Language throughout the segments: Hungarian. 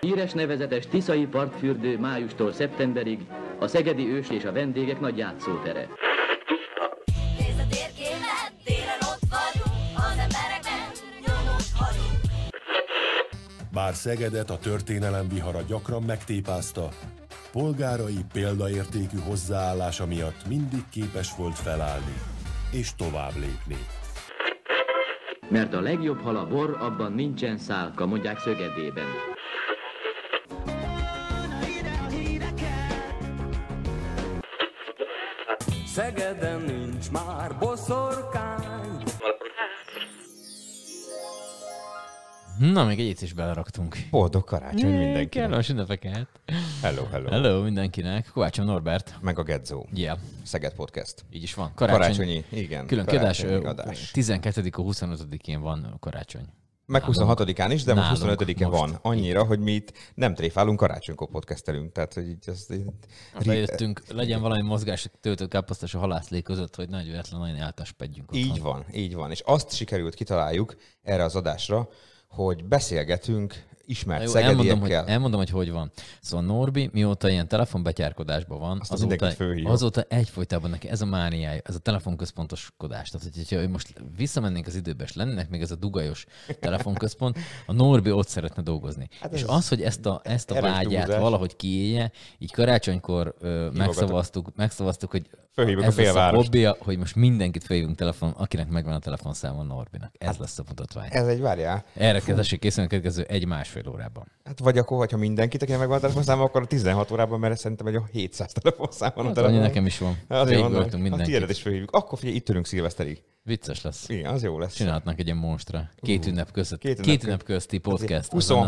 Híres nevezetes tiszai partfürdő májustól szeptemberig a szegedi ős és a vendégek nagy játszótere. Nézd a térképet, télen ott vagyunk, az embereknek nyomot hagyunk. Bár Szegedet a történelem vihara gyakran megtépázta, polgárai példaértékű hozzáállása miatt mindig képes volt felállni és tovább lépni. Mert a legjobb hal a bor, abban nincsen szálka, mondják Szögedében. Szegeden nincs már boszorkány. Na, még egyet is beleraktunk. Boldog karácsony mindenkinek. Kellemes ünnepeket. Hello, hello. Hello mindenkinek. Kovácsom Norbert. Meg a Gedzó. Yeah. Szeged Podcast. Így is van. Karácsonyi, igen. Külön karácsonyi adás. 12-25-én van karácsony. Meg 26-án is, de most 25-e most. van. Annyira, hogy mi itt nem tréfálunk, karácsonykor podcastelünk. Tehát, hogy így azt... Bejöttünk, legyen valami mozgás töltött káposztás a halászlé között, hogy nagy véletlen nagyon eltaspedjünk. Így van, így van. És azt sikerült kitaláljuk erre az adásra, hogy beszélgetünk ismert jó, szegediekkel. elmondom, hogy van. Szóval Norbi, mióta ilyen telefonbetyárkodásban van, azóta egyfolytában neki ez a mániája, ez a telefonközpontoskodás. Tehát, hogyha most visszamennénk az időbe, és lennének még ez a dugajos telefonközpont, a Norbi ott szeretne dolgozni. Hát és az, hogy ezt a vágyát túlzás. Valahogy kiélje, így karácsonykor megszavaztuk, hogy Fölhívjuk ez a lesz a félvárost. hobbija, hogy most mindenkit felhívunk akinek megvan a telefonszáma Norbinak. Ez lesz a mutatvány. Ez egy várjál. Erre kezdessék készülni a következő 1-1,5 órában. Hát vagy akkor, hogyha mindenkit, akinek megvan a telefonszáma, akkor a 16 órában, mert szerintem egy 700 telefonszám van a Hát, telefonon. annyi nekem is van. Végigöltünk A mindenkit. tiédet is fölhívjuk. Akkor figyelj, itt ülünk szilveszterig. Vicces lesz. Igen, az jó lesz. Csinálhatnánk egy ilyen monstra. Két ünnep közti podcast.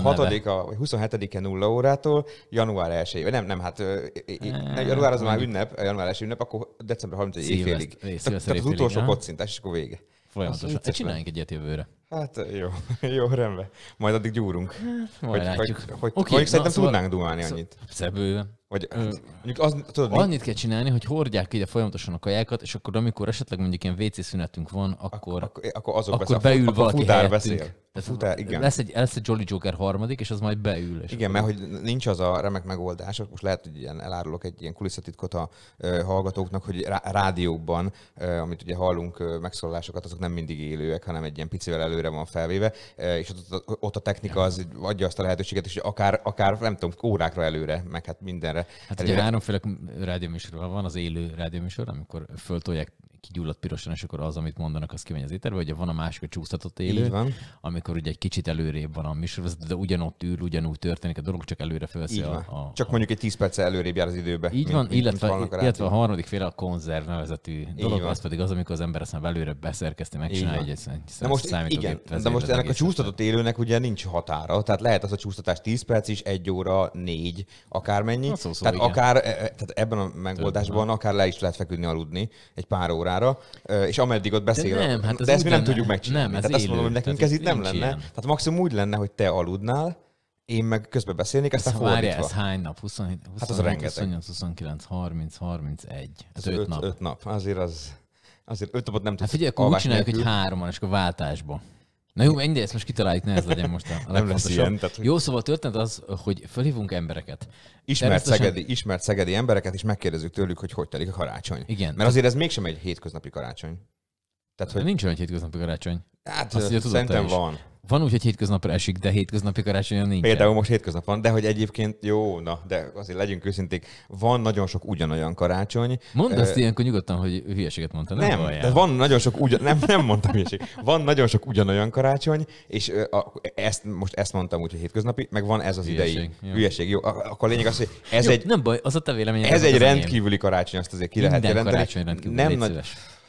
27-e 0 órától, január 1-ig. Nem, hát január az már ünnep, január 1 ünnep, akkor december 31 éjfélig. Tehát az utolsó kocintás, és akkor vége. Folyamatosan. Csináljunk egyet jövőre. Hát jó, rendben. Majd addig gyúrunk. Majd látjuk. Hogy szerintem tudnánk dumálni annyit. Szebőven. Vagy mondjuk az, tudod, annyit kell csinálni, hogy hordják ide folyamatosan a kajákat, és akkor amikor esetleg mondjuk ilyen WC szünetünk van, akkor beül valaki helyettünk. Futár, igen. Lesz egy Jolly Joker harmadik, és az majd beül. És igen, mert hogy nincs az a remek megoldás, most lehet, hogy ilyen elárulok egy ilyen kulisszatitkot a hallgatóknak, hogy rádiókban, amit ugye hallunk megszólalásokat, azok nem mindig élőek, hanem egy ilyen picivel előre van felvéve, és ott a technika az adja azt a lehetőséget, és akár nem tudom, órákra előre, meg hát mindenre. Hát ugye háromféle rádióműsorban van, az élő rádióműsor, amikor föltolják kigyulladt pirosan, és akkor az, amit mondanak, az kimegy az éterbe, ugye van a másik, a csúsztatott élő, amikor ugye egy kicsit előrébb van a műsorvezető, de ugyanott ül, ugyanúgy történik a dolog, csak előre fölveszi csak mondjuk egy 10 perccel előrébb jár az időbe. Így van, illetve a harmadik féle a konzerv nevezetű dolog, az pedig az, amikor az ember ezt már előre beszerkeszti, megcsinálja egy számítógép. De most ennek a csúsztatott élőnek ugye nincs határa, tehát lehet az a csúsztatás 10 perc is, 1 óra, 4, akármennyi. Tehát ebben a megoldásban akár le is lehet feküdni, aludni egy pár órára, és ameddig ott beszél. De ezt mi nem tudjuk megcsinálni. Tehát azt mondom, hogy nekünk ez itt nem lenne. Tehát maximum úgy lenne, hogy te aludnál, én meg közben beszélnék, aztán fordítva. Ez hány nap? 27, hát az rengeteg. 28, 29, 30, 31. Ez 5 nap. 5 nap. Azért 5 napot nem tudsz. Hát figyelj, akkor úgy csináljuk, hogy 3-an, és akkor váltásba. Na jó, mindegy, ezt most kitaláljuk, ne ez legyen most a legfontosabb. Jó, szóval történt az, hogy felhívunk embereket. Ismert szegedi embereket, és megkérdezzük tőlük, hogy telik a karácsony. Igen. Mert azért ez mégsem egy hétköznapi karácsony. Tehát, hogy... Nincs olyan hétköznapi karácsony. Hát szerintem van. Van úgy, hogy hétköznapra esik, de hétköznapi karácsonyon nincs. Például most hétköznap van, de hogy egyébként jó, de azért legyünk őszinték, van nagyon sok ugyanolyan karácsony. Mondd azt ilyenkor nyugodtan, hogy hülyeséget mondtál. Nem, de van nagyon sok nem mondtam hülyeség. Van nagyon sok ugyanolyan karácsony, és ezt mondtam úgy, hogy hétköznapi, meg van ez az idei hülyeség. Jó, akkor a lényeg az, hogy ez jó, egy... Nem baj, az a te véleményed. Ez egy rendkívüli karácsony, azt azért ki lehet jelenteni. Karácsony rendkívüli,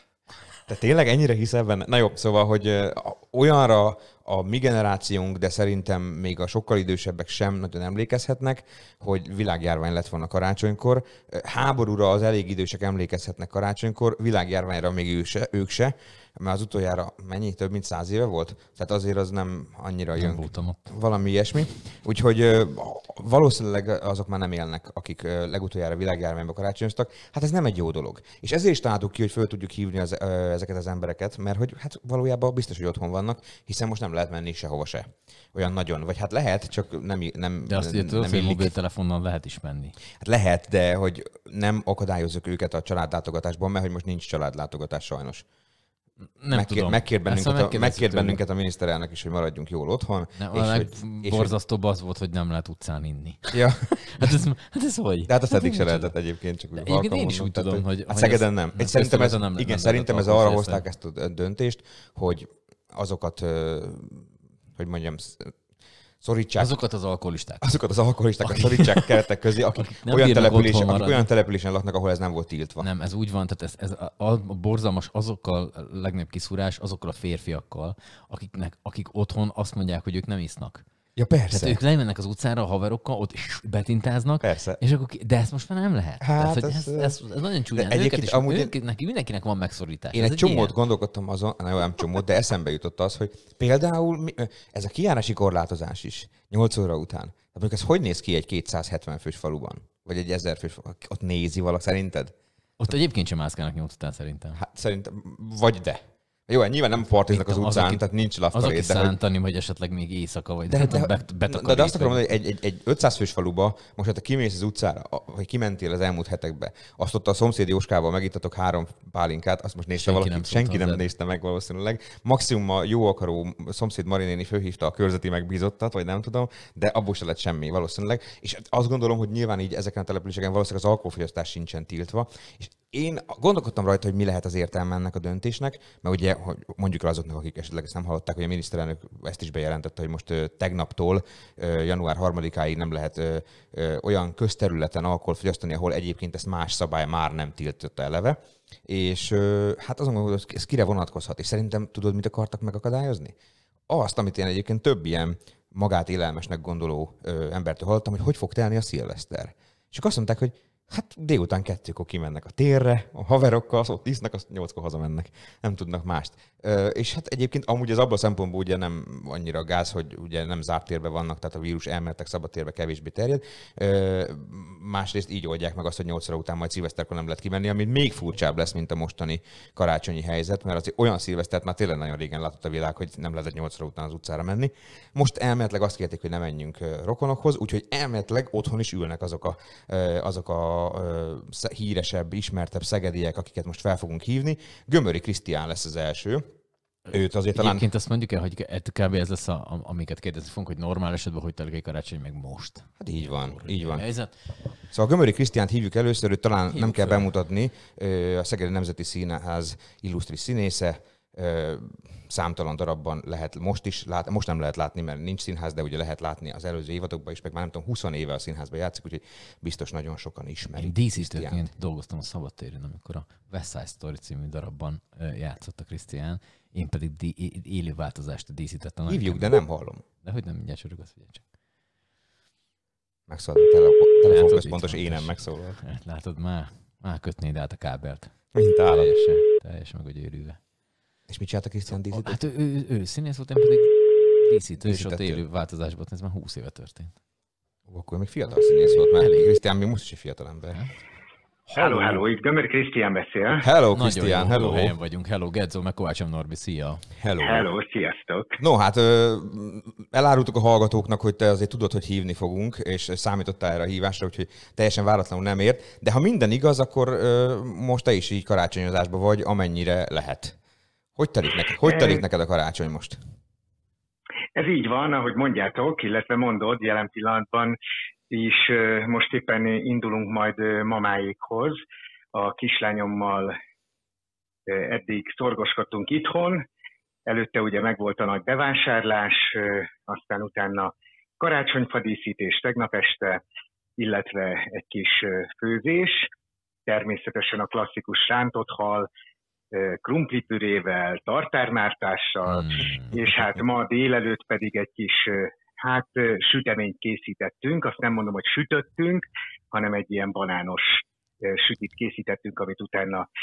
Te tényleg ennyire hiszel benne? Na jó, szóval, hogy olyanra a mi generációnk, de szerintem még a sokkal idősebbek sem nagyon emlékezhetnek, hogy világjárvány lett volna karácsonykor. Háborúra az elég idősek emlékezhetnek karácsonykor, világjárványra még ők se. Már az utoljára mennyi? Több mint 100 éve volt? Tehát azért az nem annyira jön. Voltam ott. Valami ilyesmi. Úgyhogy valószínűleg azok már nem élnek, akik legutoljára világjárványban karácsonyoztak. Hát ez nem egy jó dolog. És ezért is találtuk ki, hogy föl tudjuk hívni ezeket az embereket, mert hogy hát valójában biztos, hogy otthon vannak, hiszen most nem lehet menni sehova se. Olyan nagyon. Vagy hát lehet, csak nem de azt tudod, hogy mobiltelefonnal lehet is menni. Hát lehet, de hogy nem akadályozok őket a családlátogatásban, mert hogy most nincs családlátogatás sajnos. Megkért bennünket a miniszterelnök is, hogy maradjunk jól otthon. Borzasztóbb az volt, hogy nem lehet utcán inni. Ja. hát ez hogy? De hát azt eddig se lehetett egyébként, csak úgy én is úgy tudom, hogy... Hát Szegeden nem. Szerintem ez arra hozták ezt a döntést, hogy azokat, hogy mondjam, szorítsák. Azokat az alkoholistákat szorítsák keretek közé, akik olyan településen laknak, ahol ez nem volt tiltva. Nem, ez úgy van, tehát ez a borzalmas azokkal a legnagyobb kiszúrás, azokkal a férfiakkal, akik otthon azt mondják, hogy ők nem isznak. Ja, persze. Tehát ők lemennek az utcára a haverokkal, ott betintáznak, persze. És akkor, de ezt most már nem lehet. Hát tehát, ez nagyon csúnyán. Mindenkinek van megszorítás. Én egy csomót gondolkodtam azon, nem csomót, de eszembe jutott az, hogy például ez a kijárási korlátozás is 8 óra után. Tehát mondjuk ez hogy néz ki egy 270 fős faluban? Vagy egy 1000 fős faluban? Ott nézi valaki, szerinted? Ott egyébként sem mászkálnak 8 után szerintem. Hát szerintem, vagy de. Jó, nyilván nem partiznak az utcán, tehát nincs laftarét. Az, aki szántani, hogy esetleg még éjszaka, vagy de azt akarom mondani, hogy egy 500 fős faluba, most hát kimész az utcára, vagy kimentél az elmúlt hetekbe, azt ott a szomszéd Jóskával megítatok 3 pálinkát, azt most nézte valaki, senki nem nézte meg valószínűleg. Maximum a jó akaró szomszéd Marinéni fölhívta a körzeti megbízottat, vagy nem tudom, de abból se lett semmi valószínűleg. És azt gondolom, hogy nyilván így ezeken a településeken valószínűleg az alkoholfogyasztás sincsen tiltva. És én gondolkodtam rajta, hogy mi lehet az értelme ennek a döntésnek, mert ugye, hogy mondjuk rá azoknak, akik esetleg ezt nem hallották, hogy a miniszterelnök ezt is bejelentette, hogy most tegnaptól január 3-áig nem lehet olyan közterületen alkoholt fogyasztani, ahol egyébként ezt más szabály már nem tiltotta eleve. És hát azon gondolom, hogy ez kire vonatkozhat. És szerintem tudod, mit akartak megakadályozni? Azt, amit én egyébként több ilyen magát élelmesnek gondoló embertől hallottam, hogy fog telni a szilveszter. És azt mondták, hogy hát délután 2-kor kimennek a térre, a haverokkal, ott isznak, azt 8-kor hazamennek. Nem tudnak mást. És hát egyébként amúgy az abban a szempontból ugye nem annyira gáz, hogy ugye nem zárt térben vannak, tehát a vírus elméletek szabad térbe kevésbé terjed. Másrészt így oldják meg azt, hogy 8 óra után majd szilveszterkor nem lehet kimenni, ami még furcsább lesz, mint a mostani karácsonyi helyzet, mert azért olyan szilvesztert már tényleg nagyon régen látott a világ, hogy nem lehetett 8 óra után az utcára menni. Most elméletileg azt kérték, hogy ne menjünk rokonokhoz, úgyhogy elméletileg otthon is ülnek azok a híresebb, ismertebb szegediek, akiket most fel fogunk hívni. Gömöri Krisztián lesz az első. Őt azért talán... Egyébként azt mondjuk el, hogy kb. Ez lesz, amiket kérdezni fogunk, hogy normál esetben hogy telik egy karácsony, meg most. Hát így van, így van. Szóval Gömöri Krisztiánt hívjuk először, őt talán nem kell bemutatni. A Szegedi Nemzeti Színház illusztris színésze. Számtalan darabban lehet most is látni, most nem lehet látni, mert nincs színház, de ugye lehet látni az előző évadokban is, meg már nem tudom, 20 éve a színházban játszik, úgyhogy biztos nagyon sokan ismerik. Én díszítőként dolgoztam a Szabadtéren, amikor a West Side Story című darabban játszott a Krisztián, én pedig élő változást díszítettem. Hívjuk, de nem hallom. De hogy nem mindjárt sörög, azt figyelj csak. Megszólalt a telefonközpontos énem megszólal. Látod, már kötnéd át a kábelt. Mint állat. Teljesen meg, hogy őrülve. És mit csinált a Krisztián díszítő? Hát ő színész volt, én pedig díszítő, és ott élő változásban, ez már 20 éve történt. Akkor még fiatal színész volt, mert Krisztián még most is egy fiatal ember. Hello, itt Gömöri Krisztián beszél. Hello, Krisztián, hello. Helyen vagyunk, hello, Gedzó, meg Kovácsom Norbi, szia. Hello, sziasztok. No, hát elárultuk a hallgatóknak, hogy te azért tudod, hogy hívni fogunk, és számítottál erre a hívásra, úgyhogy teljesen váratlanul nem ért. De ha minden igaz, akkor most te is így karácsonyozásban vagy, amennyire lehet. Hogy telik neked a karácsony most? Ez így van, ahogy mondjátok, illetve mondod, jelen pillanatban is most éppen indulunk majd mamáékhoz. A kislányommal eddig szorgoskodtunk itthon, előtte ugye megvolt a nagy bevásárlás, aztán utána karácsonyfadíszítés tegnap este, illetve egy kis főzés, természetesen a klasszikus rántott hal, krumplipürével, tartármártással, és hát ma délelőtt pedig egy kis süteményt készítettünk, azt nem mondom, hogy sütöttünk, hanem egy ilyen banános sütit készítettünk, amit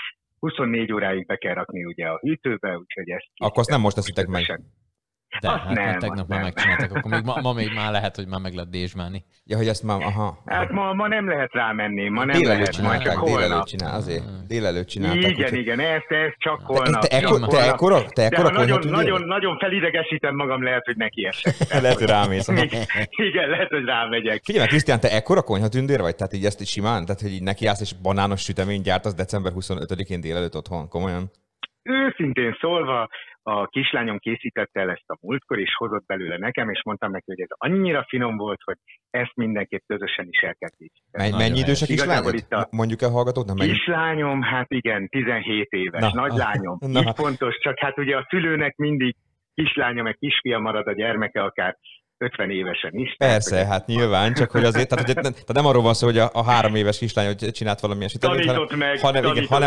24 óráig be kell rakni ugye a hűtőbe, úgyhogy ezt... Akkor azt nem most teszitek meg. De hát nem, tegnap már megcsináltak, akkor még ma lehet, hogy már meg lehet dézsmálni. Ja, hogy ezt már, aha. Hát ma nem lehet rámenni, ma nem délelőtt lehet, majd csak holnap. Délelőtt csinálták. Igen, ezt csak holnap. Te ekkora nagyon felidegesítem magam, lehet, hogy neki esek. Lehet, hogy rámész. Igen, lehet, hogy rámegyek. Figyelj meg, Krisztián, te ekkora konyhatündér vagy? Tehát így ezt is simán? Tehát, hogy így nekiállsz és banános süteményt gyártasz december 25-én délelőtt otthon? Komolyan? Őszintén szólva, a kislányom készítette el ezt a múltkor, és hozott belőle nekem, és mondtam neki, hogy ez annyira finom volt, hogy ezt mindenképp közösen is el kell készíteni. Mennyi idős a kislányod? Mondjuk el hallgatóknak? Kislányom, hát igen, 17 éves, nagylányom. Így fontos, csak hát ugye a szülőnek mindig kislánya meg kisfia marad a gyermeke, akár 50 évesen is. Persze, tehát, hát nyilván, csak hogy azért, tehát nem arról van szó, hogy a 3 éves kislány csinált valamilyen süteményt, hanem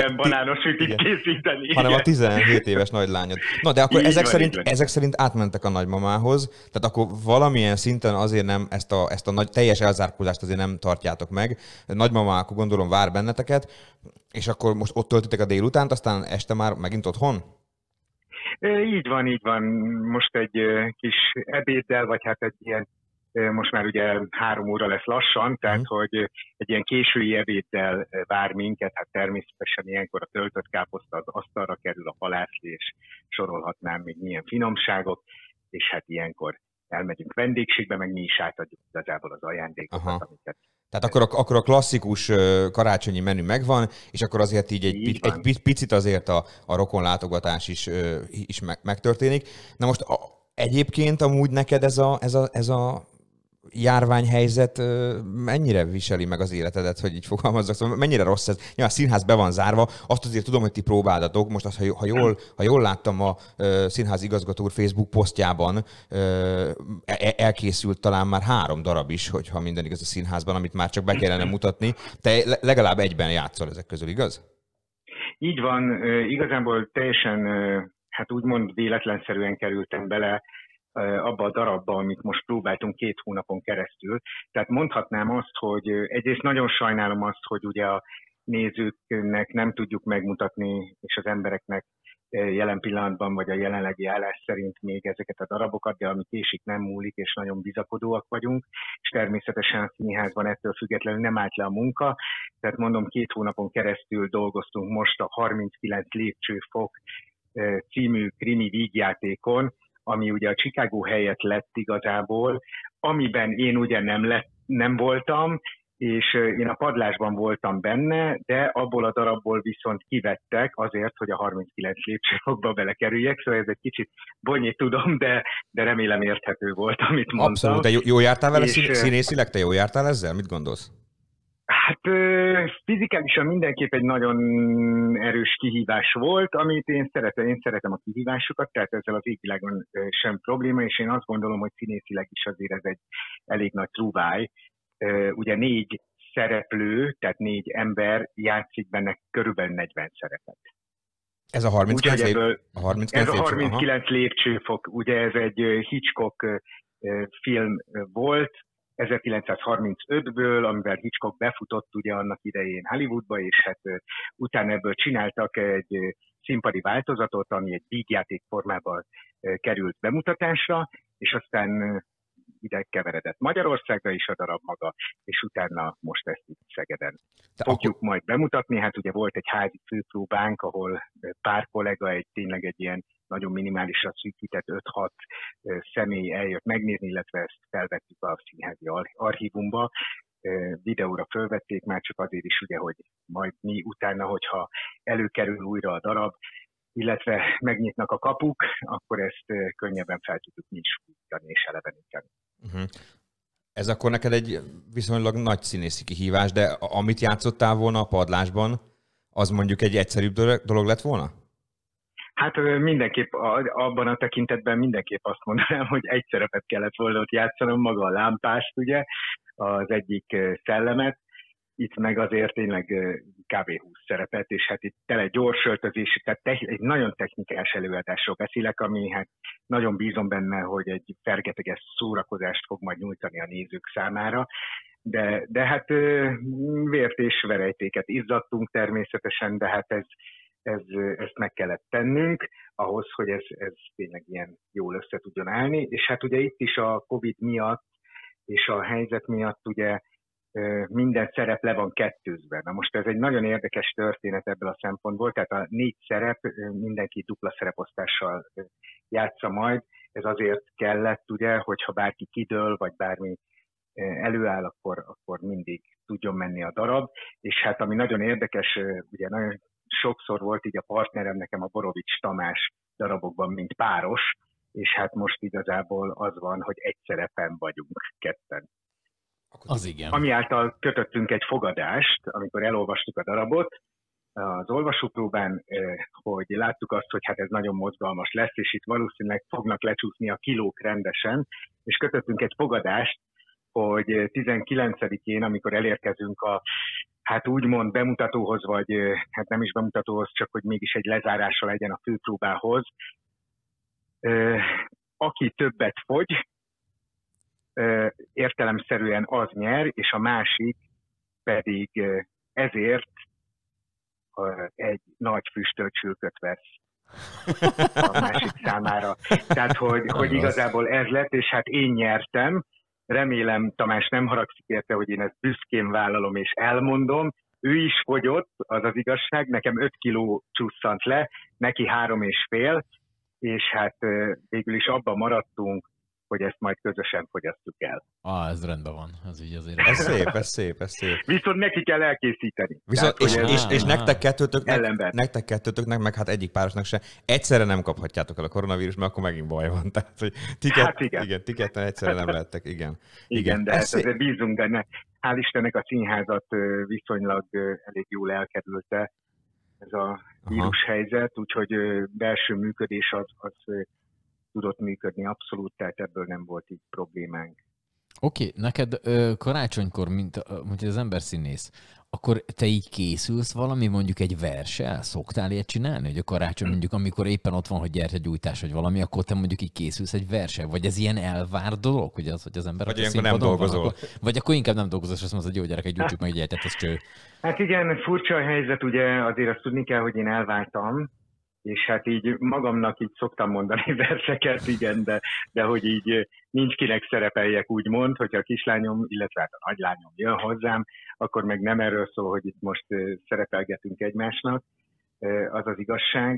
a 17 éves nagylányod. Na, de akkor ezek szerint átmentek a nagymamához, tehát akkor valamilyen szinten azért nem ezt a nagy, teljes elzárkózást azért nem tartjátok meg. Nagymama akkor gondolom vár benneteket, és akkor most ott töltitek a délutánt, aztán este már megint otthon? Így van. Most egy kis ebéddel, vagy hát egy ilyen, most már ugye 3 óra lesz lassan, tehát hogy egy ilyen késői ebéddel vár minket, hát természetesen ilyenkor a töltött káposzta az asztalra kerül, a halászli, és sorolhatnám még milyen finomságok, és hát ilyenkor elmegyünk vendégségbe, meg mi is átadjuk igazából az ajándékokat, amiket. Tehát akkor a klasszikus karácsonyi menü megvan, és akkor azért így egy picit azért a rokonlátogatás is megtörténik. Na most egyébként amúgy neked ez a járványhelyzet mennyire viseli meg az életedet, hogy így fogalmazzak, szóval mennyire rossz ez? Ja, a színház be van zárva, azt azért tudom, hogy ti próbáltatok, most azt, ha jól láttam a színház igazgató úr Facebook posztjában, elkészült talán már 3 darab is, hogyha minden igaz a színházban, amit már csak be kellene mutatni. Te legalább egyben játszol ezek közül, igaz? Így van, igazából teljesen, hát úgymond véletlenszerűen kerültem bele abba a darabba, amit most próbáltunk 2 hónapon keresztül. Tehát mondhatnám azt, hogy egyrészt nagyon sajnálom azt, hogy ugye a nézőknek nem tudjuk megmutatni, és az embereknek jelen pillanatban, vagy a jelenlegi állás szerint még ezeket a darabokat, de ami késik nem múlik, és nagyon bizakodóak vagyunk, és természetesen a színházban ettől függetlenül nem állt le a munka. Tehát mondom, 2 hónapon keresztül dolgoztunk most a 39 lépcsőfok című krimi vígjátékon, ami ugye a Chicago helyett lett igazából, amiben én ugye nem voltam, és én a padlásban voltam benne, de abból a darabból viszont kivettek azért, hogy a 39 lépcsőfokba belekerüljek, szóval ez egy kicsit bonyolult tudom, de remélem érthető volt, amit mondtam. Abszolút, de jó jártál vele színészileg? Te jó jártál ezzel? Mit gondolsz? Hát fizikálisan mindenképp egy nagyon erős kihívás volt, amit én szeretem a kihívásokat, tehát ezzel az égvilágon sem probléma, és én azt gondolom, hogy színészileg is azért ez egy elég nagy trúváj. Ugye 4 szereplő, tehát 4 ember játszik benne körülbelül 40 szerepet. Ez a 39 lépcsőfok, ugye ez egy Hitchcock film volt, 1935-ből, amivel Hitchcock befutott ugye annak idején Hollywoodba, és hát utána ebből csináltak egy színpadi változatot, ami egy vígjáték formában került bemutatásra, és aztán ide keveredett Magyarországra is a darab maga, és utána most ezt itt Szegeden fogjuk majd bemutatni. Hát ugye volt egy házi főpróbánk, ahol pár kollega tényleg egy ilyen nagyon minimálisra szűkített 5-6 személy eljött megnézni, illetve ezt felvettük a színházi archívumba. Videóra fölvették már csak azért is, ugye, hogy majd mi utána, hogyha előkerül újra a darab, illetve megnyitnak a kapuk, akkor ezt könnyebben fel tudjuk mi is újítani és eleveníteni. Ez akkor neked egy viszonylag nagy színészi kihívás, de amit játszottál volna a padlásban, az mondjuk egy egyszerűbb dolog lett volna? Hát mindenképp abban a tekintetben mindenképp azt mondanám, hogy egy szerepet kellett volna ott játszanom, maga a lámpást, ugye, az egyik szellemet, itt meg azért tényleg kb. 20 szerepet, és hát itt tele gyors öltözés, tehát egy nagyon technikás előadásról beszélek, ami hát nagyon bízom benne, hogy egy fergeteges szórakozást fog majd nyújtani a nézők számára. de hát vért és verejtéket izzadtunk természetesen, de hát ezt meg kellett tennünk ahhoz, hogy ez tényleg ilyen jól össze tudjon állni. És hát ugye itt is a Covid miatt és a helyzet miatt ugye minden szerep le van kettőzve. Na most ez egy nagyon érdekes történet ebből a szempontból, tehát a 4 szerep mindenki dupla szereposztással játsza majd. Ez azért kellett, ugye, hogyha bárki kidől, vagy bármi előáll, akkor mindig tudjon menni a darab. És hát ami nagyon érdekes, ugye nagyon sokszor volt így a partnerem nekem a Borovics Tamás darabokban, mint páros, és hát most igazából az van, hogy egy szerepen vagyunk ketten. Az igen. Ami által kötöttünk egy fogadást, amikor elolvastuk a darabot az olvasópróbán, hogy láttuk azt, hogy hát ez nagyon mozgalmas lesz, és itt valószínűleg fognak lecsúszni a kilók rendesen, és kötöttünk egy fogadást, hogy 19-én, amikor elérkezünk a hát úgymond bemutatóhoz, vagy hát nem is bemutatóhoz, csak hogy mégis egy lezárása legyen a főpróbához, aki többet fogy, értelemszerűen az nyer, és a másik pedig ezért egy nagy füstölcsülköt vesz a másik számára. Tehát, hogy igazából ez lett, és hát én nyertem. Remélem, Tamás nem haragszik érte, hogy én ezt büszkén vállalom és elmondom. Ő is fogyott, az az igazság, nekem 5 kiló csusszant le, neki 3,5, és hát végül is abban maradtunk, hogy ezt majd közösen fogyasztjuk el. Ez rendben van. Ez így azért. Ez szép. Viszont neki kell elkészíteni. Viszont, tehát, és nektek kettőtöknek, meg hát egyik párosnak se, egyszerre nem kaphatjátok el a koronavírus, mert akkor megint baj van. Tehát, hogy ti ketten egyszerre nem lehettek, igen, de azért bízunk benne. Hál' Istennek a színházat viszonylag elég jól elkerülte ez a vírushelyzet, úgyhogy belső működés az tudott működni abszolút, tehát ebből nem volt így problémánk. Oké, neked karácsonykor, mint az ember színész, akkor te így készülsz valami, mondjuk egy verssel? Szoktál ilyet csinálni? Hogy a karácsony mondjuk, amikor éppen ott van, hogy gyertyagyújtás vagy valami, akkor te mondjuk így készülsz egy verssel? Vagy ez ilyen elvárt dolog, hogy az ember... Vagy ilyenkor nem dolgozol. Vagy akkor inkább nem dolgozol, és azt mondod, hogy jó gyerekek, gyújtsuk meg egy gyertyát, ez cső. Hát igen, furcsa a helyzet, ugye azért azt tudni kell, hogy én elváltam, és hát így magamnak így szoktam mondani verseket, igen, de hogy így nincs kinek szerepeljek, úgymond, hogyha a kislányom, illetve hát a nagylányom jön hozzám, akkor meg nem erről szól, hogy itt most szerepelgetünk egymásnak, az az igazság.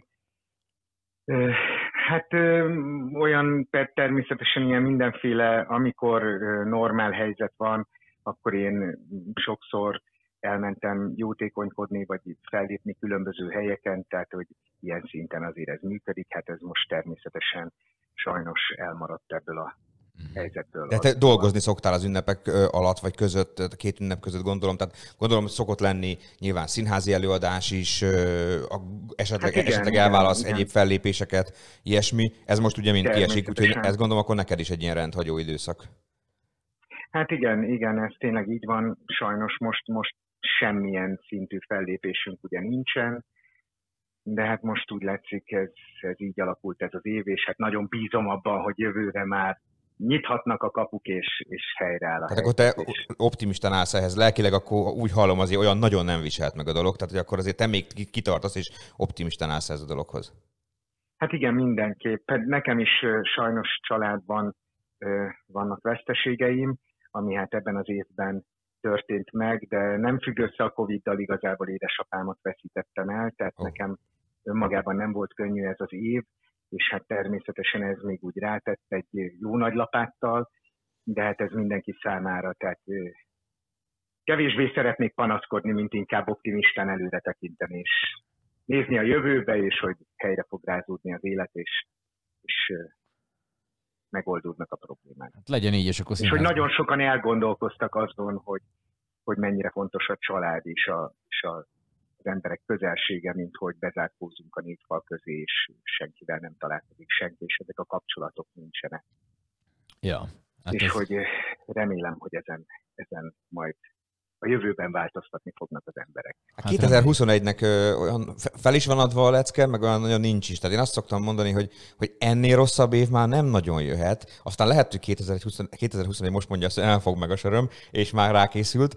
Hát olyan természetesen ilyen mindenféle, amikor normál helyzet van, akkor én sokszor elmentem jótékonykodni, vagy fellépni különböző helyeken, tehát hogy ilyen szinten azért ez működik, hát ez most természetesen sajnos elmaradt ebből a helyzetből. De te dolgozni szoktál az ünnepek alatt, vagy között, két ünnep között gondolom, tehát gondolom szokott lenni nyilván színházi előadás is, esetleg elválasz egyéb fellépéseket, ilyesmi. Ez most ugye mind kiesik, úgyhogy ezt gondolom, akkor neked is egy ilyen rendhagyó időszak. Hát igen, ez tényleg így van. Sajnos most semmilyen szintű fellépésünk ugye nincsen, de hát most úgy látszik, ez így alakult ez az év, és hát nagyon bízom abban, hogy jövőre már nyithatnak a kapuk, és helyreáll a helyzet. Akkor te optimistán állsz ehhez lelkileg, akkor úgy hallom, azért olyan nagyon nem viselt meg a dolog, tehát hogy akkor azért te még kitartasz, és optimistán állsz ehhez a dologhoz. Hát igen, mindenképp. Nekem is sajnos családban vannak veszteségeim, ami hát ebben az évben történt meg, de nem függ össze a Covid-dal, igazából édesapámat veszítettem el, tehát nekem önmagában nem volt könnyű ez az év, és hát természetesen ez még úgy rátett egy jó nagy lapáttal, de hát ez mindenki számára, tehát kevésbé szeretnék panaszkodni, mint inkább optimistán előre tekinteni, és nézni a jövőbe, és hogy helyre fog rázódni az élet, és megoldódnak a problémák. Hát legyen így, és akkor és hogy nagyon sokan elgondolkoztak azon, hogy mennyire fontos a család és az emberek közelsége, mint hogy bezárkózunk a 4 fal közé, és senkivel nem találkozik senki, és ezek a kapcsolatok nincsenek. Ja. Hát és hogy remélem, hogy ezen majd a jövőben változtatni fognak az emberek. 2021-nek olyan fel is van adva a lecke, meg olyan nagyon nincs is. Tehát én azt szoktam mondani, hogy ennél rosszabb év már nem nagyon jöhet. Aztán lehet, hogy 2021 most mondja azt, hogy elfog meg a söröm, és már rákészült,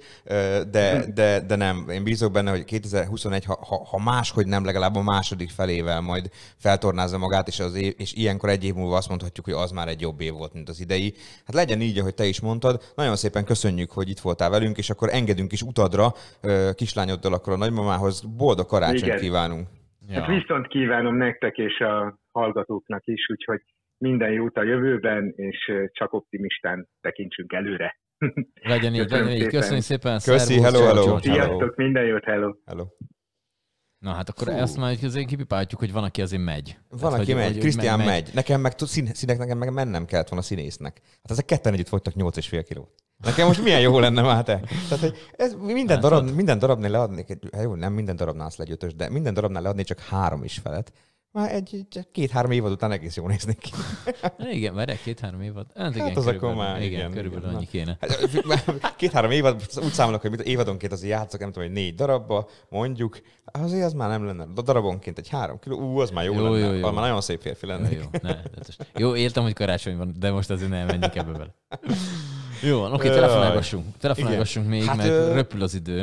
de nem. Én bízok benne, hogy 2021, ha máshogy nem, legalább a második felével majd feltornázza magát, és ilyenkor egy év múlva azt mondhatjuk, hogy az már egy jobb év volt, mint az idei. Hát legyen így, ahogy te is mondtad. Nagyon szépen köszönjük, hogy itt voltál velünk, és akkor engedünk is utadra kislányoddal akkor a nagymamához. Boldog karácsonyt kívánunk! Ja. Hát viszont kívánom nektek és a hallgatóknak is, úgyhogy minden jót a jövőben, és csak optimistán tekintsünk előre. Legyen így, köszönjük szépen! Köszi, hello! Sziasztok, minden jót, hello! Na hát akkor ezt már közén kipipáltjuk, hogy van, aki azért megy. Van, aki megy. Krisztián megy. Nekem meg nekem mennem kellett volna színésznek. Hát ezek ketten együtt fogytak 8,5 kilót. Nekem most milyen jó lenne már te. Tehát, hogy ez minden darabnál leadnék, jó, nem minden darabnál azt legyőtös, de minden darabnál leadnék csak 3 is felet. Már 2-3 évad után egész jól néznék ki. Igen, mert 2-3 évad. Hát az akkor már, igen. Körülbelül annyi kéne. 2-3 évad, úgy számolok, hogy évadonként azért játszok, nem tudom, hogy 4 darabba, mondjuk, azért az már nem lenne. Darabonként egy 3 kiló, az már jó lenne. Jó. Már nagyon szép férfi lenne. Jó, értem, hogy karácsony van, de most azért nem menjünk ebbe vele. Jó, oké, telefonálgassunk még, hát, mert röpül az idő.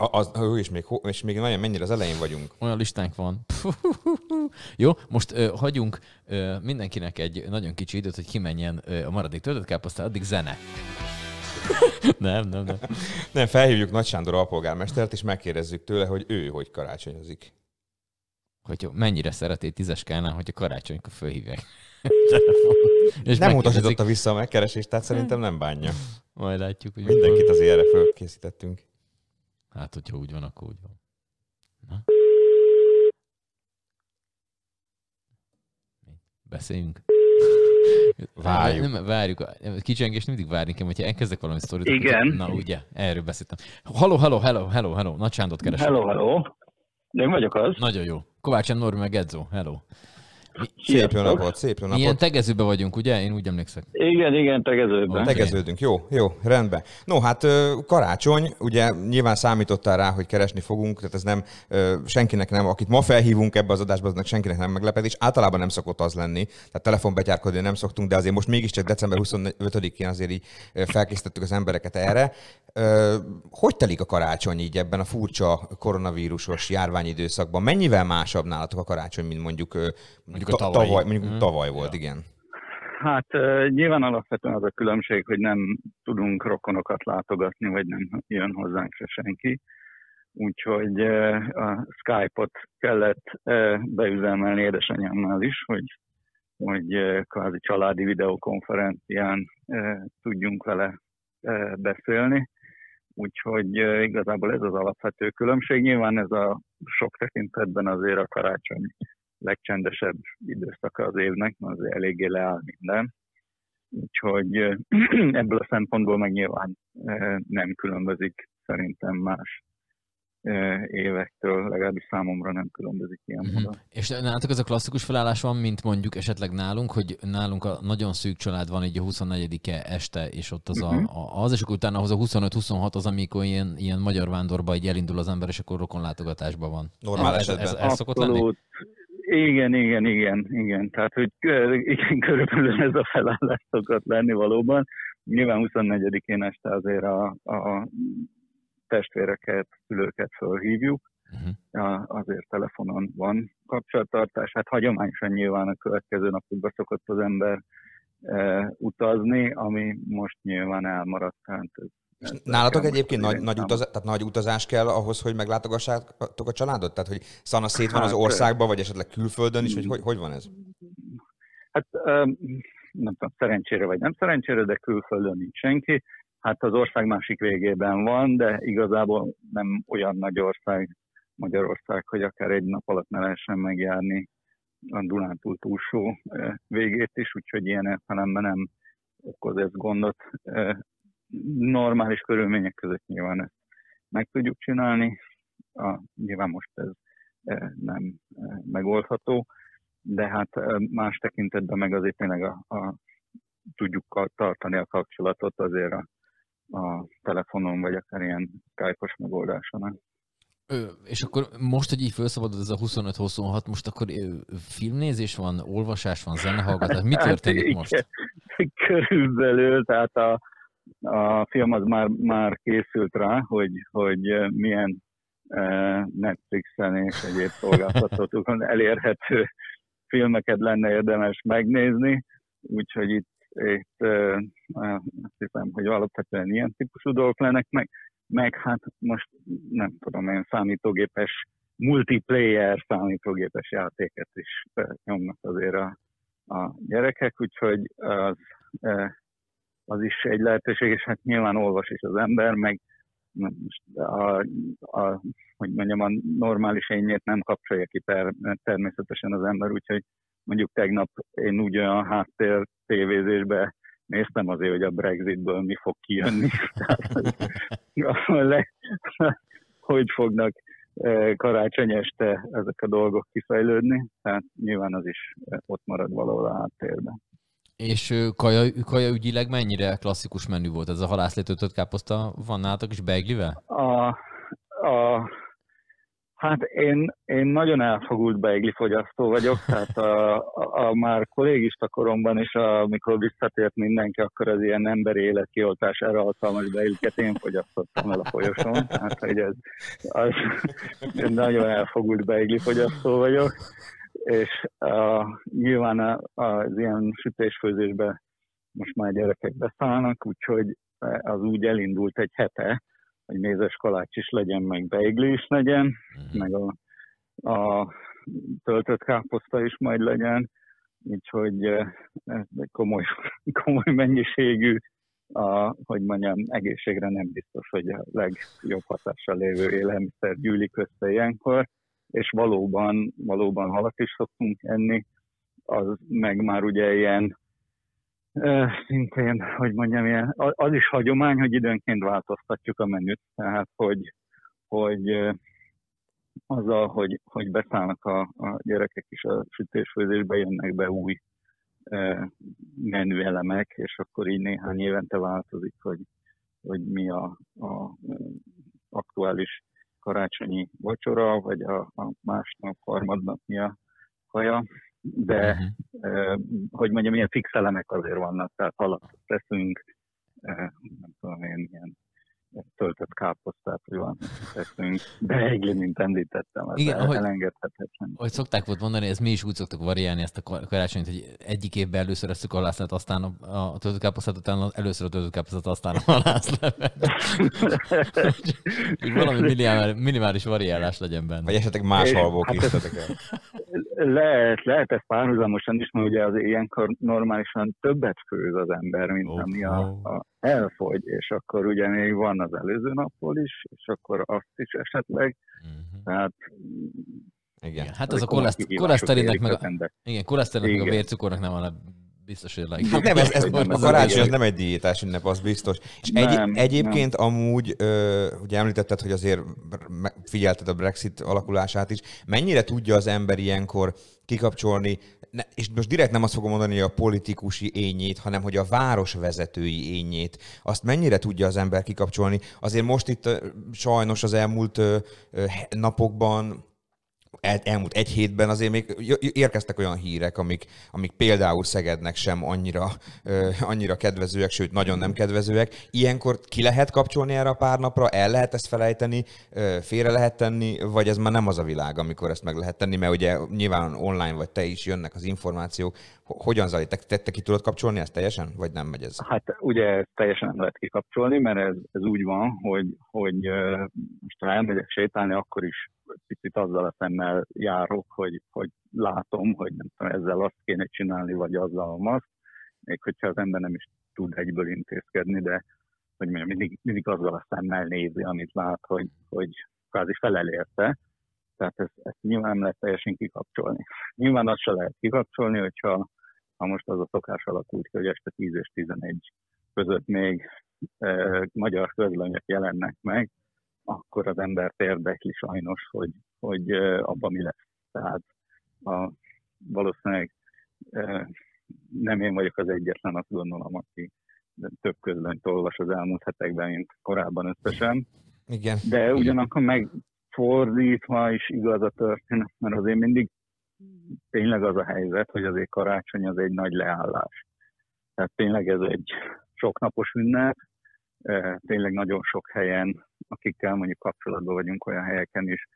És még nagyon mennyire az elején vagyunk. Olyan listánk van. Jó, most hagyjunk mindenkinek egy nagyon kicsi időt, hogy kimenjen a maradék töltött káposztál, addig zene. Nem. Nem, felhívjuk Nagy Sándor alpolgármestert, és megkérdezzük tőle, hogy ő hogy karácsonyozik. Hogy mennyire szereti 10-es skálán, hogy a karácsonykor fölhívják. És nem utasította vissza a megkeresést, tehát szerintem nem bánja. Majd látjuk, hogy mindenkit azért erre fölkészítettünk. Hát, hogyha úgy van, akkor úgy van. Na? Beszéljünk. Várjuk. Nem, várjuk. Kicsengést mindig várni kell, hogyha elkezdek valami sztorit. Igen. Na ugye, erről beszéltem. Hello. Nagy Sándort keresem. Hello. Én vagyok az. Nagyon jó. Kovács M. Norbi meg Edzo. Hello. Szép jó napot. Ilyen tegezőben vagyunk, ugye? Én úgy emlékszek. Igen, tegezőben. Okay. Tegeződünk, jó, rendben. No, hát karácsony, ugye nyilván számítottál rá, hogy keresni fogunk, tehát ez nem senkinek nem, akit ma felhívunk ebbe az adásba, aznak senkinek nem meglepetés. Általában nem szokott az lenni, tehát telefonbetyárkodni nem szoktunk, de azért most mégiscsak december 25-én azért így felkészítettük az embereket erre. Hogy telik a karácsony így ebben a furcsa koronavírusos járványidőszakban? Mennyivel másabb nálatok a karácsony, mint mondjuk tavaly volt, igen. Hát nyilván alapvetően az a különbség, hogy nem tudunk rokonokat látogatni, vagy nem jön hozzánk se senki. Úgyhogy a Skype-ot kellett beüzemelni édesanyámnál is, hogy kvázi családi videokonferencián tudjunk vele beszélni. Úgyhogy igazából ez az alapvető különbség. Nyilván ez a sok tekintetben azért a karácsony legcsendesebb időszaka az évnek, mert azért eléggé leáll minden. Úgyhogy ebből a szempontból meg nyilván nem különbözik szerintem más évektől, legalábbis számomra nem különbözik ilyen módon. És nálatok ez a klasszikus felállás van, mint mondjuk esetleg nálunk, hogy nálunk a nagyon szűk család van így a 24-e este, és ott az és akkor utána ahhoz a 25-26 az, amikor ilyen magyar vándorba így elindul az ember, és akkor rokonlátogatásban van. Normál esetben. Ez szokott lenni? Igen. Tehát, hogy igen, körülbelül ez a felállás szokott lenni valóban. Nyilván 24-én este azért a testvéreket, szülőket felhívjuk. Azért telefonon van kapcsolattartás. Hát hagyományosan nyilván a következő napokban szokott az ember utazni, ami most nyilván elmaradt. Nálatok egyébként nagy utazás kell ahhoz, hogy meglátogassátok a családot? Tehát, hogy szana szét van az országban, vagy esetleg külföldön is, vagy hogy van ez? Hát nem tudom, szerencsére vagy nem szerencsére, de külföldön nincs senki. Hát az ország másik végében van, de igazából nem olyan nagy ország Magyarország, hogy akár egy nap alatt ne lehessen megjárni a Dunántúl túlsó végét is, úgyhogy ilyen értelemben nem okoz ez gondot. Normális körülmények között nyilván ezt meg tudjuk csinálni. Nyilván most ez nem megoldható, de hát más tekintetben meg azért tényleg tudjuk tartani a kapcsolatot azért a a telefonon, vagy akár ilyen Skype-os megoldáson. És akkor most, hogy így felszabadul ez a 25-26, most akkor filmnézés van, olvasás van, zenehallgatás, mi történik most? Körülbelül, tehát a film az már készült rá, hogy milyen Netflixen és egyéb szolgáltatókon elérhető filmeket lenne érdemes megnézni, úgyhogy itt azt hiszem, hogy alapvetően ilyen típusú dolgok lennek, meg hát most nem tudom, én számítógépes, multiplayer számítógépes játéket is nyomnak azért a gyerekek, gyerekek, úgyhogy az is egy lehetőség, és hát nyilván olvas is az ember, meg hogy mondjam, a normális énjét nem kapcsolja ki természetesen az ember, úgyhogy mondjuk tegnap én úgy olyan háttér tévézésbe néztem azért, hogy a Brexitből mi fog kijönni. Hogy fognak karácsony este ezek a dolgok kifejlődni, tehát nyilván az is ott marad valahol a háttérben. És kajaügyileg mennyire klasszikus menü volt? Ez a halászlétöltött káposzta van nálatok is beiglivel? Hát én nagyon elfogult beigli fogyasztó vagyok, tehát a már kollégista koromban is, amikor visszatért mindenki, akkor az ilyen emberi életkioltására alkalmas beigliket én fogyasztottam el a folyosón, tehát hogy én nagyon elfogult beigli fogyasztó vagyok, és nyilván az ilyen sütésfőzésben most már gyerekek beszállnak, úgyhogy az úgy elindult egy hete, hogy mézes kalács is legyen, meg beigli is legyen, meg a töltött káposzta is majd legyen, úgyhogy ez egy komoly mennyiségű, hogy mondjam, egészségre nem biztos, hogy a legjobb hatással lévő élelmiszer gyűlik össze ilyenkor, és valóban halat is szoktunk enni, az meg már ugye ilyen szintén, hogy mondjam, az is hagyomány, hogy időnként változtatjuk a menüt, tehát hogy azzal, hogy beszállnak a gyerekek is a sütésfőzésbe, jönnek be új menüelemek, és akkor így néhány évente változik, hogy mi a aktuális karácsonyi vacsora, vagy a másnap, harmadnap mi a kaja. De, hogy mondjam, ilyen fix elemek azért vannak, tehát halat teszünk, nem tudom én, ilyen töltött káposztát, hogy van, teszünk, beigli, mint említettem, az elengedhetetlen. Ahogy szokták volt mondani, ez mi is úgy szoktuk variálni ezt a karácsonyt, hogy egyik évben először eszük a halászlevet, aztán a töltött káposztát, utána először a töltött káposztát, aztán a halászlevet. Hogy valami minimális variálás legyen benne. Vagy esetleg más halból készítetek el. Lehet ezt párhuzamosan is, mert ugye az ilyenkor normálisan többet főz az ember, mint ami elfogy, és akkor ugye még van az előző napból is, és akkor azt is esetleg. Tehát igen, hát az a koleszterinnek meg a vércukornak nem van biztos, hogy hát nem, a karácsony az nem egy diétás ünnep, az biztos. És egyébként amúgy, ugye említetted, hogy azért figyelted a Brexit alakulását is, mennyire tudja az ember ilyenkor kikapcsolni, és most direkt nem azt fogom mondani, hogy a politikusi énjét, hanem hogy a városvezetői énjét, azt mennyire tudja az ember kikapcsolni. Azért most itt sajnos az elmúlt napokban, elmúlt egy hétben azért még érkeztek olyan hírek, amik például Szegednek sem annyira kedvezőek, sőt nagyon nem kedvezőek. Ilyenkor ki lehet kapcsolni erre a pár napra, el lehet ezt felejteni, félre lehet tenni, vagy ez már nem az a világ, amikor ezt meg lehet tenni, mert ugye nyilván online vagy te is jönnek az információk. Hogyan zajlik? Te ki tudod kapcsolni ezt teljesen, vagy nem megy ez? Hát ugye teljesen nem lehet kikapcsolni, mert ez úgy van, hogy most ha elmegyek sétálni, akkor is picit azzal a szemmel járok, hogy látom, hogy nem tudom, ezzel azt kéne csinálni, vagy azzal azt, még hogyha az ember nem is tud egyből intézkedni, de hogy mindig azzal a szemmel nézi, amit lát, hogy kvázi felel érte. Tehát ezt nyilván nem lehet teljesen kikapcsolni. Nyilván azt se lehet kikapcsolni, hogyha most az a szokás alakult ki, hogy este 10 és 11 között még magyar közlönyök jelennek meg, akkor az embert érdekli sajnos, hogy abban mi lesz. Tehát valószínűleg nem én vagyok az egyetlen, azt gondolom, aki több közlönyt olvas az elmúlt hetekben, mint korábban összesen. Igen. De ugyanakkor megfordítva is igaz a történet, mert azért mindig tényleg az a helyzet, hogy azért karácsony az egy nagy leállás. Tehát tényleg ez egy soknapos ünnep, tényleg nagyon sok helyen, akikkel mondjuk kapcsolatban vagyunk, olyan helyeken is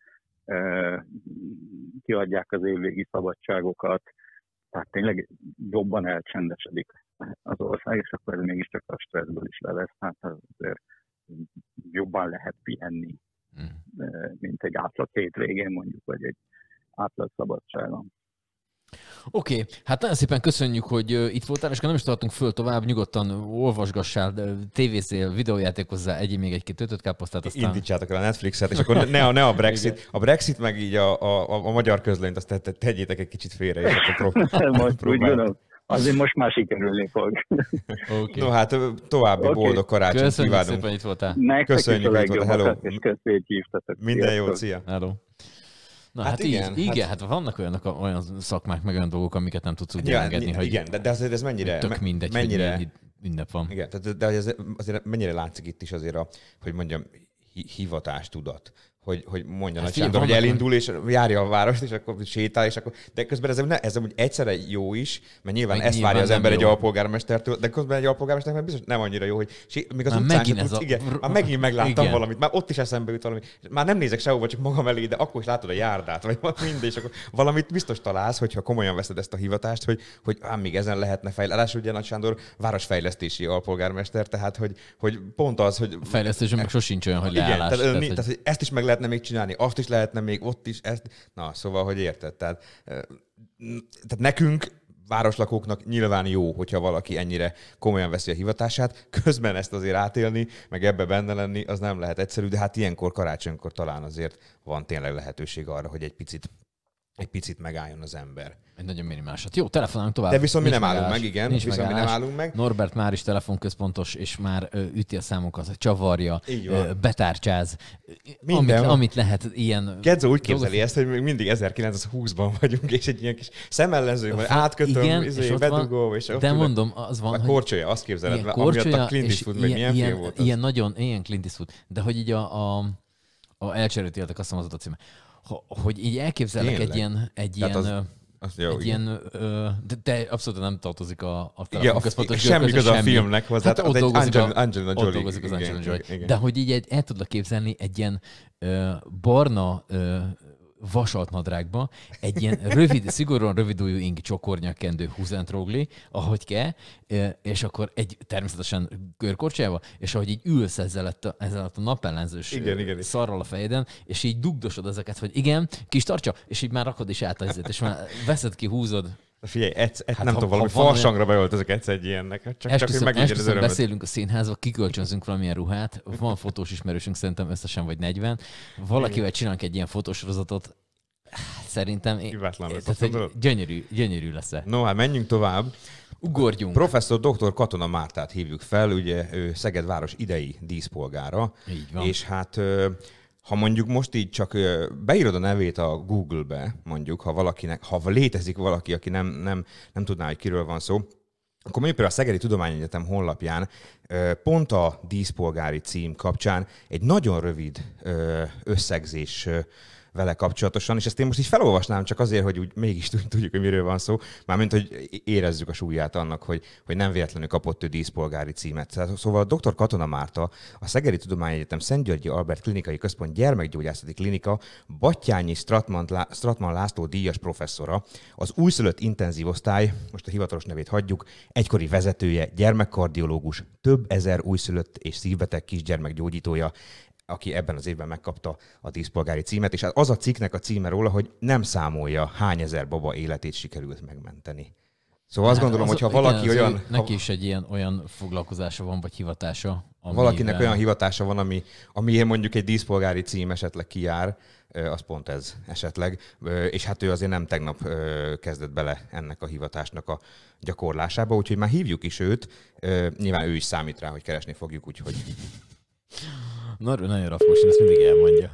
kiadják az évvégi szabadságokat, tehát tényleg jobban elcsendesedik az ország, és akkor ez mégiscsak a stresszből is levesz, hát azért jobban lehet pihenni, mint egy átlag hétvégén mondjuk, vagy egy átlag szabadságon. Oké, hát nagyon szépen köszönjük, hogy itt voltál, és nem is tartunk föl tovább, nyugodtan olvasgassál, tévészél, videójátékozzá, egyéb még egy-két töltött káposztát, aztán... Indítsátok el a Netflixet, és akkor ne a Brexit. A Brexit meg így a magyar közlönyt, azt tegyétek egy kicsit félre, és akkor próbáljátok. Azért most már sikerülni fog. Okay. No hát további boldog karácsonyt kívánunk. Köszönjük szépen, itt voltál. Köszönjük, hogy itt voltál. Hello. És köszönjük, hogy hívtatok. Minden jót, szia. Hello. Na hát igen, hát vannak olyan szakmák, meg olyan dolgok, amiket nem tudsz úgy elengedni, hogy... Igen, de azért ez mennyire... Tök mindegy, hogy ünnep van. Igen, de azért mennyire látszik itt is azért hogy mondjam, hivatástudat. Hogy mondja Nagy Sándor, hogy elindul, és járja a várost, és akkor sétál, és akkor... De közben ez úgy egyszerre jó is, mert nyilván ezt várja az ember egy alpolgármestertől, de közben egy alpolgármester biztos nem annyira jó, hogy még az utcán sem tudsz, igen, már megint megláttam valamit, már ott is eszembe jut valami. Már nem nézek sehova, csak magam elé, de akkor is látod a járdát, vagy mindegy, és akkor valamit biztos találsz, hogyha komolyan veszed ezt a hivatást, hogy még ezen lehetne fejleszteni. Ráadásul ugye Nagy Sándor városfejlesztési alpolgármester, tehát hogy pont az, hogy... Fejlesztésen meg sosincs olyan, hogy leállás. Tehát ezt is meg lehetne még csinálni, azt is lehetne még ott is, ezt... Na, szóval, hogy érted? Tehát nekünk, városlakóknak nyilván jó, hogyha valaki ennyire komolyan veszi a hivatását, közben ezt azért átélni, meg ebbe benne lenni, az nem lehet egyszerű, de hát ilyenkor, karácsonykor talán azért van tényleg lehetőség arra, hogy egy picit megálljon az ember. Egy nagyon minimálisat. Jó, telefonálunk tovább. De viszont mi nem állunk meg, igen. Viszont mi nem állunk meg. Norbert már is telefonközpontos, és már üti a számokat, csavarja, betárcsáz, amit lehet ilyen... Gedzó úgy képzeli ezt, hogy még mindig 1920-ban vagyunk, és egy ilyen kis szemellenző, vagy átkötöm, bedugó, és de mondom, az van, hogy... Korcsolya, azt képzeled, amiatt a Clint Eastwood, meg milyen film volt az? Ilyen Clint Eastwood. De hogy így a elcserült életek, azt hiszem az a címe. Hogy így elképzelek egy ilyen de abszolút nem tartozik a telefonközpontos. Semmi köze a filmnek hozzá. Hát ott dolgozik Angelina Jolie. De hogy így el tudlak képzelni egy ilyen barna vasalt nadrágba, egy ilyen szigorúan rövidújú ing csokornyakkendő húzentrógli, ahogy kell, és akkor természetesen körkorcsájával, és ahogy így ülsz ezzel a napellenzős szarral a fejeden, és így dugdosod ezeket, hogy igen, kis tartsa, és így már rakod is át ezért, és már veszed ki, húzod. Figyelj, nem tudom, valami farsangra beöltözök egyszer egy ilyennek. Esküszöm, beszélünk a színházba, kikölcsönzünk valamilyen ruhát, van fotós ismerősünk, szerintem összesen vagy 40. Valakivel csinálunk egy ilyen fotósorozatot, szerintem gyönyörű lesz. No, hát menjünk tovább. Ugorjunk. Professzor dr. Katona Mártát hívjuk fel, ugye ő Szeged város idei díszpolgára. Így van. És hát... Ha mondjuk most így csak beírod a nevét a Google-be, mondjuk, ha létezik valaki, aki nem tudná, hogy kiről van szó, akkor mondjuk például a Szegedi Tudományegyetem honlapján pont a díszpolgári cím kapcsán egy nagyon rövid összegzés vele kapcsolatosan, és ezt én most így felolvasnám csak azért, hogy úgy mégis tudjuk, hogy miről van szó, mármint, hogy érezzük a súlyát annak, hogy nem véletlenül kapott ő díszpolgári címet. Szóval a dr. Katona Márta, a Szegedi Tudományegyetem Szent Györgyi Albert Klinikai Központ Gyermekgyógyászati Klinika Batthyány Stratman László díjas professzora, az újszülött intenzív osztály, most a hivatalos nevét hagyjuk, egykori vezetője, gyermekkardiológus, több ezer újszülött és szívbeteg kisgyermek gyógyítója, aki ebben az évben megkapta a díszpolgári címet, és az a cikknek a címe róla, hogy nem számolja, hány ezer baba életét sikerült megmenteni. Szóval azt gondolom, hogy ha valaki olyan... Neki is egy olyan foglalkozása van, vagy hivatása. Valakinek olyan hivatása van, amiért mondjuk egy díszpolgári cím esetleg kijár, az pont ez esetleg. És hát ő azért nem tegnap kezdett bele ennek a hivatásnak a gyakorlásába, úgyhogy már hívjuk is őt. Nyilván ő is számít rá, hogy keresni fogjuk, úgyhogy... Nagyon rafkos, ezt mindig elmondja.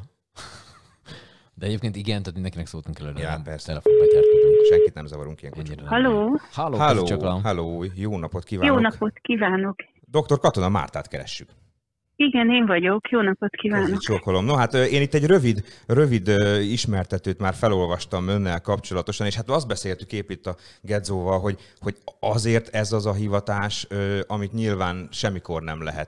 De egyébként igen, tehát mindenkinek szóltunk előre. Ja, persze. Telefonba gyárkodunk. Senkit nem zavarunk ilyenkor. Halló! Halló, jó napot kívánok! Jó napot kívánok! Dr. Katona Mártát keressük. Igen, én vagyok. Jó napot kívánok! Csókolom. No, hát én itt egy rövid ismertetőt már felolvastam önnel kapcsolatosan, és hát azt beszéltük épp itt a Gedzóval, hogy azért ez az a hivatás, amit nyilván semmikor nem lehet,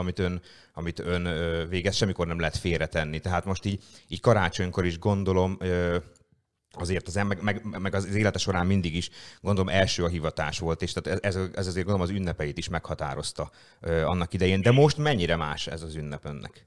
amit ön végez, semmikor nem lehet félretenni. Tehát most így karácsonykor is gondolom, azért meg az élete során mindig is, gondolom, első a hivatás volt, és tehát ez azért gondolom az ünnepeit is meghatározta annak idején. De most mennyire más ez az ünnep önnek?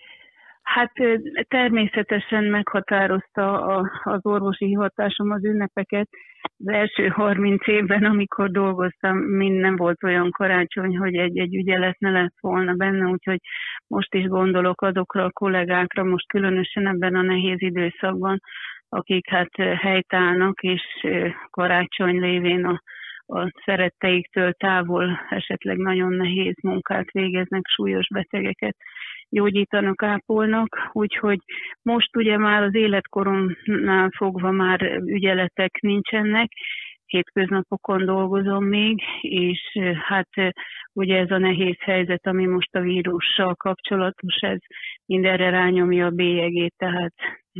Hát természetesen meghatározta az orvosi hivatásom az ünnepeket. Az első 30 évben, amikor dolgoztam, nem volt olyan karácsony, hogy egy ügyelet ne lett volna benne, úgyhogy most is gondolok azokra a kollégákra, most különösen ebben a nehéz időszakban, akik hát helytállnak, és karácsony lévén a szeretteiktől távol esetleg nagyon nehéz munkát végeznek, súlyos betegeket gyógyítanak, ápolnak. Úgyhogy most ugye már az életkoromnál fogva már ügyeletek nincsenek, hétköznapokon dolgozom még, és hát ugye ez a nehéz helyzet, ami most a vírussal kapcsolatos, ez mindenre rányomja a bélyegét, tehát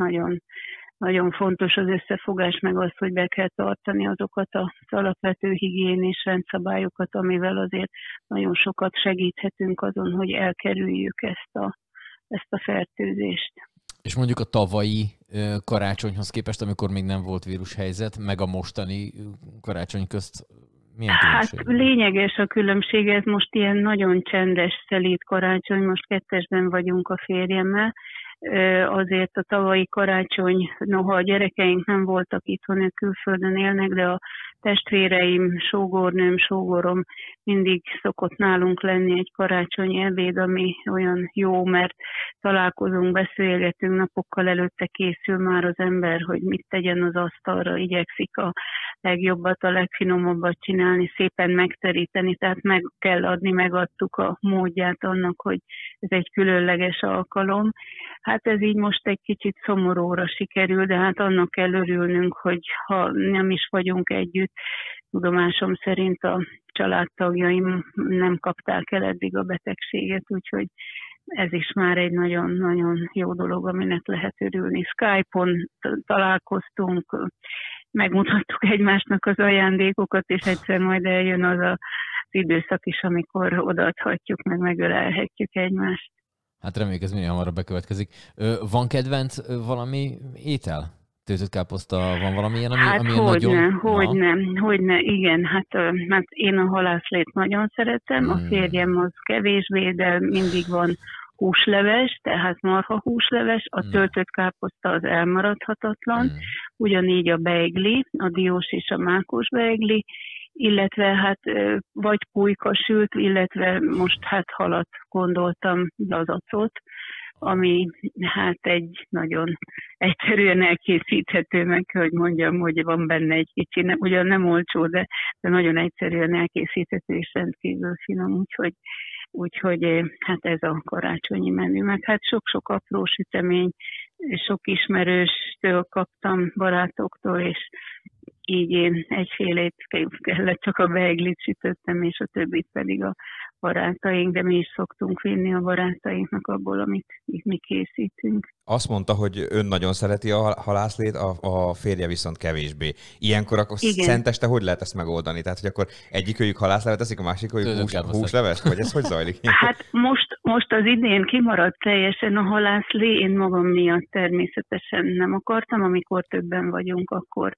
nagyon fontos az összefogás, meg az, hogy be kell tartani azokat az alapvető higiénés rendszabályokat, amivel azért nagyon sokat segíthetünk azon, hogy elkerüljük ezt a fertőzést. És mondjuk a tavalyi karácsonyhoz képest, amikor még nem volt vírushelyzet, meg a mostani karácsony közt milyen különbség? Hát lényeges a különbség, ez most ilyen nagyon csendes, szelíd karácsony, most 2-esben vagyunk a férjemmel. Azért a tavalyi karácsony, noha a gyerekeink nem voltak itthon, ők külföldön élnek, de a testvéreim, sógornőm, sógorom mindig szokott nálunk lenni egy karácsonyi ebéd, ami olyan jó, mert találkozunk, beszélgetünk, napokkal előtte készül már az ember, hogy mit tegyen az asztalra, igyekszik a legjobbat, a legfinomabbat csinálni, szépen megteríteni, tehát meg kell adni, megadtuk a módját annak, hogy ez egy különleges alkalom. Hát ez így most egy kicsit szomorúra sikerül, de hát annak kell örülnünk, hogy ha nem is vagyunk együtt, tudomásom szerint a családtagjaim nem kapták el eddig a betegséget, úgyhogy ez is már egy nagyon-nagyon jó dolog, aminek lehet örülni. Skype-on találkoztunk, megmutattuk egymásnak az ajándékokat, és egyszer majd eljön az időszak is, amikor odaadhatjuk, meg megölelhetjük egymást. Hát reméljük, ez minél hamarabb bekövetkezik. Van kedvenc valami étel? Töltött káposzta, van valamilyen, ami hát nagyon... Hogyne, igen. Hát én a halászlét nagyon szeretem, a férjem az kevésbé, de mindig van húsleves, tehát marha húsleves, a töltött káposzta az elmaradhatatlan, ugyanígy a beigli, a diós és a mákos beigli, illetve hát vagy pulykasült, illetve most hát halat gondoltam, lazacot, ami hát egy nagyon egyszerűen elkészíthető, meg hogy mondjam, hogy van benne egy kicsi, ugyan nem olcsó, de nagyon egyszerűen elkészíthető és rendkívül finom, úgyhogy hát ez a karácsonyi menü. Meg hát sok-sok apró sütemény, sok ismerőstől kaptam, barátoktól, és így én egyfélét kellett, csak a beiglit sütöttem, és a többit pedig a barátaink, de mi is szoktunk vinni a barátainknak abból, amit mi készítünk. Azt mondta, hogy ön nagyon szereti a halászlét, a férje viszont kevésbé. Ilyenkor akkor szenteste hogy lehet ezt megoldani? Tehát, hogy akkor egyikőjük halászlevet teszik, a másikőjük húsleves? Vagy ez hogy zajlik? Hát most az idén kimaradt teljesen a halászlé, én magam miatt természetesen nem akartam, amikor többen vagyunk, akkor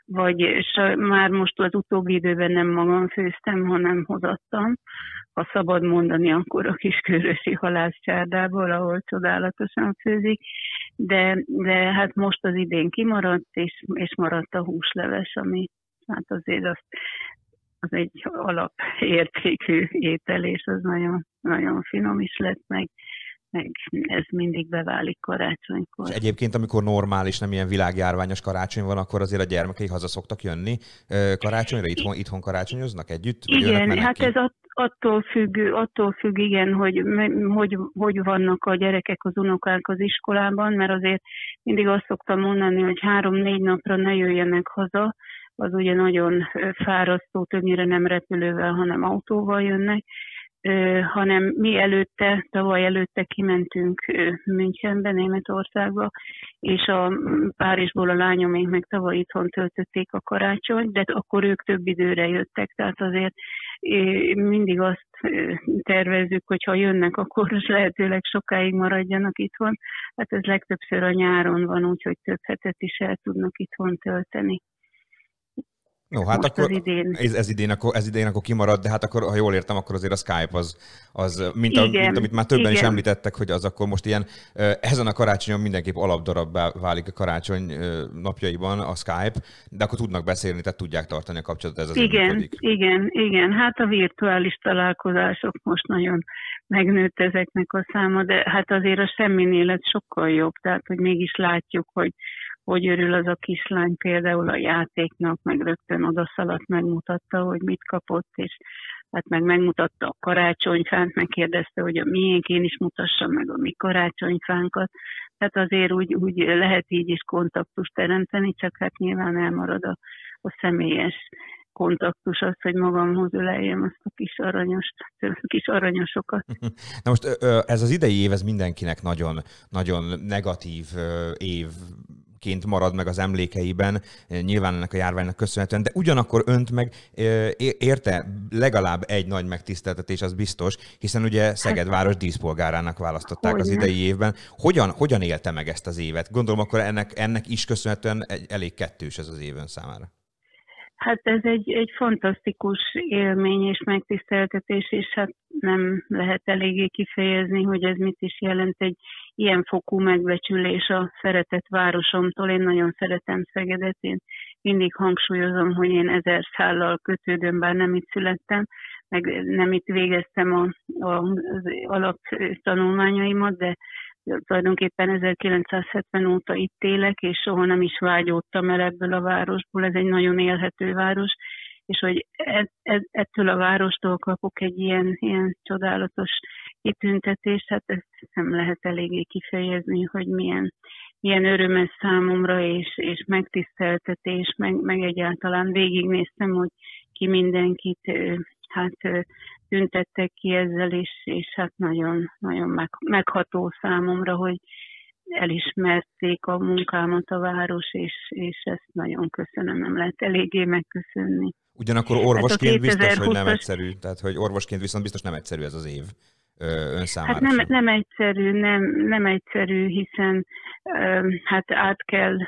már most az utóbbi időben nem magam főztem, hanem hozattam, ha szabad mondani, akkor a Kiskörösi halászcsárdából, ahol csodálatosan főzik, de hát most az idén kimaradt, és maradt a húsleves, ami hát azért az egy alapértékű étel, és az nagyon, nagyon finom is lett, meg ez mindig beválik karácsonykor. És egyébként, amikor normális, nem ilyen világjárványos karácsony van, akkor azért a gyermekei haza szoktak jönni karácsonyra? Itthon karácsonyoznak együtt? Igen, hát ez attól függ, igen, hogy vannak a gyerekek, az unokák az iskolában, mert azért mindig azt szoktam mondani, hogy 3-4 napra ne jöjjenek haza, az ugye nagyon fárasztó, többnyire nem repülővel, hanem autóval jönnek, hanem mi tavaly előtte kimentünk Münchenbe, Németországba, és a Párizsból a lányomék meg tavaly itthon töltötték a karácsonyt, de akkor ők több időre jöttek, tehát azért mindig azt tervezzük, hogy ha jönnek, akkor lehetőleg sokáig maradjanak itthon. Hát ez legtöbbször a nyáron van, úgyhogy több hetet is el tudnak itthon tölteni. No, hát most akkor ez idén akkor kimarad, de hát akkor, ha jól értem, akkor azért a Skype az mint amit már többen is említettek, hogy az akkor most ilyen, ezen a karácsonyon mindenképp alapdarabbá válik a karácsony napjaiban a Skype, de akkor tudnak beszélni, tehát tudják tartani a kapcsolatot, ez azért működik. Igen, hát a virtuális találkozások most nagyon megnőtt ezeknek a száma, de hát azért a semminél ez sokkal jobb, tehát hogy mégis látjuk, hogy örül az a kislány például a játéknak, meg rögtön odaszaladt, megmutatta, hogy mit kapott, és hát megmutatta a karácsonyfánt, megkérdezte, hogy a miénk, én is mutassam meg a mi karácsonyfánkat. Tehát azért úgy lehet így is kontaktust teremteni, csak hát nyilván elmarad a személyes kontaktus, az, hogy magamhoz öleljem azt a kis aranyosokat. Na most ez az idei év, ez mindenkinek nagyon, nagyon negatív év marad meg az emlékeiben, nyilván ennek a járványnak köszönhetően, de ugyanakkor önt meg érte legalább egy nagy megtiszteltetés, az biztos, hiszen ugye Szeged város díszpolgárának választották az idei évben. Hogyan élte meg ezt az évet? Gondolom akkor ennek is köszönhetően elég kettős ez az év ön számára. Hát ez egy fantasztikus élmény és megtiszteltetés, és hát nem lehet eléggé kifejezni, hogy ez mit is jelent egy ilyen fokú megbecsülés a szeretett városomtól. Én nagyon szeretem Szegedet, én mindig hangsúlyozom, hogy én 1000 szállal kötődöm, bár nem itt születtem, meg nem itt végeztem az alaptanulmányaimat, de tulajdonképpen 1970 óta itt élek, és soha nem is vágyódtam el ebből a városból. Ez egy nagyon élhető város, és hogy ettől a várostól kapok egy ilyen csodálatos kitüntetést, hát ezt nem lehet eléggé kifejezni, hogy milyen öröm ez számomra, és megtiszteltetés, meg egyáltalán végignéztem, hogy ki mindenkit tüntettek ki ezzel, és hát nagyon, nagyon megható számomra, hogy elismerték a munkámat a város, és ezt nagyon köszönöm, nem lehet eléggé megköszönni. Ugyanakkor orvosként biztos, hogy nem egyszerű, tehát hogy orvosként viszont biztos nem egyszerű ez az év ön számára. Hát nem egyszerű, hiszen hát át kell,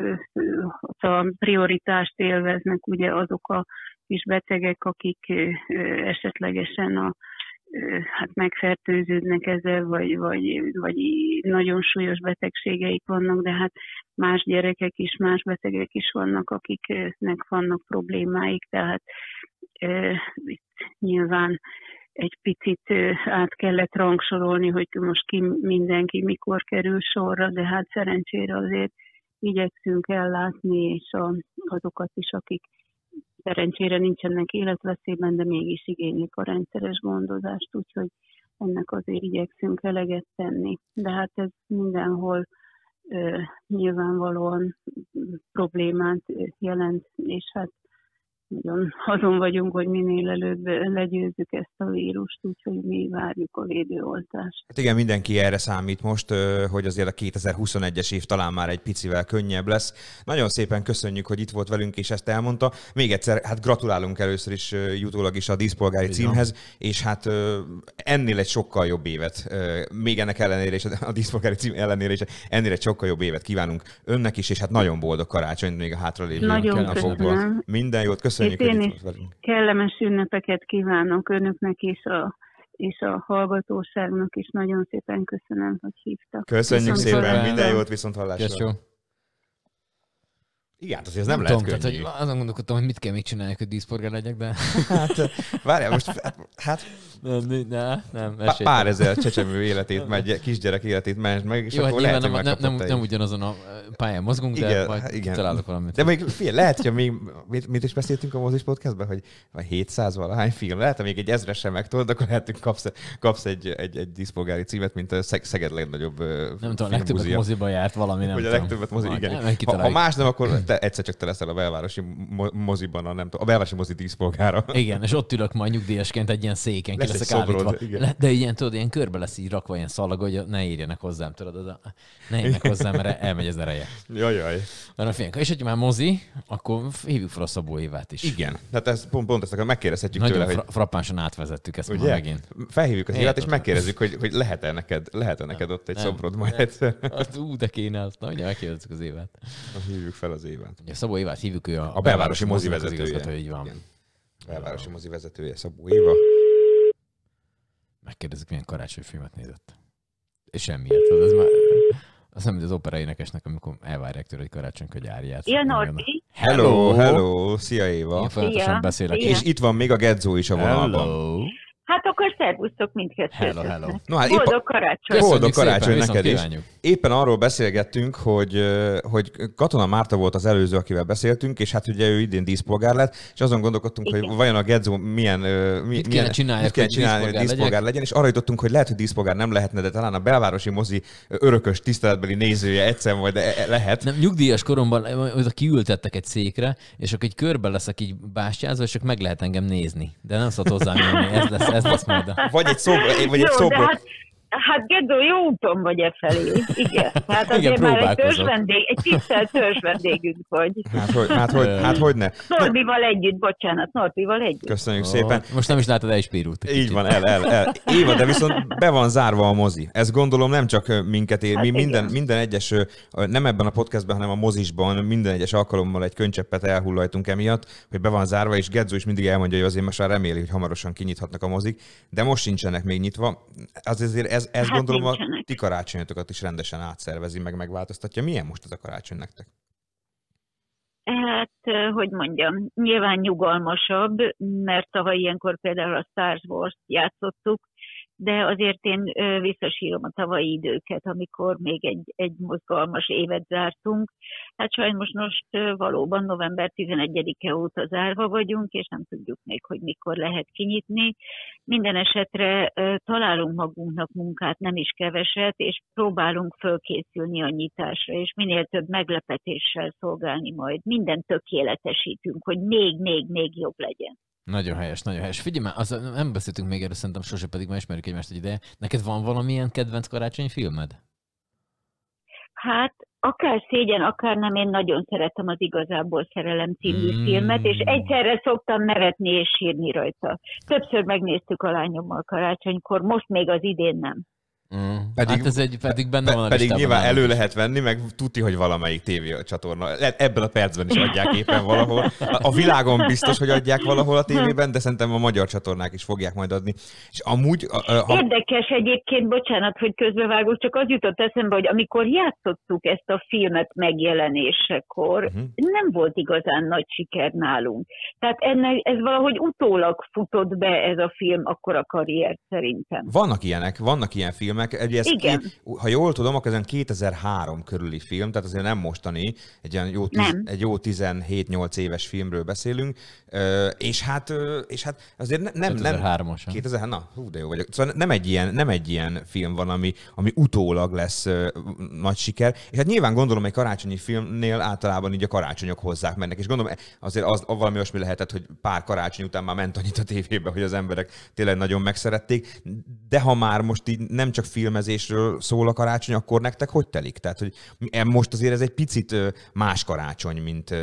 a prioritást élveznek ugye azok a kis betegek, akik esetlegesen megfertőződnek ezzel, vagy nagyon súlyos betegségeik vannak, de hát más gyerekek is, más betegek is vannak, akiknek vannak problémáik, tehát itt nyilván egy picit át kellett rangsorolni, hogy most mindenki mikor kerül sorra, de hát szerencsére azért igyekszünk ellátni, és azokat is, akik szerencsére nincsenek életveszélyben, de mégis igénylik a rendszeres gondozást, úgyhogy ennek azért igyekszünk eleget tenni. De hát ez mindenhol nyilvánvalóan problémát jelent, és hát nagyon azon vagyunk, hogy minél előbb legyőzzük ezt a vírust, úgyhogy mi várjuk a védőoltást. Hát igen, mindenki erre számít most, hogy azért a 2021-es év talán már egy picivel könnyebb lesz. Nagyon szépen köszönjük, hogy itt volt velünk, és ezt elmondta. Még egyszer, hát gratulálunk először is jutólag is a díszpolgári címhez, és hát ennél egy sokkal jobb évet, még ennek ellenére is, a díszpolgári cím ellenére is, ennél egy sokkal jobb évet kívánunk önnek is, és hát nagyon boldog karácsonyt még a hátralévő napokban. Minden jót, köszönjük. Én is kellemes ünnepeket kívánok önöknek és a hallgatóságnak is. Nagyon szépen köszönöm, hogy hívtak. Köszönjük szépen, minden jót, viszont hallásra. Igen, azért ez nem lehet könnyű. Tehát, azon gondolkodtam, hogy mit kell még csinálni, hogy díszpolgár legyek, de... Hát, várjál, most... Hát... Nem. Pár ezer csecsemő életét, kisgyerek életét mentsd meg, és jó, akkor lehet, hogy nem ugyanazon a pályán mozgunk, de majd találok valamit. De még figyelj, lehet, hogy még... Mit is beszéltünk a Mozis Podcastban, hogy 700 valahány film, lehet, hogy még egy 1000-re sem megtudod, akkor lehet, hogy kapsz egy díszpolgári címet, mint a Szeged legnagyobb nem tudom, legtöbbet moziba járt valami, nem tudom. Vagy a legtöbbet moziba, igen. Ha más nem, akkor egyszer csak te leszel a belvárosi moziban, a belvárosi mozi díszpolgára. Igen, és ott ülök majd nyugdíjasként egy ilyen széken, ki leszek állítva. De ilyen, tudod, ilyen körbe lesz így rakva ilyen szalag, hogy ne érjenek hozzám, tudod, ne érjenek hozzám, mert elmegy az ereje. Jaj. És hogyha már mozi, akkor hívjuk fel a Szabó Évát is. Igen, tehát ezt, pont ezt akkor megkérdezhetjük nagyon tőle, hogy... frappánsan átvezettük ezt ma megint. Felhívjuk az Évát, és megkérdezzük, hogy lehet-e neked ott egy szobrod majd egyszer. De kéne azt. Na, ugye megkérdezzük az Évát. Hívjuk fel az Évát. A Szabó Évát hívjuk, ő a belvárosi mozi vezetője. Így van. Belvárosi mozi vezetője, Szabó Éva. Megkérdezzük, milyen karácsonyfilmet nézett. És semmiért. Ez már... Azt nem, mint az opera énekesnek, amikor elvárják tőle, hogy karácsonykor járját. Ilyen Norbi. Hello! Szia Éva! Én folyamatosan beszélek. És itt van még a Gedzó is a vonalban. Hát akkor szervusztok mindkettőt. Hello. No, hát boldog karácsony! Boldog karácsony neked is. Kívánjuk. Éppen arról beszélgettünk, hogy Katona Márta volt az előző, akivel beszéltünk, és hát ugye ő idén díszpolgár lett, és azon gondolkodtunk, igen, hogy vajon a Gedzó mit kéne csinálni, hogy díszpolgár legyen, és arra jutottunk, hogy lehet, hogy díszpolgár nem lehetne, de talán a belvárosi mozi örökös tiszteletbeli nézője egyszer majd lehet. Nem, nyugdíjas koromban oda kiültettek egy székre, és akkor egy körbe leszek így bástyázva, és csak meg lehet engem nézni. De nem szabad hozzám jönni, ez lesz majd a... Vagy egy szobrot. Hát Gedzó, jó úton vagy e felé. Igen. Hát azért már egy tisztelt törzsvendégünk vagy. Hát hogy ne. Norbival együtt, bocsánat, Norbival együtt. Köszönjük szépen. Most nem is látod el Spirút. Így van, el. Éva, de viszont be van zárva a mozi. Ez gondolom nem csak minket ér. Mi minden egyes, nem ebben a podcastben, hanem a mozisban minden egyes alkalommal egy könycseppet elhullajtunk emiatt, hogy be van zárva, és Gedzó is mindig elmondja, hogy azért most már reméli, hogy hamarosan kinyithatnak a mozik, de most sincsenek még nyitva. Azért ez gondolom nincsenek. A ti karácsonyotokat is rendesen átszervezi, megváltoztatja. Milyen most ez a karácsony nektek? Hát, hogy mondjam, nyilván nyugalmasabb, mert tavaly ilyenkor például a Star Wars-t játszottuk, de azért én visszasírom a tavalyi időket, amikor még egy mozgalmas évet zártunk. Hát sajnos most valóban november 11-e óta zárva vagyunk, és nem tudjuk még, hogy mikor lehet kinyitni. Minden esetre találunk magunknak munkát, nem is keveset, és próbálunk fölkészülni a nyitásra, és minél több meglepetéssel szolgálni majd. Mindent tökéletesítünk, hogy még jobb legyen. Nagyon helyes, nagyon helyes. Figyelj már, nem beszéltünk még erről, szerintem sose, pedig már ismerjük egymást egy ideje. Neked van valamilyen kedvenc karácsonyfilmed? Hát, akár szégyen, akár nem, én nagyon szeretem az Igazából szerelem című filmet, és egyszerre szoktam nevetni és sírni rajta. Többször megnéztük a lányommal karácsonykor, most még az idén nem. Pedig benne van a pedig nyilván elő lehet venni, meg tudti, hogy valamelyik tévécsatorna. Ebben a percben is adják éppen valahol. A világon biztos, hogy adják valahol a tévében, de szerintem a magyar csatornák is fogják majd adni. És amúgy... Érdekes egyébként, bocsánat, hogy közbevágok, csak az jutott eszembe, hogy amikor játszottuk ezt a filmet megjelenésekor, nem volt igazán nagy siker nálunk. Tehát ez valahogy utólag futott be ez a film akkora karriert szerintem. Vannak ilyen filmek. Ha jól tudom, akkor ezen 2003 körüli film, tehát azért nem mostani, egy jó 17-8 éves filmről beszélünk, és hát azért nem... 2003-as. 2000, de jó vagyok. Szóval nem egy ilyen film van, ami utólag lesz nagy siker, és hát nyilván gondolom, egy karácsonyi filmnél általában így a karácsonyok hozzák mennek, és gondolom azért az valami olyasmi lehetett, hogy pár karácsony után már ment annyit a tévébe, hogy az emberek tényleg nagyon megszerették, de ha már most így nem csak filmezésről szól a karácsony, akkor nektek hogy telik? Tehát, hogy most azért ez egy picit más karácsony,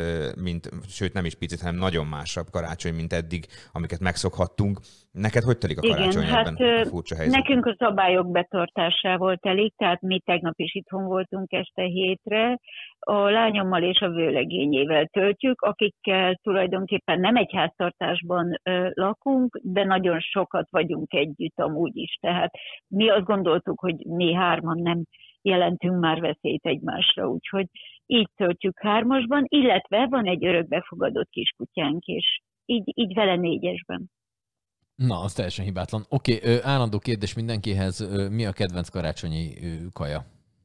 sőt nem is picit, hanem nagyon másabb karácsony, mint eddig, amiket megszokhattunk. Neked hogy telik a karácsony ebben a furcsa helyzetben? Nekünk a szabályok betartásával telik, tehát mi tegnap is itthon voltunk este 7-re, a lányommal és a vőlegényével töltjük, akikkel tulajdonképpen nem egy háztartásban lakunk, de nagyon sokat vagyunk együtt amúgy is. Tehát mi azt gondoltuk, hogy mi hárman nem jelentünk már veszélyt egymásra, úgyhogy így töltjük 3-asban, illetve van egy örökbefogadott kiskutyánk, és így vele 4-esben. Na, az teljesen hibátlan. Oké, állandó kérdés mindenkihez, mi a kedvenc karácsonyi kaja?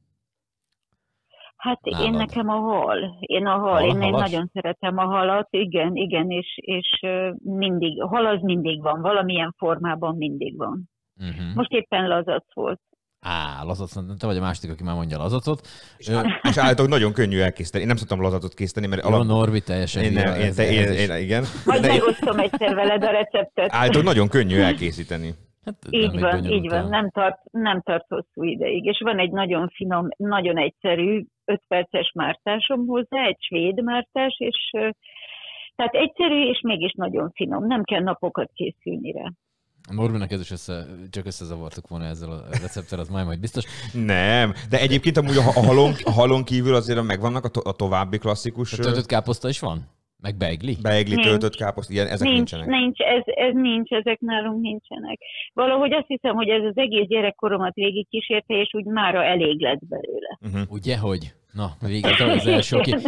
Hát nálad? Én nekem a hal. Én nagyon szeretem a halat, igen, és mindig, a hal az mindig van, valamilyen formában mindig van. Most éppen lazac volt. lazacot, te vagy a második, aki már mondja lazacot. És állítólag nagyon könnyű elkészíteni. Én nem szoktam lazacot készíteni, mert... Jó, Norbi, teljesen. Igen. Majd megosztom egyszer veled a receptet. Állítólag nagyon könnyű elkészíteni. Hát, így van, nem tart hosszú ideig. És van egy nagyon finom, nagyon egyszerű 5 perces mártásom hozzá, egy svéd mártás, és tehát egyszerű, és mégis nagyon finom. Nem kell napokat készülni rá. Norbinak ez is csak összezavartuk volna ezzel a recepttel, az majd biztos. Nem, de egyébként amúgy a halon kívül azért megvannak a további klasszikus... A töltött káposzta is van? Meg beigli? Beigli, töltött káposzta, ilyen, ezek nincsenek. Nincs, ezek nálunk nincsenek. Valahogy azt hiszem, hogy ez az egész gyerekkoromat végig kísérte, és úgy mára elég lett belőle. Ugye, hogy? Na, végig az első, aki...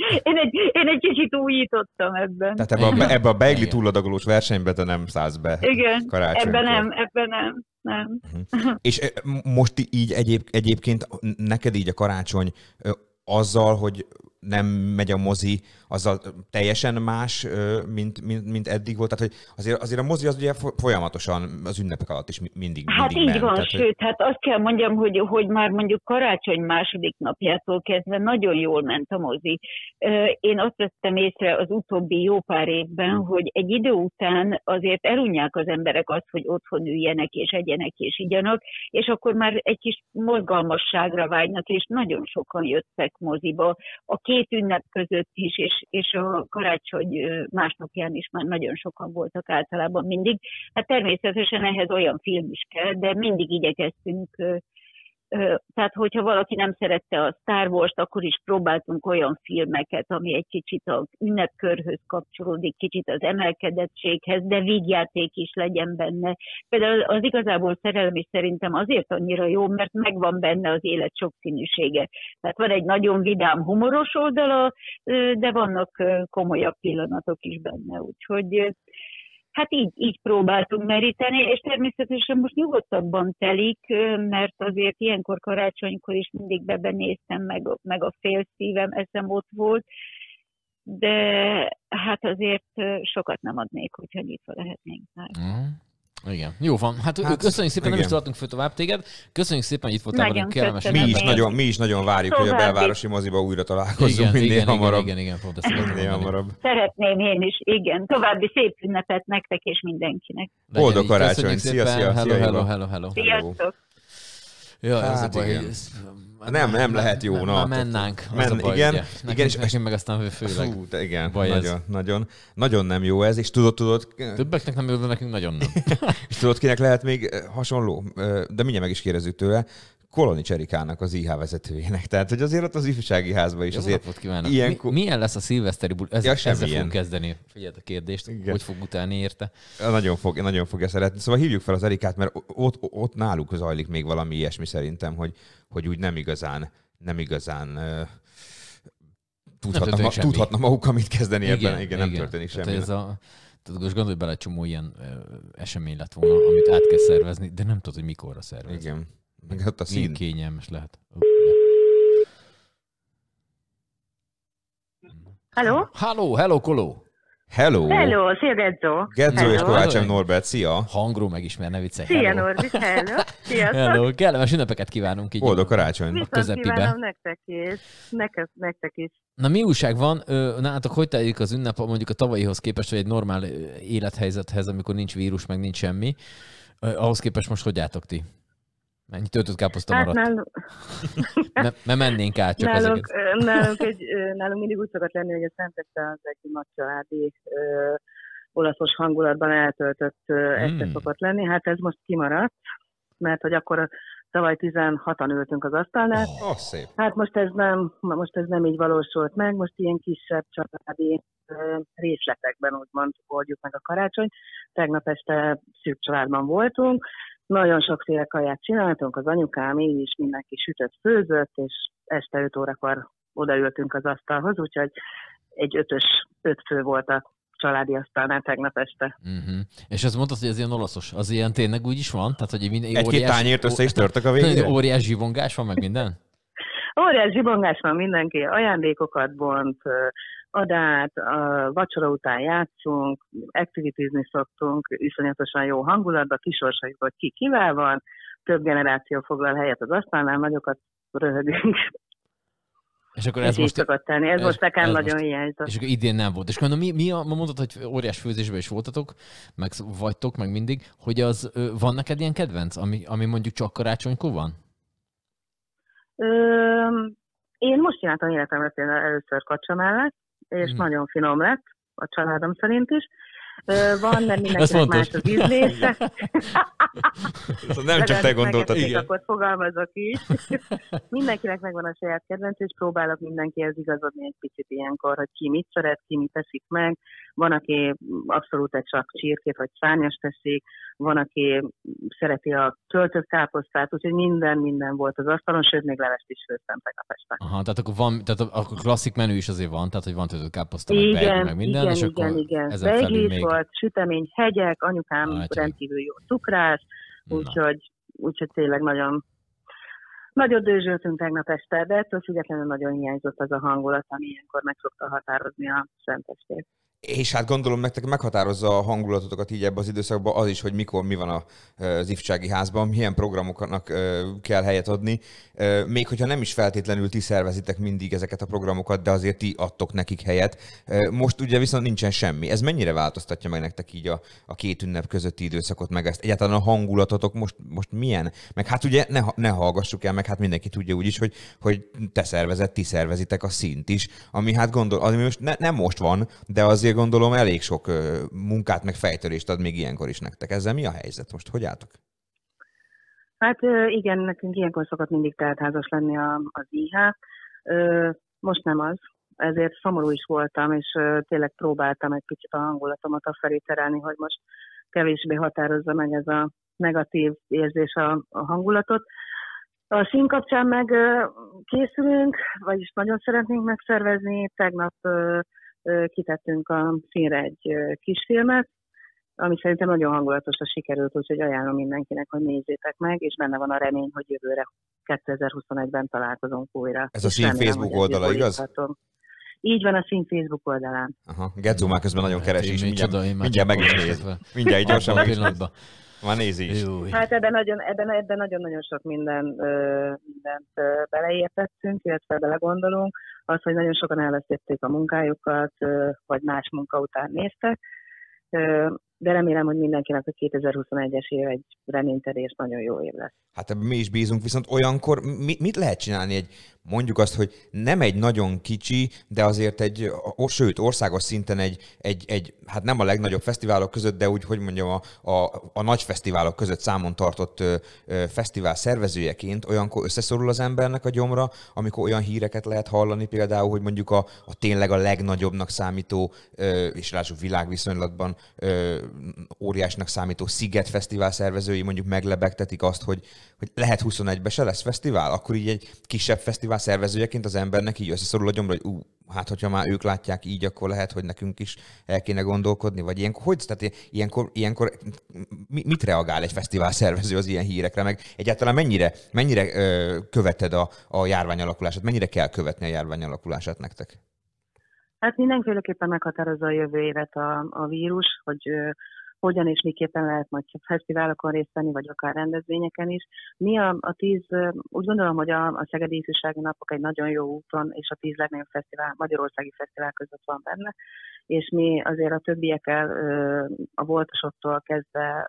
Én egy kicsit újítottam ebben. Tehát ebbe a beigli túladagolós versenybe te nem szállsz be. Igen, ebben nem. És most így egyébként neked így a karácsony azzal, hogy nem megy a mozi, azzal teljesen más, mint eddig volt. Tehát, hogy azért a mozi az ugye folyamatosan az ünnepek alatt is mindig hát így ment. van, Tehát, sőt, hát azt kell mondjam, hogy már mondjuk karácsony második napjától kezdve nagyon jól ment a mozi. Én azt vettem észre az utóbbi jó pár évben, hogy egy idő után azért elunják az emberek azt, hogy otthon üljenek és egyenek és igyanak, és akkor már egy kis mozgalmasságra vágynak, és nagyon sokan jöttek moziba. A két ünnep között is, és a karácsony másnapján is már nagyon sokan voltak általában mindig. Hát természetesen ehhez olyan film is kell, de mindig igyekeztünk. Tehát, hogyha valaki nem szerette a Star Wars-t, akkor is próbáltunk olyan filmeket, ami egy kicsit az ünnepkörhöz kapcsolódik, kicsit az emelkedettséghez, de vígjáték is legyen benne. Például az igazából szerelem is szerintem azért annyira jó, mert megvan benne az élet sokszínűsége. Tehát van egy nagyon vidám, humoros oldala, de vannak komolyabb pillanatok is benne, úgyhogy... Hát így próbáltunk meríteni, és természetesen most nyugodtabban telik, mert azért ilyenkor karácsonykor is mindig bebenéztem, meg a félszívem, eszem ott volt, de hát azért sokat nem adnék, hogyha nyitva lehetnénk már. Igen. Jó van. Hát köszönjük szépen, nem is tartunk föl tovább téged. Köszönjük szépen, hogy itt voltál velünk, kellemes. Mi is nagyon várjuk, hogy a belvárosi moziba újra találkozzunk minél hamarabb. Igen, pont ezt minél hamarabb. Szeretném én is, igen. További szép ünnepet nektek és mindenkinek. Boldog karácsony. Szia. Hello. Sziasztok. Ja, ez a baj, nem lehet jó. Már mennánk. Az a baj, igen, nekünk meg aztán főleg. Igen, baj nagyon nem jó ez, és tudod... Többeknek nem jó, de nekünk nagyon nem. És tudod, kinek lehet még hasonló? De mindjárt meg is kérdezzük tőle. Kolonics Erikának, az IH vezetőjének. Tehát, hogy azért ott az ifjúsági házban is jó azért... napot kívánok. Milyen lesz a szilveszteri buli? Ezzel fogunk kezdeni. Figyeld a kérdést, igen. Hogy fog utálni érte. Nagyon fogja szeretni. Szóval hívjuk fel az Erikát, mert ott náluk zajlik még valami ilyesmi szerintem, hogy úgy nem igazán tudhatna maguk, amit kezdeni ebben. Igen, nem történik semmi. Tehát most gondolj bele, egy csomó ilyen esemény lett volna, amit át kell szervezni, de nem tudod, hogy mikorra szervezni. Igen. Meg ott a szín. Milyen kényelmes lehet. Hello, Koló! Hello, szia Gedzo! Gedzo és Kovács Norbert, szia! Hangról megismer, ne viccelj. Szia Norbi, hello! Sziasztok! Hello, kellemes ünnepeket kívánunk így. Boldog karácsony! A közepibe. Kívánom nektek is. Na mi újság van? Nálatok hogy teljük az ünnep mondjuk a tavalyihoz képest, vagy egy normál élethelyzethez, amikor nincs vírus, meg nincs semmi? Ahhoz képest most hogy álltok ti? Mennyi töltött káposzta maradt? Mert mennénk át csak nálunk, nálunk mindig úgy szokott lenni, hogy a Szenteste az egy nagy családi olaszos hangulatban eltöltött este szokott lenni. Hát ez most kimaradt, mert hogy akkor tavaly 16-an ültünk az asztalnál. Szép. Hát most ez nem így valósult meg, most ilyen kisebb családi részletekben úgymond oldjuk meg a karácsony. Tegnap este szűk családban voltunk, nagyon sokféle kaját csináltunk, az anyukám, én is, mindenki sütött, főzött, és este 5 órakor odaültünk az asztalhoz, úgyhogy egy 5 fő volt a családi asztalnál tegnap este. És azt mondtad, hogy ez ilyen olaszos, az ilyen tényleg úgy is van? Tehát, hogy egy-két tányért össze is törtek a végére? Óriás zsibongás van, meg minden? Óriás zsibongás van, mindenki ajándékokat bont, adát, a vacsora után játszunk, activitizni szoktunk, iszonyatosan jó hangulatban, kisorsoljuk, hogy ki kivel van, több generáció foglal helyet az asztalnál, nagyokat röhögünk. És akkor ez most tenni. Ez most nekem nagyon hiányzott. És akkor idén nem volt. És akkor mondod, hogy óriás főzésben is voltatok, meg vagytok, meg mindig, hogy az van neked ilyen kedvenc, ami mondjuk csak karácsonykor van? Én most csináltam életemre először kacsa mellett, és nagyon finom lett, a családom szerint is. Van, mert mindenkinek más az ízlése. Nem csak te gondoltad. Akkor fogalmazok így. Mindenkinek megvan a saját kedvenc, és próbálok mindenkihez igazodni egy picit ilyenkor, hogy ki mit szeret, ki mit teszik meg. Van, aki abszolút csak csirkét vagy szárnyas teszik, van, aki szereti a töltött káposztát, úgyhogy minden volt az asztalon, sőt, még levest is főztem tegnap este. Aha, tehát akkor klasszik menü is azért van, tehát hogy van töltött káposzta, meg minden, és akkor ezen felül még... volt, sütemény, hegyek, anyukám rendkívül jó cukrász, úgyhogy tényleg nagyon dőzsöltünk tegnap este, de ettől függetlenül nagyon hiányzott az a hangulat, ami ilyenkor meg szokta határozni a szentestét. És hát gondolom nektek meghatározza a hangulatotokat így ebben az időszakban az is, hogy mikor mi van az ifjúsági házban, milyen programoknak kell helyet adni. Még hogyha nem is feltétlenül ti szervezitek mindig ezeket a programokat, de azért ti adtok nekik helyet. Most ugye viszont nincsen semmi. Ez mennyire változtatja meg nektek így a két ünnep közötti időszakot, meg ezt egyáltalán a hangulatotok most milyen? Meg hát ugye ne hallgassuk el, meg hát mindenki tudja úgy is, hogy ti szervezitek a színt is, ami hát ami most nem most van, de azért gondolom elég sok munkát meg fejtörést ad még ilyenkor is nektek. Ezzel mi a helyzet most? Hogy álltok? Hát igen, nekünk ilyenkor szokott mindig teltházas lenni az IH. Most nem az. Ezért szomorú is voltam, és tényleg próbáltam egy kicsit a hangulatomat afelé terelni, hogy most kevésbé határozza meg ez a negatív érzés a hangulatot. A szín kapcsán meg készülünk, vagyis nagyon szeretnénk megszervezni. Tegnap kitettünk a színre egy kisfilmet, ami szerintem nagyon hangulatosan sikerült, úgyhogy ajánlom mindenkinek, hogy nézzétek meg, és benne van a remény, hogy jövőre 2021-ben találkozunk újra. Ez a szín Facebook oldala, igaz? Így van, a szín Facebook oldalán. Aha, Getzó már közben nagyon keresi, és mindjárt meg is néz. Mindjárt gyorsan meg is néz. Már nézi is. Hát ebben nagyon-nagyon sok mindent beleértettünk, illetve belegondolunk. Az, hogy nagyon sokan elvesztették a munkájukat, vagy más munka után néztek. De remélem, hogy mindenkinek a 2021-es év egy reményteljes, nagyon jó év lesz. Hát ebben mi is bízunk, viszont olyankor mit lehet csinálni mondjuk azt, hogy nem egy nagyon kicsi, de azért sőt, országos szinten hát nem a legnagyobb fesztiválok között, de úgy, hogy mondjam, a nagy fesztiválok között számon tartott fesztivál szervezőjeként olyankor összeszorul az embernek a gyomra, amikor olyan híreket lehet hallani, például, hogy mondjuk a tényleg a legnagyobbnak számító, és lássuk világviszonylatban óriásnak számító Sziget fesztivál szervezői mondjuk meglebegtetik azt, hogy lehet 21-ben se lesz fesztivál, akkor így egy kisebb fesztivál szervezőjeként az embernek így összeszorul a gyomra, hogy hát hogyha már ők látják így, akkor lehet, hogy nekünk is el kéne gondolkodni, vagy ilyenkor, tehát ilyenkor mit reagál egy fesztivál szervező az ilyen hírekre, meg egyáltalán mennyire követed a járvány alakulását, mennyire kell követni a járvány alakulását nektek? Hát mindenféleképpen meghatározza a jövő évet a vírus, hogy hogyan és miképpen lehet majd fesztiválokon részt venni, vagy akár rendezvényeken is. Mi úgy gondolom, hogy a Szegedi Ifjúsági Napok egy nagyon jó úton, és a 10 legnagyobb fesztivál, magyarországi fesztivál között van benne, és mi azért a többiekkel, a voltosoktól kezdve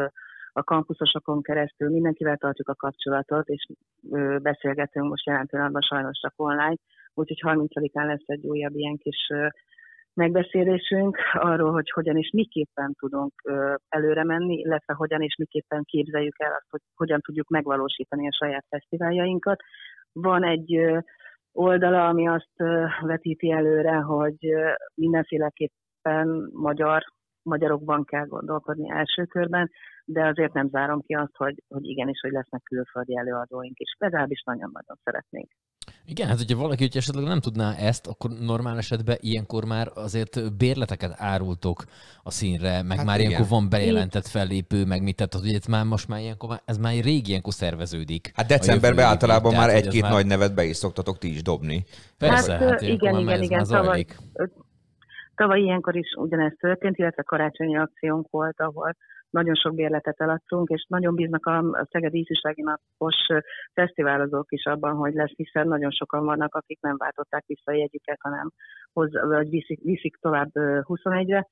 a kampuszosokon keresztül mindenkivel tartjuk a kapcsolatot, és beszélgetünk most jelen pillanatban sajnos csak online, úgyhogy 30-án lesz egy újabb ilyen kis megbeszélésünk arról, hogy hogyan és miképpen tudunk előre menni, illetve hogyan és miképpen képzeljük el azt, hogy hogyan tudjuk megvalósítani a saját fesztiváljainkat. Van egy oldala, ami azt vetíti előre, hogy mindenféleképpen magyarokban kell gondolkodni első körben, de azért nem zárom ki azt, hogy igenis, hogy lesznek külföldi előadóink is. Legalábbis nagyon-nagyon szeretnénk. Igen, hát hogyha valaki esetleg nem tudná ezt, akkor normál esetben ilyenkor már azért bérleteket árultok a színre, meg hát már igen. Ilyenkor van bejelentett fellépő, meg mit, tehát hogy most már ilyenkor, ez már régi ilyenkor szerveződik. Hát decemberben általában már egy-két nagy nevet be is szoktatok ti is dobni. Persze, hát igen. Tavaly ilyenkor is ugyanezt történt, illetve karácsonyi akciónk volt, ahol nagyon sok bérletet eladtunk, és nagyon bíznak a Szegedi Ifjúsági Napos fesztiválozók is abban, hogy lesz, hiszen nagyon sokan vannak, akik nem váltották vissza a jegyüket, hanem vagy viszik tovább 21-re.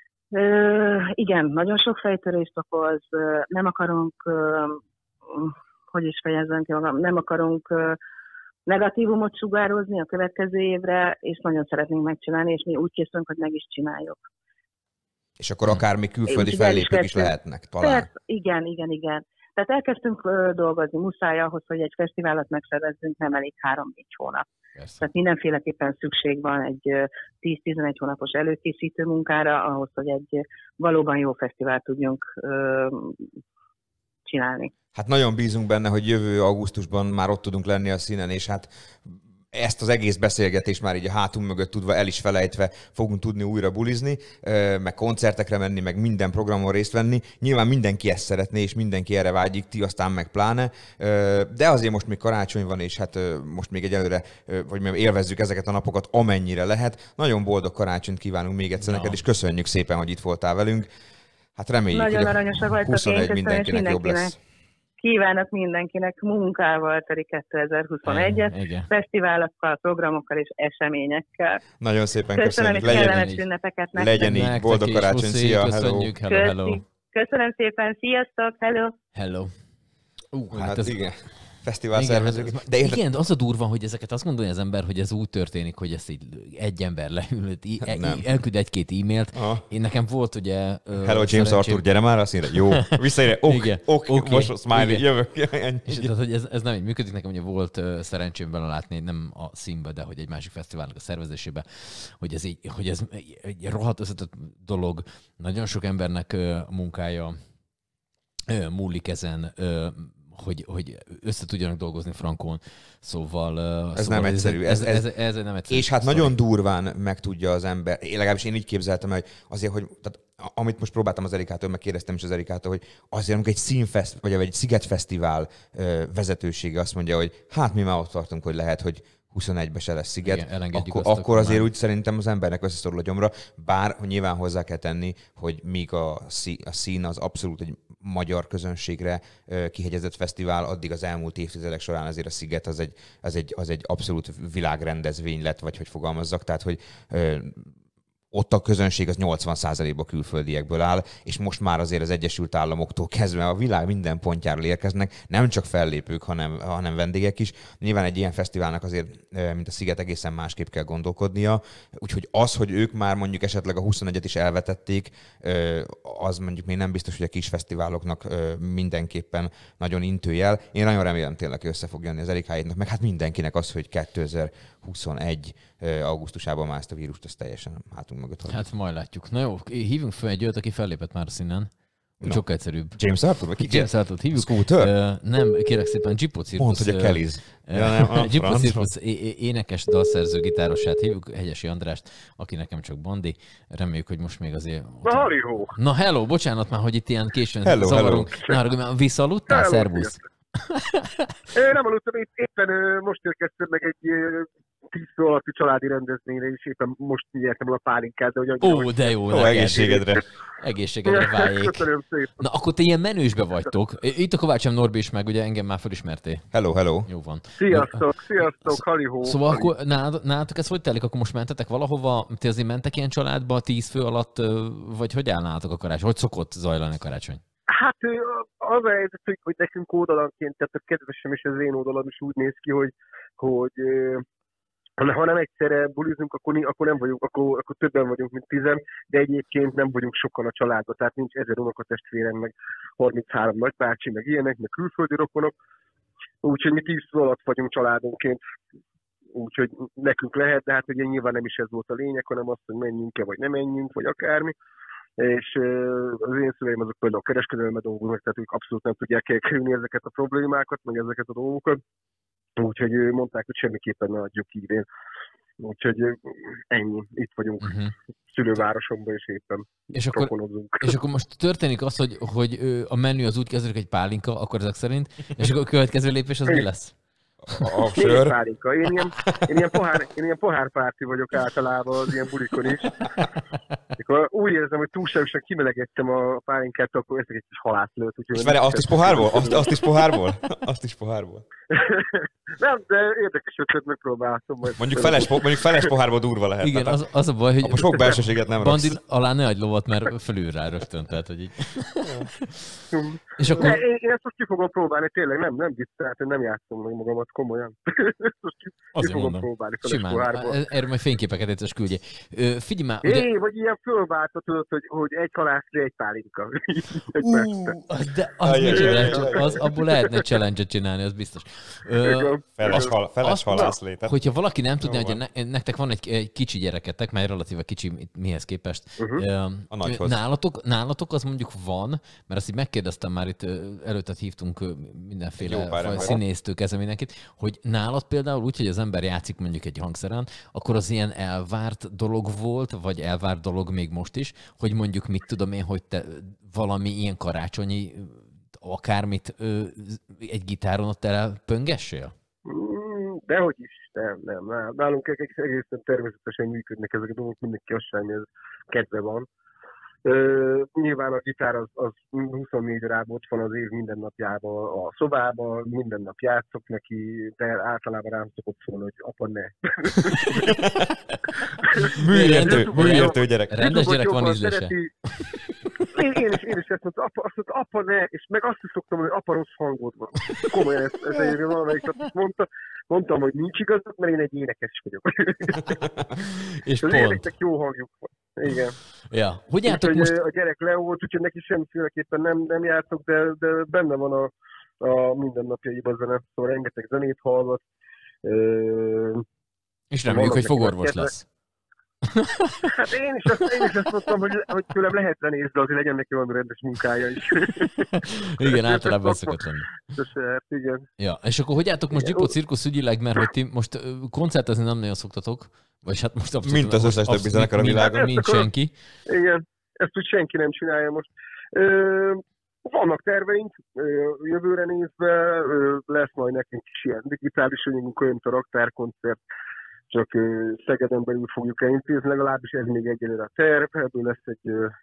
Igen, nagyon sok fejtörést okoz, nem akarunk, hogy is fejezzem ki magam, nem akarunk negatívumot sugározni a következő évre, és nagyon szeretnénk megcsinálni, és mi úgy készülünk, hogy meg is csináljuk. És akkor akár még külföldi fellépők is lehetnek talán. Persze, igen. Tehát elkezdtünk dolgozni, muszáj ahhoz, hogy egy fesztiválat megszervezzünk, nem elég 3-4 hónap. Persze. Tehát mindenféleképpen szükség van egy 10-11 hónapos előkészítő munkára, ahhoz, hogy egy valóban jó fesztivált tudjunk csinálni. Hát nagyon bízunk benne, hogy jövő augusztusban már ott tudunk lenni a színen, és hát ezt az egész beszélgetést már így a hátunk mögött tudva, el is felejtve fogunk tudni újra bulizni, meg koncertekre menni, meg minden programon részt venni. Nyilván mindenki ezt szeretné, és mindenki erre vágyik, ti aztán meg pláne. De azért most még karácsony van, és hát most még egyelőre, vagy még élvezzük ezeket a napokat, amennyire lehet. Nagyon boldog karácsonyt kívánunk még egyszer neked, és köszönjük szépen, hogy itt voltál velünk. Hát reméljük, nagyon hogy aranyosak vagytok, 21 mindenkinek jobb lesz. Kívánok mindenkinek munkával teli 2021-et, fesztiválokkal, programokkal és eseményekkel. Nagyon szépen köszönjük. Kellemes ünnepeket nektek. Legyen így, boldog karácsony, szia, köszönjük, hello. Köszönöm szépen, sziasztok, hello. Hát ez igen. Fesztivál szervezők. De igen, az a durva, hogy ezeket azt gondolja az ember, hogy ez úgy történik, hogy ezt így egy ember leül, elküld egy-két e-mailt. Én nekem volt ugye... Hello, James Arthur, gyere már, azt írja, jó. Visszaírja, most smiley, jövök. És tehát, hogy ez nem így működik, nekem ugye volt szerencsém belelátni, nem a színbe, de hogy egy másik fesztiválnak a szervezésébe, hogy ez egy rohadt összetett dolog, nagyon sok embernek munkája múlik ezen, hogy össze tudjanak dolgozni frankon, szóval... Ez nem egyszerű. Ez nem egyszerű. És hát nagyon durván megtudja az ember, legalábbis én így képzeltem, hogy azért, hogy tehát, amit most próbáltam az Erikától, megkérdeztem is az Erikától, hogy azért, amikor egy színfest, vagy egy Szigetfesztivál vezetősége azt mondja, hogy hát mi már ott tartunk, hogy lehet, hogy 21-be se lesz Sziget, igen, akkor azért úgy szerintem az embernek összeszorul a gyomra, bár nyilván hozzá kell tenni, hogy míg a szín az abszolút egy magyar közönségre kihegyezett fesztivál, addig az elmúlt évtizedek során azért a Sziget az egy abszolút világrendezvény lett, vagy hogy fogalmazzak, tehát hogy ott a közönség az 80%-ban külföldiekből áll, és most már azért az Egyesült Államoktól kezdve a világ minden pontjáról érkeznek, nem csak fellépők, hanem vendégek is. Nyilván egy ilyen fesztiválnak azért, mint a Sziget, egészen másképp kell gondolkodnia. Úgyhogy az, hogy ők már mondjuk esetleg a 21-et is elvetették, az mondjuk még nem biztos, hogy a kis fesztiváloknak mindenképpen nagyon intőjel. Én nagyon remélem tényleg, hogy össze fog jönni az Erikáidnak, meg hát mindenkinek az, hogy 2021 augusztusában már ezt a vírust, ezt teljesen hátunk mögött hagyjuk. Hát majd látjuk. Na jó, hívunk fel egy olyat, aki fellépett már a színen. No. Sokkal egyszerűbb. James Arthur? Vagy James Arthur-t hívjuk. Scooter? Nem, kérek szépen, Gippo Circus. Mondd, hogy a Kelly's. Gippo Circus énekes, dalszerző, gitárosát hívjuk, Hegyesi Andrást, aki nekem csak bandi. Reméljük, hogy most még azért... Na, hello, bocsánat már, hogy itt ilyen későn zavarunk. Na, visszaaludtál? Szervusz. Nem aludtam, éppen most érkeztem meg egy 10 fő alatti családi rendezvényre, és éppen most nyertem a pálinkát. De jó, egészségedre. Egészségedre váljék. Köszönöm szépen. Na, akkor te ilyen menősbe vagytok. Itt a Kovácsám Norbi is meg, ugye engem már felismertél. Hello. Jó van. Sziasztok, halihó. Szóval akkor nálatok ez hogy telik? Akkor most mentetek valahova? Ti azért mentek ilyen családba 10 fő alatt, vagy hogy állnátok a karácsony? Hogy szokott zajlani a karácsony? Hát az a helyzet, hogy nekünk oldalanként, tehát a kedvesem és az én oldalam is úgy néz ki, hogy ha nem egyszerre bulizunk, akkor nem vagyunk, akkor többen vagyunk, mint 10, de egyébként nem vagyunk sokan a családban, tehát nincs 1000 unokatestvérem, meg 33 nagybácsi, meg ilyenek, meg külföldi rokonok, úgyhogy mi 10 alatt vagyunk családonként, úgyhogy nekünk lehet, de hát ugye nyilván nem is ez volt a lényeg, hanem az, hogy menjünk-e, vagy nem menjünk, vagy akármi. És az én szüleim azok például kereskedelemmel dolgoznak, tehát ők abszolút nem tudják elkerülni ezeket a problémákat, meg ezeket a dolgokat. Úgyhogy mondták, hogy semmiképpen ne adjuk idén. Úgyhogy ennyi, itt vagyunk szülővárosomban, és éppen rokonozunk. És akkor most történik az, hogy a menü az úgy kezdődik, egy pálinka, akkor ezek szerint, és akkor a következő lépés az mi lesz? A sör? Pálinka. Én ilyen pohárpárti vagyok általában az ilyen bulikon is. Akkor úgy érzem, hogy túlságosan kimelegettem a pálinkát, akkor ezek egy kis halászlőt. És vele, azt is pohárból? Azt is pohárból? Azt is pohárból. Nem, de érdekes ötlet, megpróbáltam. Mondjuk feles pohárból durva lehet. Igen, az a baj, hogy sok belsőséget nem raksz. Bandil alá ne adj lovat, mert fölül rá rögtön, tehát, hogy így. És akkor... Én ezt most ki fogom próbálni, tényleg nem viccelhet, én nem játszom meg magamat komolyan. Azért fogom próbálni. Simán, erről majd fényképeket egyszer küldje. Figyelj már, ugye... vagy ilyen fölváltatod, hogy egy halászlé, egy pálinka. De az abból lehetne challenge-et csinálni, az biztos. Feles halászlé. Hogyha valaki nem tudja, hogy nektek van egy kicsi gyereketek, már relatíve kicsi mihez képest. A nagyhoz. Nálatok az mondjuk van, mert azt így megkérdeztem már itt, előttet hívtunk mindenféle színésztől kezdve mindenkit, hogy nálad például úgy, hogy az ember játszik mondjuk egy hangszeren, akkor az ilyen elvárt dolog volt, vagy elvárt dolog még most is, hogy mondjuk mit tudom én, hogy te valami ilyen karácsonyi akármit egy gitáron ott elpöngessél? Dehogy is, nem. Nálunk egészen természetesen működnek ezek a dolgok, mindenki azt sem, ez kedve van. Nyilván a gitár az 24 órában ott van az év minden napjában a szobában, minden nap játszok neki, de általában rám szokott szólni, hogy apa ne. Műértő gyerek. Rendes gyerek van ízlése. Én is ezt mondtam, apa ne, és meg azt is szoktam, hogy apa rossz hangod van. Komolyan ezt egyébként valamelyik mondtam, hogy nincs igazad, mert én egy énekes vagyok. És az pont. éneknek jó hangjuk van. Igen. Ja. Hogy álltok most? A gyerek leolt, úgyhogy neki semmiféleképpen nem játszok, de benne van a mindennapjaiban zene, szóval rengeteg zenét hallgat. És reméljük, hogy fogorvos lesz. Hát én is azt mondtam, hogy tőlem lehet zenész, de azért legyen neki valami rendes munkája is. Igen, általában szokott lenni. Igen. Ja, és akkor hogy álltok most Gyipó cirkusz ügyileg, mert hogy ti most koncertezni nem nagyon szoktatok? Vagy hát most abszolút... Mint az összes többi zenekar a világon. Mint senki. Igen, ezt úgy senki nem csinálja most. Vannak terveink, jövőre nézve lesz majd nekünk is ilyen digitális anyagunk, olyan, mint a raktárkoncert, csak Szegeden belül fogjuk elintézni, legalábbis ez még egyelőre a terv, ebből lesz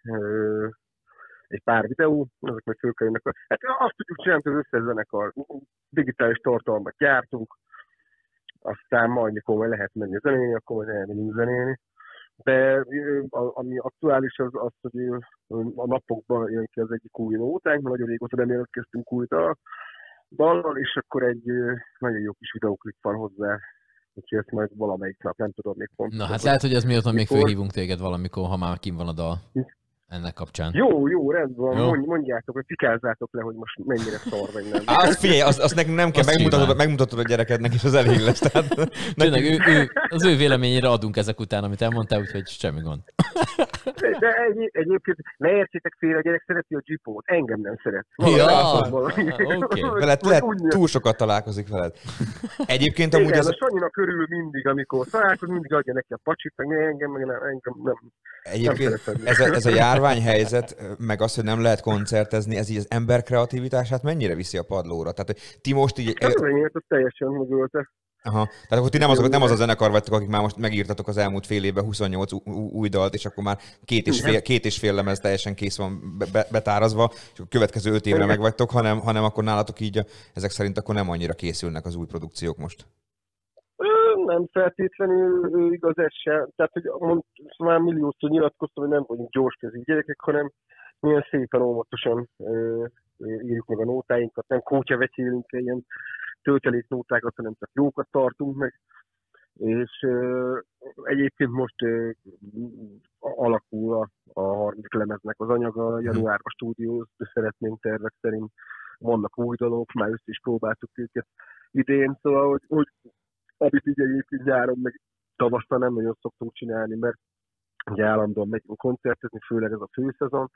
egy pár videó, azok majd fölkerülnek. Hát azt tudjuk csinálni, hogy az összes zenekar digitális tartalmat gyártunk, aztán majd, mikor majd lehet menni zenélni, akkor majd elmegyünk zenélni. De ami aktuális az, hogy a napokban jön ki az egyik új nótánk, mert nagyon régóta nem jelentkeztünk új dallal, és akkor egy nagyon jó kis videóklip van hozzá. Úgyhogy ezt majd valamelyik nap, nem tudom még pont. Na hát lehet, hogy ez miatt még fölhívunk téged valamikor, ha már kint van a dal ennek kapcsán. Jó, rendben. Jó. Mondjátok, hogy fikázzátok le, hogy most mennyire szar vagy nem. Figyelj, azt nekünk nem kell, megmutatod a gyerekednek, és az elég lesz. Tényleg, az ő véleményére adunk ezek után, amit elmondtál, úgyhogy semmi gond. De egyébként ne értsétek félre, a gyerek szereti a Gyipót, engem nem szeret. Oké. Veled túl sokat találkozik veled. Egyébként amúgy ez... a Sanyinak örül mindig, amikor találkozik, mindig adja neki a pacsit, meg engem nem. Egyébként ez a járványhelyzet, meg az, hogy nem lehet koncertezni, ez így az ember kreativitását mennyire viszi a padlóra? Tehát, hogy ti most így... Ez teljesen mögölte. Aha. Tehát akkor ti nem az a zenekar vagytok, akik már most megírtatok az elmúlt fél évben 28 új dalt, és akkor már két és fél lemez teljesen kész van betárazva, és a következő 5 évre megvagytok, hanem akkor nálatok így ezek szerint akkor nem annyira készülnek az új produkciók most. Nem feltétlenül igaz ez se. Tehát, hogy már milliószor nyilatkoztam, hogy nem vagyunk gyorskezű gyerekek, hanem milyen szépen óvatosan írjuk meg a nótáinkat, nem kótyavecélünk ilyen töltelék nótákat, hanem csak jókat tartunk meg. És egyébként most alakul a 30 lemeznek az anyaga, januárban stúdióz, de szeretnénk tervek szerint. Vannak új dalok, már össze is próbáltuk őket idén, szóval, hogy amit így egyébként nyáron, meg tavasztal nem nagyon szoktunk csinálni, mert ugye állandóan megyünk koncertezni, főleg ez a főszezon.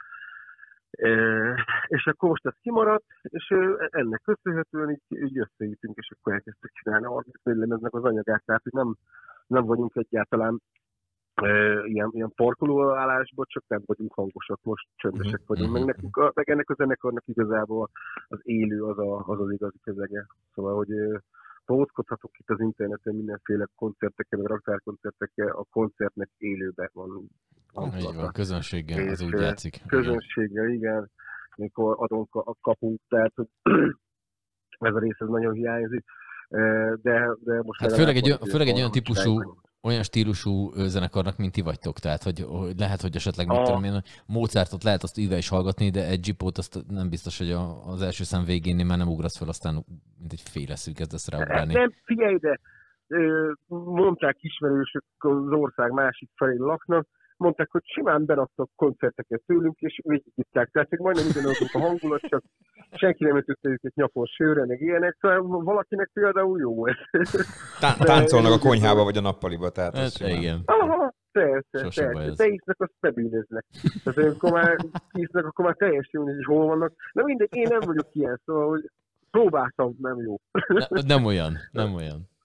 És akkor most ez kimaradt, és ennek köszönhetően így összeítünk, és akkor elkezdtük csinálni a 34 lemeznek az anyagát, tehát hogy nem vagyunk egyáltalán ilyen parkolóállásban, csak nem vagyunk hangosak, most csöndesek vagyunk. Meg ennek a zenekarnak igazából az élő az igazi közege. Szóval, hogy fotózkodhatok itt az interneten mindenféle koncerteken, vagy raktárkoncerteken, a koncertnek élőben van. Így van, közönséggel, az úgy játszik. Közönséggel, igen. Mikor adunk a kapunk, tehát ez a rész ez nagyon hiányzik. De most hát főleg egy olyan típusú, olyan stílusú zenekarnak, mint ti vagytok. Tehát, hogy lehet, hogy esetleg mit tudom én, Mozartot lehet azt ülve is hallgatni, de egy Jeepot azt nem biztos, hogy az első szám végén már nem ugrasz fel, aztán mint egy féleszű kezdesz ráugrálni. Nem, figyelj, de mondták ismerősök az ország másik felé laknak, mondták, hogy simán beraktak koncerteket tőlünk, és végigitták. Tehát majdnem ugyanazok a hangulat, csak senki nem ötötte őket nyakon sőre, meg ilyenek. Szóval valakinek például jó ez. Táncolnak a konyhába, vagy a nappaliba. Tehát hát, igen. Aha, persze. Te isznek, azt ne bűnöznek. Tehát amikor már isznek, akkor már teljesen jó, hogy hol vannak. Na mindegy, én nem vagyok ilyen, szóval hogy próbáltam, nem jó. Nem olyan. Nem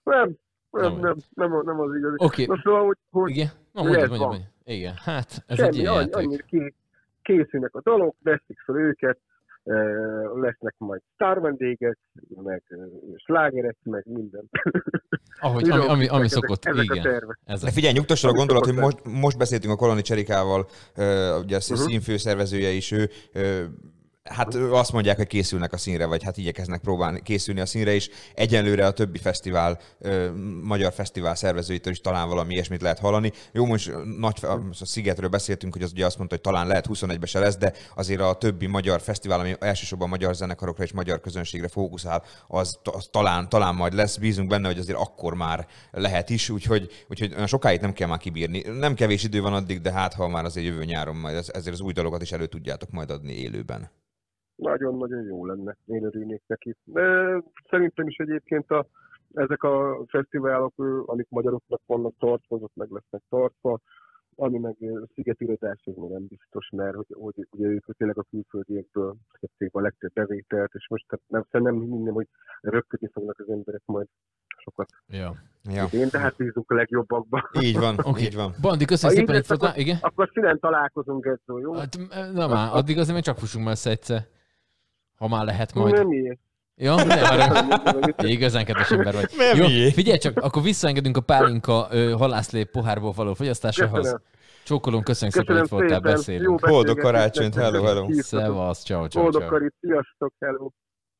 az igaz. Oké. Na szóval, hogy igen. Mondjad. Igen, hát ez semmi, egy ilyen játék. Annyira készülnek a dalok, veszik fel őket, lesznek majd sztárvendégek, meg slágerek, meg minden. Ami szokott, igen. De figyelj, nyugtasson a gondolat, hogy most beszéltünk a Koloni Cserikával, ugye a szín főszervezője is, ő hát azt mondják, hogy készülnek a színre, vagy hát igyekeznek próbálni készülni a színre, és egyenlőre a többi fesztivál, magyar fesztivál szervezőitől is talán valami ilyesmit lehet hallani. Jó, most a Szigetről beszéltünk, hogy az ugye azt mondta, hogy talán lehet 21-ben se lesz, de azért a többi magyar fesztivál, ami elsősorban magyar zenekarokra és magyar közönségre fókuszál, az talán majd lesz. Bízunk benne, hogy azért akkor már lehet is, úgyhogy olyan sokáig nem kell már kibírni. Nem kevés idő van addig, de hát ha már azért jövő nyáron majd ezért az új dalokat is elő tudjátok majd adni élőben. Nagyon-nagyon jó lenne, én örülnék neki. De szerintem is egyébként ezek a fesztiválok, amik magyaroknak vannak tartva, azok meg lesznek tartva, ami meg szigetirodás, ez még nem biztos, mert hogy ugye ők tényleg a külföldiekből szedték a legtöbb bevételt, és most nem minden, hogy röpködni fognak az emberek majd sokat. Ja. Én, de hát bízunk a legjobbakban. Így van, így van. Bandi, köszönjük szépen, hogy fotál. Igen? Akkor színen találkozunk, Gezzó, jó? Hát, na már, addig azért még csak fussunk már egyszer. Ha már lehet majd. Nem miért. Ja, igazán kedves ember vagy. Jó, figyelj csak, akkor visszaengedünk a pálinka halászlé pohárból való fogyasztásához. Csókolunk, köszönjük szépen, hogy voltál, beszélünk. Boldog karácsonyt, hello. Szevasz, ciao. Boldog karit, sziasztok, hello.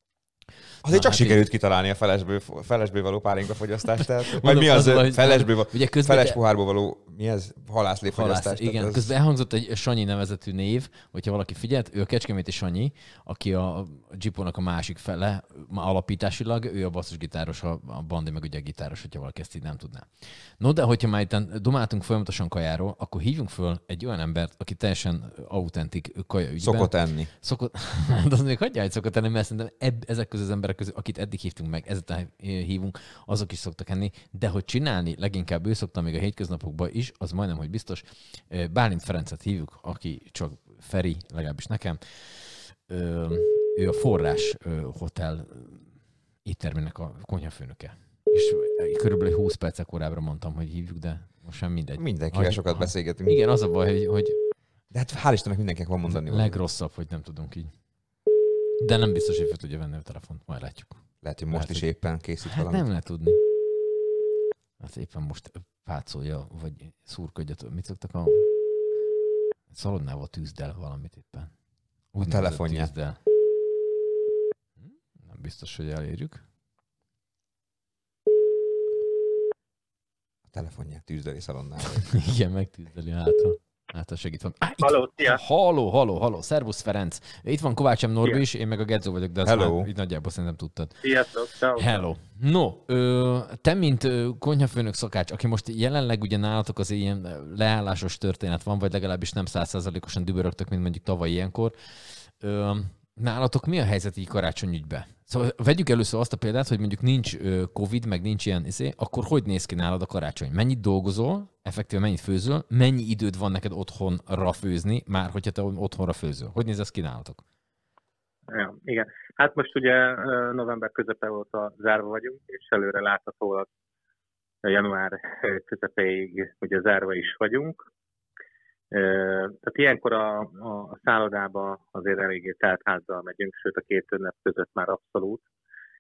Azért csak sikerült kitalálni a felesből való pálinkafogyasztást. Vagy mi az feles pohárból való, mi ez? Halászléfogyasztást. Igen, közben elhangzott egy Sanyi nevezetű név, hogyha valaki figyelt, ő a Kecskeméti Sanyi, aki a Jeepónak a másik fele alapításilag, ő a basszusgitáros, a Bandi meg ugye a gitáros, hogyha valaki ezt így nem tudná. No, de hogyha már itt dumáltunk folyamatosan kajáról, akkor hívjunk föl egy olyan embert, aki teljesen autentik kaja ügyben. Szokott enni. De az még hagyjál, hogy szokott enni, mert szerintem ezek közül az emberek közül, akit eddig hívtunk meg, ezután hívunk, azok is szoktak enni, de hogy csinálni, leginkább ő szokta még a hétköznapokban is, az majdnem, hogy biztos. Bálint Ferencet hívjuk, aki csak Feri, legalábbis nekem. Ő a Forrás Hotel éttermének a konyhafőnöke. És körülbelül 20 perccel korábbra mondtam, hogy hívjuk, de most sem mindegy. Mindenkivel sokat beszélgetünk. Igen, az a baj, hogy... De hát hál' Istennek mindenkinek van mondani. Legrosszabb, hogy nem tudunk így. De nem biztos, hogy fel tudja venni a telefont, majd látjuk. Lehet, hogy most is éppen készít hát valamit. Nem lehet tudni. Hát éppen most pácolja, vagy szurkodja. Mit szoktak a szalonnával tűzd el valamit éppen. Úgy a telefonját. Nem biztos, hogy elérjük. A telefonját tűzdeli szalonnával. Igen, megtűzdeli hátra. Hát az segít van. Halló, szia! Halló. Szervusz, Ferenc. Itt van Kovács M. Norbi is, én meg a Gezzó vagyok, de azt már így nagyjából szerintem tudtad. Sziasztok, ciao. Hello. No, te, mint konyhafőnök szakács, aki most jelenleg ugye nálatok az ilyen leállásos történet van, vagy legalábbis nem 100%-osan dübörögtök, mint mondjuk tavaly ilyenkor. Nálatok mi a helyzet így karácsonyügyben? Szóval vegyük először azt a példát, hogy mondjuk nincs Covid, meg nincs ilyen akkor hogy néz ki nálad a karácsony? Mennyit dolgozol, effektíve mennyit főzöl, mennyi időd van neked otthonra főzni, már hogyha te otthonra főzöl? Hogy néz ez ki nálatok? Ja, igen. Hát most ugye november közepe óta zárva vagyunk, és előre láthatólag január közepéig ugye zárva is vagyunk. Tehát ilyenkor a szállodába azért eléggé telt házzal megyünk, sőt a két ünnep között már abszolút.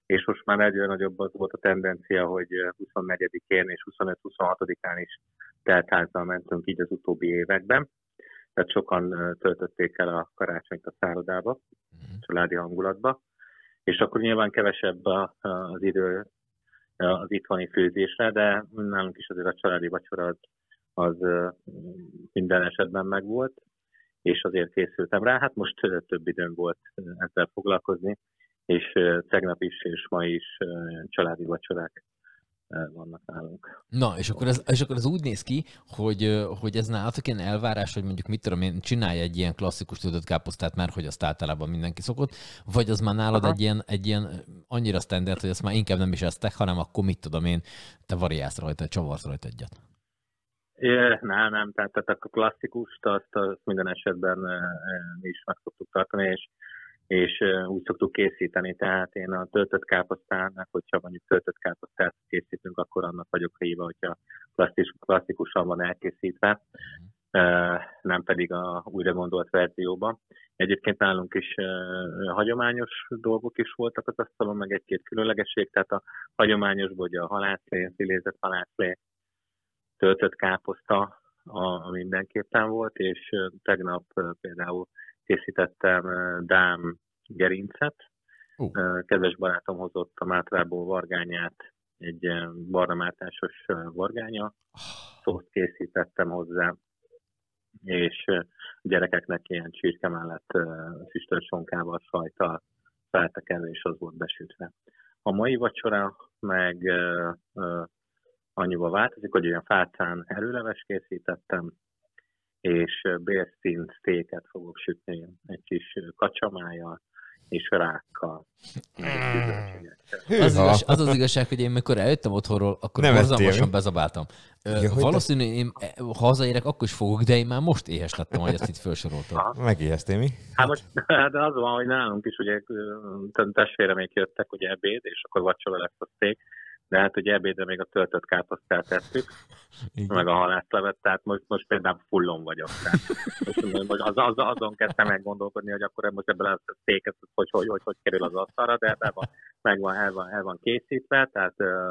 és most már egyre nagyobb az volt a tendencia, hogy 24-én és 25-26-án is teltházzal mentünk így az utóbbi években. Tehát sokan töltötték el a karácsonyt a szállodába, családi hangulatba, és akkor nyilván kevesebb az idő az itthoni főzésre, de nálunk is azért a családi vacsora az minden esetben megvolt, és azért készültem rá. Hát most több időm volt ezzel foglalkozni, és tegnap is, és ma is családi vacsorák vannak nálunk. Na, és akkor ez úgy néz ki, hogy ez nálatok ilyen elvárás, hogy mondjuk mit tudom én, csinálj egy ilyen klasszikus töltött káposztát már, hogy azt általában mindenki szokott, vagy az már nálad egy ilyen annyira standard, hogy ezt már inkább nem is eztek, hanem akkor mit tudom én, te variálsz rajta, csavarsz rajta egyet. Nem, tehát a klasszikust azt minden esetben mi is meg szoktuk tartani, és úgy szoktuk készíteni, tehát én a töltött káposztának, hogyha mondjuk töltött káposztát készítünk, akkor annak vagyok hívva, hogyha klasszikusan van elkészítve, nem pedig a újra gondolt verzióban. Egyébként nálunk is hagyományos dolgok is voltak az asztalon, meg egy-két különlegesség, tehát a hagyományosból ugye a halászlé, filézett halászlé, töltött káposzta, a mindenképpen volt, és tegnap például készítettem dám gerincet. Kedves barátom hozott a Mátrából vargányát, egy barnamátásos vargánya. Szószt készítettem hozzá, és a gyerekeknek ilyen csirke mellett füstölt sonkával, sajttal feltekelve, és az volt besütve. A mai vacsora meg annyiba változik, hogy olyan fácán erőleves készítettem, és bélszín sztéket fogok sütni egy kis kacsamájjal és rákkal. Az igazság, hogy én mikor eljöttem otthonról, akkor borzalmasan bezabáltam. Valószínű, én hazaérek, akkor is fogok, de én már most éhes lettem, hogy ezt itt felsoroltam. Megéheztél mi? Hát most de az van, hogy nálunk is ugye testvéremék jöttek, ugye ebéd, és akkor vacsora lesz a szték. De hát ugye ebédre még a töltött káposztát tettük, meg a halászlevet, tehát most például fullon vagyok. Tehát azon kezdtem meggondolkodni, hogy akkor most ebből a sztéket, hogy kerül az asztalra, de el van készítve, tehát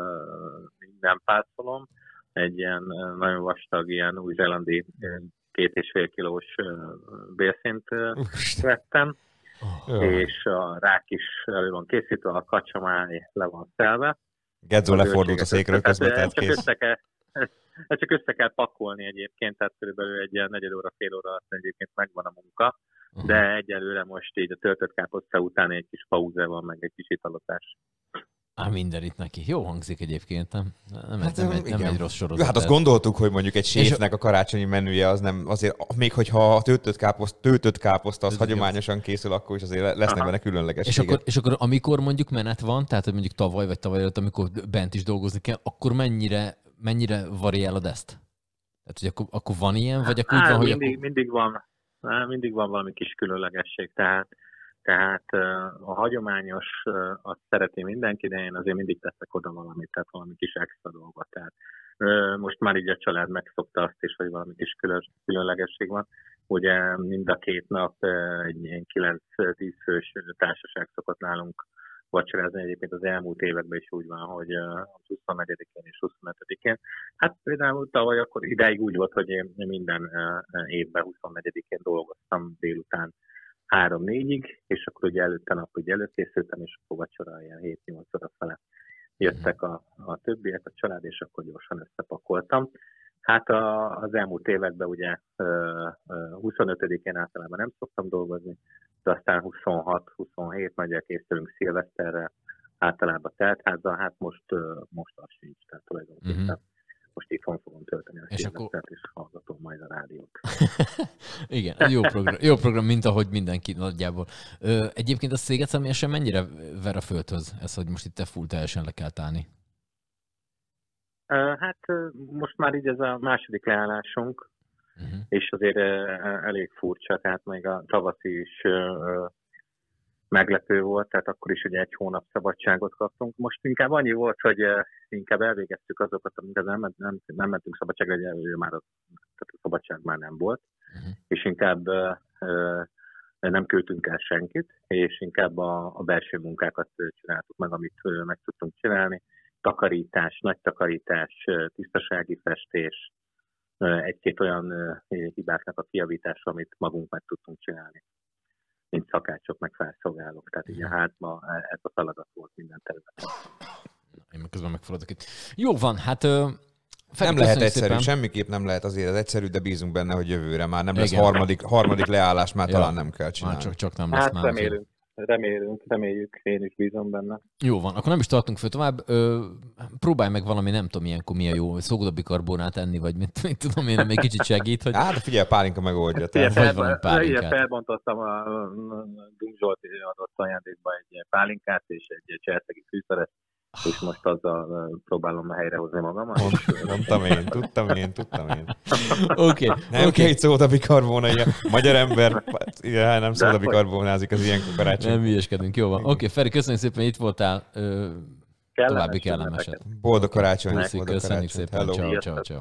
minden pászolom. Egy ilyen nagyon vastag, ilyen új-zélandi 2,5 kilós bélszínt vettem, és a rák is elő van készítve, a kacsamáj le van szelve. Gedzó lefordult a székről közben, tehát kész. Csak össze kell pakolni egyébként, tehát körülbelül egy ilyen negyed óra, fél óra alatt egyébként megvan a munka, de egyelőre most így a töltött káposzta után egy kis pauze van, meg egy kis italozás. Minden itt neki. Jó hangzik egyébként, nem egy rossz sorozat. Hát azt gondoltuk, hogy mondjuk egy séfnek a karácsonyi menüje az nem, azért még hogyha a töltött káposzta az hagyományosan készül, akkor is azért lesznek benne különlegességek. És akkor amikor mondjuk menet van, tehát hogy mondjuk tavaly vagy tavaly előtt, amikor bent is dolgozni kell, akkor mennyire variálod ezt? Tehát, hogy akkor van ilyen, vagy akkor úgy van, hogy... Mindig van valami kis különlegesség, tehát a hagyományos azt szereti mindenki, de én azért mindig teszek oda valamit, tehát valami kis extra dolgot. Tehát most már így a család megszokta azt is, hogy valami kis különlegesség van. Ugye mind a két nap egy 9-10 fős társaság szokott nálunk vacsorázni. Egyébként az elmúlt években is úgy van, hogy 24-én és 25-én. Hát például tavaly akkor idáig úgy volt, hogy én minden évben 24-én dolgoztam délután 3-4-ig, és akkor ugye előtte nap ugye előkészültem, és akkor vacsora ilyen 7-8 óra fele jöttek a többiek, a család, és akkor gyorsan összepakoltam. Hát az elmúlt években ugye 25-én általában nem szoktam dolgozni, de aztán 26-27 nagyjából készülünk szilveszterre, általában teltházzal, hát most az sincs, tehát tulajdonképpen. Most itthon fogom tölteni a szilvesztert, és hallgatom majd a rádiót. Igen, jó program, mint ahogy mindenki nagyjából. Egyébként a céget személyesen mennyire ver a földhöz ez, hogy most itt te full teljesen le kell állni? Hát most már így ez a második leállásunk, és azért elég furcsa, tehát még a tavaszi is meglepő volt, tehát akkor is ugye 1 hónap szabadságot kaptunk. Most inkább annyi volt, hogy inkább elvégeztük azokat, amiket nem mentünk szabadságra, tehát a szabadság már nem volt, és inkább nem küldtünk el senkit, és inkább a belső munkákat csináltuk meg, amit meg tudtunk csinálni. Takarítás, nagy takarítás, tisztasági festés, egy-két olyan hibáknak a kijavítása, amit magunk meg tudtunk csinálni, mint szakácsok, meg felszolgálók. Tehát így a házban ez a feladat volt minden területen. Én meg közben megfordulok itt. Jó van, hát... nem lehet egyszerű, szépen. Semmiképp nem lehet azért az egyszerű, de bízunk benne, hogy jövőre már nem lesz harmadik leállás, már talán nem kell csinálni. Már csak nem lesz hát már. Reméljük, én is bízom benne. Jó van, akkor nem is tartunk föl tovább. Próbálj meg valami, nem tudom, ilyenkor mi a jó, szógodabikarbonát enni, vagy mit tudom én, még kicsit segít, hogy... Hát figyelj, a pálinka megoldja. Felbontottam a Dung Zsolti adott ajándékba egy pálinkát és egy cserszegi fűszeres, és most azzal próbálom helyrehozni magamat. Tudtam én. Oké. Nem kell itt szódabikarbóna, ilyen magyar ember nem szódabikarbónázik az ilyen karácsony. Nem hülyeskedünk, jó van. Oké, Feri, köszönjük szépen, hogy itt voltál. További kellemeset. Boldog karácsony. Köszönjük szépen. Ciao.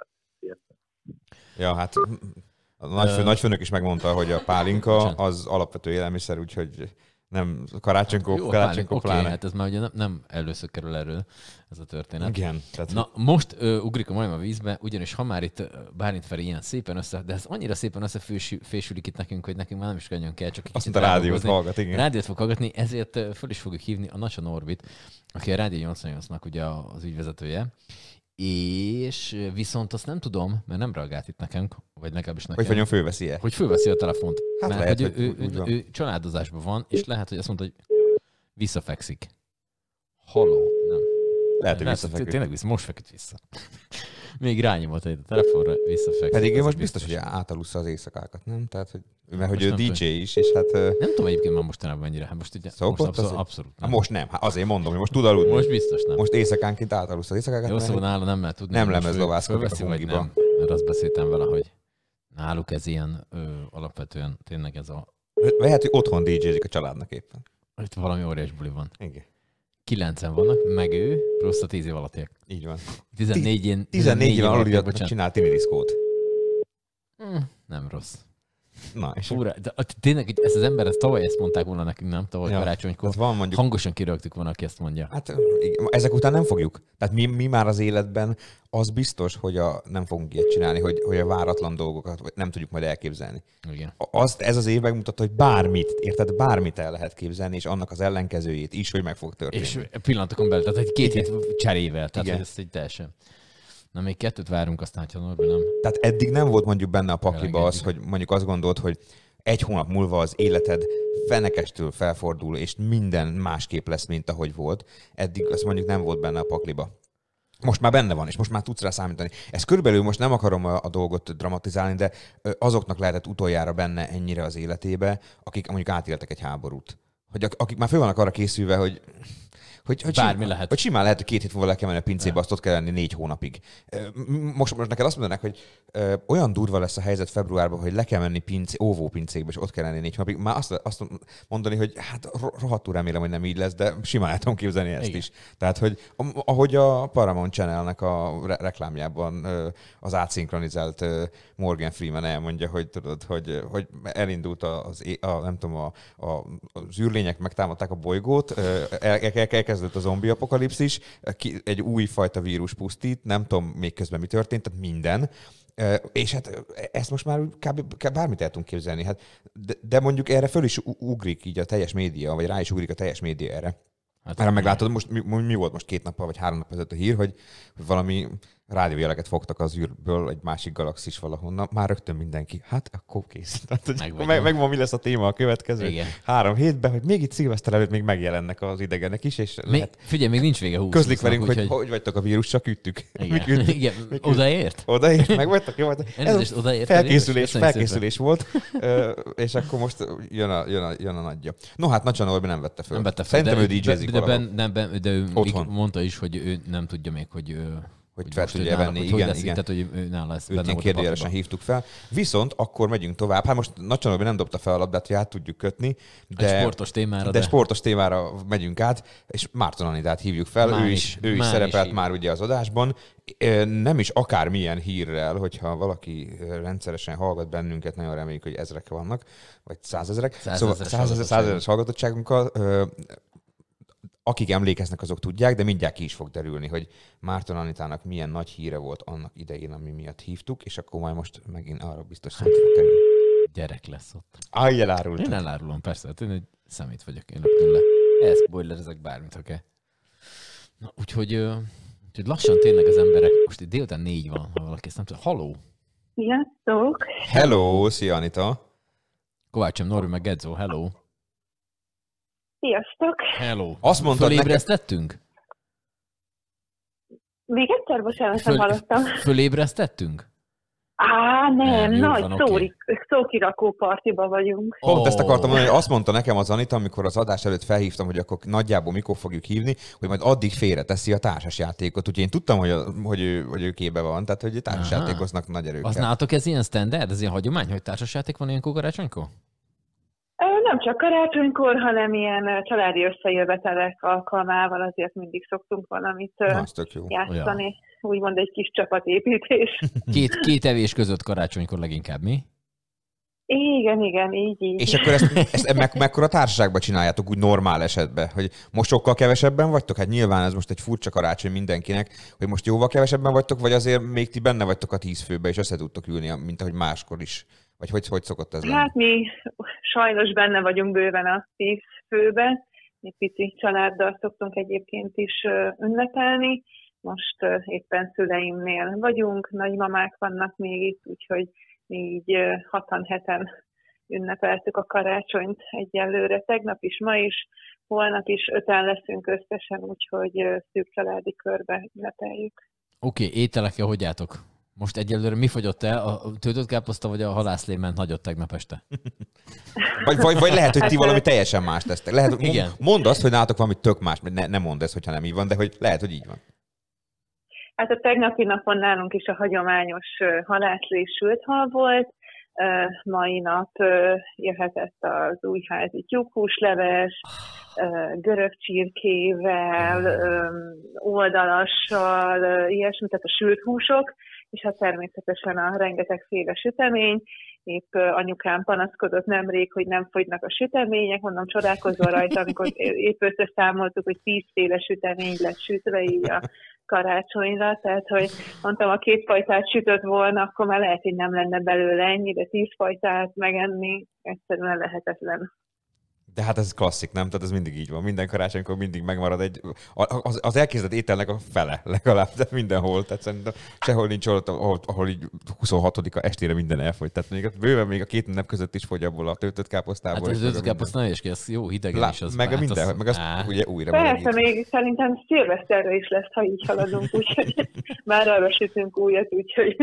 Ja, hát a nagyfőnök is megmondta, hogy a pálinka az alapvető élelmiszer, úgyhogy nem karácsonykor pláne. Oké, hát ez már ugye nem először kerül erről ez a történet. Igen. Na, most ugrik a majom a vízbe, ugyanis ha már itt Bálint Feri ilyen szépen de ez annyira szépen összefésülik itt nekünk, hogy nekünk már nem is könnyen kell, csak azt mondta, rádiót hallgat, igen. Rádiót fog hallgatni, ezért föl is fogjuk hívni a Nacsa Norbit, aki a Rádió 88-nak ugye az ügyvezetője. És viszont azt nem tudom, mert nem reagált itt nekünk, vagy legalábbis nekem. Hogy fölveszi-e? Hogy fölveszi a telefont. Hát mert lehet, hogy ő családozásban van, és lehet, hogy azt mondta, hogy visszafekszik. Halló, nem. Lehet, hogy visszafeküdt. Tényleg most feküdt vissza. Még rányomott egy a telefonra, visszafekszik. Pedig ő most biztos, hogy átalussza az éjszakákat, nem? Tehát, hogy mert ő DJ is, és hát... Nem tudom egyébként már mostanában mennyire. Hát most ugye abszolút nem. Most nem. Hát azért mondom, hogy most tud aludni. Most biztos nem. Most éjszakánként átalussza az éjszakákat. Jó, szóval nála nem lehet tudni. Nem lemezlovászkodik a fungiban. Mert azt beszéltem vele, hogy náluk ez ilyen alapvetően tényleg ez a... Lehet, hogy otthon DJ-zik a családnak éppen. Itt valami óriás buli van. Igen. 9-en vannak, meg ő, plusz a 10 év alattiak. Így van. 14 év alattiak csinál tiniliszkót. Nem rossz. Na, és fúra, de tényleg ezt az ember, tavaly ezt mondták volna nekünk, nem? Tavaly karácsonykor. Hangosan kirögtük volna, aki ezt mondja. Hát ezek után nem fogjuk. Tehát mi már az életben az biztos, hogy nem fogunk ilyet csinálni, hogy a váratlan dolgokat nem tudjuk majd elképzelni. Igen. Ez az év megmutatta, hogy bármit el lehet képzelni, és annak az ellenkezőjét is, hogy meg fog történni. És pillanatokon belül, tehát egy 2 hét cserével, tehát hogy ezt egy teljesen... Na, még 2 várunk, aztán, ha Norbi nem... Tehát eddig nem volt mondjuk benne a pakliba az, hogy mondjuk azt gondolt, hogy 1 hónap múlva az életed fenekestől felfordul, és minden másképp lesz, mint ahogy volt. Eddig azt mondjuk nem volt benne a pakliba. Most már benne van, és most már tudsz rá számítani. Ez körülbelül most nem akarom a dolgot dramatizálni, de azoknak lehetett utoljára benne ennyire az életébe, akik mondjuk átéltek egy háborút. Hogy akik már föl vannak arra készülve, hogy bármi lehet. Hogy simán lehet, hogy 2 hét múlva le kell menni a pincébe, azt ott kell lenni 4 hónapig. Most neked azt mondanak, hogy olyan durva lesz a helyzet februárban, hogy le kell menni óvópincékbe, és ott kell lenni 4 hónapig. Már azt mondani, hogy hát rohadtul remélem, hogy nem így lesz, de simán el tudom képzelni ezt is. Tehát, hogy ahogy a Paramount Channelnek a reklámjában az átszinkronizált Morgan Freeman elmondja, hogy tudod, hogy elindult nem tudom, az űrlények megtámadták a bolygót, elkezdett a zombi apokalipszis, egy újfajta vírus pusztít, nem tudom még közben mi történt, tehát minden. És hát ezt most már kb. Bármit el tudunk képzelni. Hát, de mondjuk erre föl is ugrik így a teljes média, vagy rá is ugrik a teljes média erre. Hát erre meglátod, most mi volt most 2 nappal, vagy 3 nappal ezelőtt a hír, hogy valami rádiójeleket fogtak az űrből egy másik galaxis valahonnan. Már rögtön mindenki. Hát akkor kész. Megvan, mi lesz a téma a következő 3 hétben, hogy még itt szilveszter előtt még megjelennek az idegenek is, és figyelj, még nincs vége 20. Közlik velünk, hogy vagytok a vírus, csak üttük. Igen. Odaért? Odaért, meg vagytok, jó voltak. Felkészülés volt, és akkor most jön a nagyja. No hát Nacsa Norbi nem vette föl. Nem vette föl. Szerintem ő DJ-zik de ő mondta is, hogy ő nem tudja még, hogy hogy fel tudja venni. Igen. Tehát, hogy ő nála ezt őt ilyen kérdőjelesen hívtuk fel. Viszont akkor megyünk tovább. Hát most Nagy Norbi nem dobta fel a labdát, hogy át tudjuk kötni. De sportos témára megyünk át, és Márton Anitát hívjuk fel. Ő is szerepelt már ugye az adásban. Nem is akármilyen hírrel, hogyha valaki rendszeresen hallgat bennünket, nagyon reméljük, hogy ezrek vannak, vagy százezrek. Szóval százezeres hallgatottságunkkal. Akik emlékeznek, azok tudják, de mindjárt ki is fog derülni, hogy Márton Anitának milyen nagy híre volt annak idején, ami miatt hívtuk, és akkor majd most megint arra biztos szót fog kerülni. Gyerek lesz ott. Elárultad. Én elárulom, persze, hát én egy szemét vagyok, én rögtön le. Spoilerezek bármit, oké. Na, úgyhogy lassan tényleg az emberek, most itt délután 4 van, ha valaki ezt nem tudja. Halló! Sziasztok! Hello, szia Anita! Kovácsom, Norbi, meg Gedzó, hello! Sziasztok! Hello! Azt mondtad fölébresztettünk? Még egyszer, bocsánat, nem hallottam. Fölébresztettünk? Nem, nagy szókirakó partiba vagyunk. Pont ezt akartam mondani, hogy azt mondta nekem az Anita, amikor az adás előtt felhívtam, hogy akkor nagyjából mikor fogjuk hívni, hogy majd addig félreteszi a társasjátékot. Úgyhogy én tudtam, hogy ő képbe van, tehát hogy társasjátékoznak nagy erőkkel. Az nálatok ez ilyen standard, ez ilyen hagyomány, hogy társasjáték van ilyenkor karácsonykor? Nem csak karácsonykor, hanem ilyen családi összejövetelek alkalmával azért mindig szoktunk valamit játszani. Úgymond egy kis csapatépítés. Két evés között karácsonykor leginkább, mi? Igen, így. És akkor ezt mekkora társaságban csináljátok úgy normál esetben? Hogy most sokkal kevesebben vagytok? Hát nyilván ez most egy furcsa karácsony mindenkinek, hogy most jóval kevesebben vagytok, vagy azért még ti benne vagytok a 10 főbe, és össze tudtok ülni, mint ahogy máskor is? Vagy hogy szokott ez lenni? Hát mi sajnos benne vagyunk bőven a 10 főbe. Mi pici családdal szoktunk egyébként is ünnepelni. Most éppen szüleimnél vagyunk, nagymamák vannak még itt, úgyhogy mi így 6-7 ünnepeltük a karácsonyt egyelőre. Tegnap is, ma is, holnap is 5-en leszünk összesen, úgyhogy szűk családi körbe ünnepeljük. Oké, ételekkel hogy álltok? Most egyelőre mi fogyott el? A töltött káposzta vagy a halászlé ment nagyot tegnap este? vagy lehet, hogy ti valami teljesen más tesztek. Lehet, igen. Mondd azt, hogy nálatok valami tök más, ne mondd ezt, hogyha nem így van, de hogy lehet, hogy így van. Hát a tegnapi napon nálunk is a hagyományos halászlé sült hal volt. Mai nap jöhetett az újházi tyúkhúsleves, görög csirkével, oldalassal, ilyesmi, tehát a sült húsok, és hát természetesen a rengetegféle sütemény. Épp anyukám panaszkodott nemrég, hogy nem fogynak a sütemények, mondom, csodálkozva rajta, amikor épp összeszámoltuk, hogy 10 féle sütemény lett sütve így a karácsonyra, tehát hogy mondtam, a 2 fajtát sütött volna, akkor már lehet, hogy nem lenne belőle ennyi, de 10 fajtát megenni egyszerűen lehetetlen. De hát ez klasszik, nem? Tehát ez mindig így van. Minden karácsonykor mindig megmarad az elkészített ételnek a fele legalább, de mindenhol. Tehát szerintem sehol nincs ott, ahol így 26-a estére minden elfogy. Tehát még bőven még a 2 nap között is fogy abból a töltött káposztából. Hát az töltött káposzta nem is ki, az jó hidegen is. Az meg minden, meg azt ugye újra persze, még szerintem szilveszterre is lesz, ha így haladunk, úgyhogy már arra sütünk újat, úgyhogy...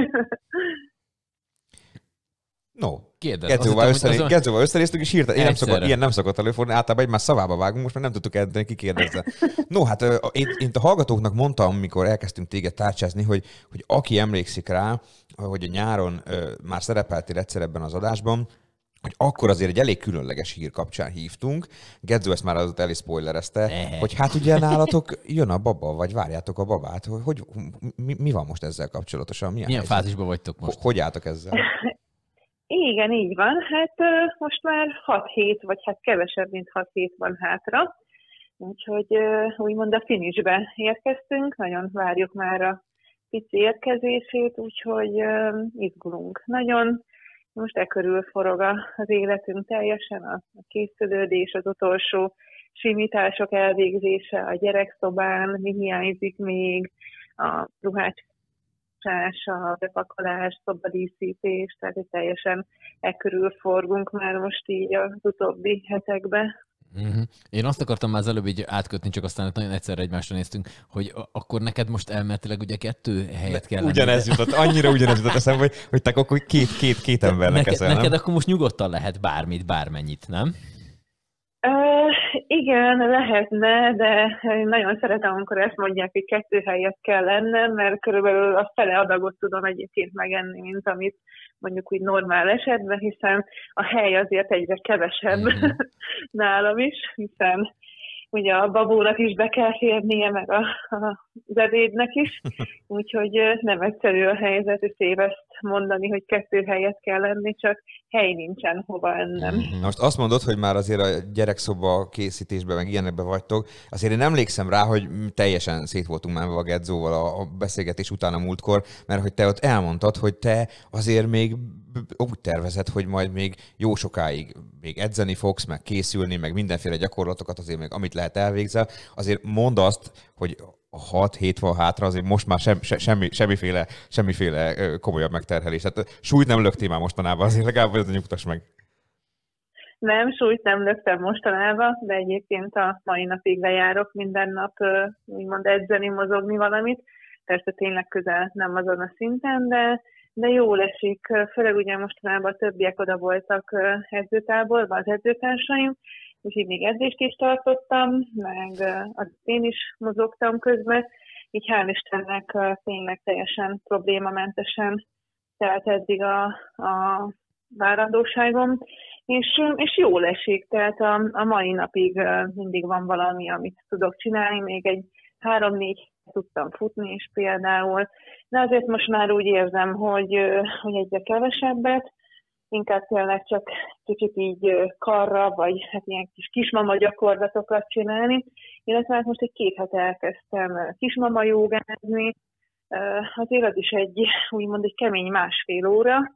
No, Gedzóval összenéztünk, és hirtelen ilyen nem szokott előfordulni, általában egymás szavába vágunk, most már nem tudtuk eldönteni, ki kérdezze. No, hát én a hallgatóknak mondtam, amikor elkezdtünk téged tárcsázni, hogy aki emlékszik rá, hogy a nyáron már szerepeltél egyszer ebben az adásban, hogy akkor azért egy elég különleges hír kapcsán hívtunk. Gedzó ezt már azóta el is spoilerezte, hogy hát ugye nálatok jön a baba, vagy várjátok a babát. Hogy mi van most ezzel kapcsolatosan? Milyen fázisban vagytok most? Hogy álltok ezzel? Igen, így van. Hát most már 6 hét, vagy hát kevesebb, mint 6 hét van hátra. Úgyhogy úgymond a finishbe érkeztünk. Nagyon várjuk már a pici érkezését, úgyhogy izgulunk. Nagyon most körül forog az életünk teljesen, a készülődés, az utolsó simítások elvégzése, a gyerekszobán, mi hiányzik még, a ruhács a bepakolás, szobadíszítés, tehát teljesen körül forgunk már most így az utóbbi hetekben. Uh-huh. Én azt akartam már az előbb így átkötni, csak aztán nagyon egyszerre egymásra néztünk, hogy akkor neked most elméletileg ugye 2 helyet kell lenni. Ugyanez jutott, annyira ugyanez jutott eszembe, hogy te akkor két embernek eszel, neked akkor most nyugodtan lehet bármennyit, nem? Igen, lehetne, de én nagyon szeretem, amikor ezt mondják, hogy 2 helyet kell lennem, mert körülbelül a fele adagot tudom egyébként megenni, mint amit mondjuk úgy normál esetben, hiszen a hely azért egyre kevesebb nálam is, hiszen ugye a babónak is be kell férnie, meg az ebédnek is, úgyhogy nem egyszerű a helyzet, és ezt mondani, hogy 2 helyet kell lenni, csak hely nincsen hova ennem. Most azt mondod, hogy már azért a gyerekszoba készítésben, meg ilyenekben vagytok, azért én emlékszem rá, hogy teljesen szét voltunk már a Gedzóval a beszélgetés után a múltkor, mert hogy te ott elmondtad, hogy te azért még úgy tervezed, hogy majd még jó sokáig még edzeni fogsz, meg készülni, meg mindenféle gyakorlatokat azért még amit lehet elvégzel. Azért mondd azt, hogy 6-7 van hátra, azért most már semmiféle komolyabb megterhelés. Tehát súlyt nem löktél már mostanában, azért legalább vagy nyugtass meg. Nem, súlyt nem löktem mostanában, de egyébként a mai napig lejárok minden nap, úgymond edzeni, mozogni valamit. Persze tényleg közel nem azon a szinten, de jól esik, főleg ugye mostanában többiek oda voltak edzőtáborban, az edzőtársaim, úgyhogy még edzést is tartottam, meg én is mozogtam közben, így hál' Istennek tényleg teljesen problémamentesen telt eddig a várandóságom, és jól esik, tehát a mai napig mindig van valami, amit tudok csinálni, még egy 3-4 tudtam futni is például, de azért most már úgy érzem, hogy egyre kevesebbet, inkább tényleg csak kicsit így karra, vagy hát ilyen kis kismama gyakorlatokat csinálni, illetve hát most egy 2 hete elkezdtem kismama jogázni, azért az is úgymond egy kemény 1,5 óra,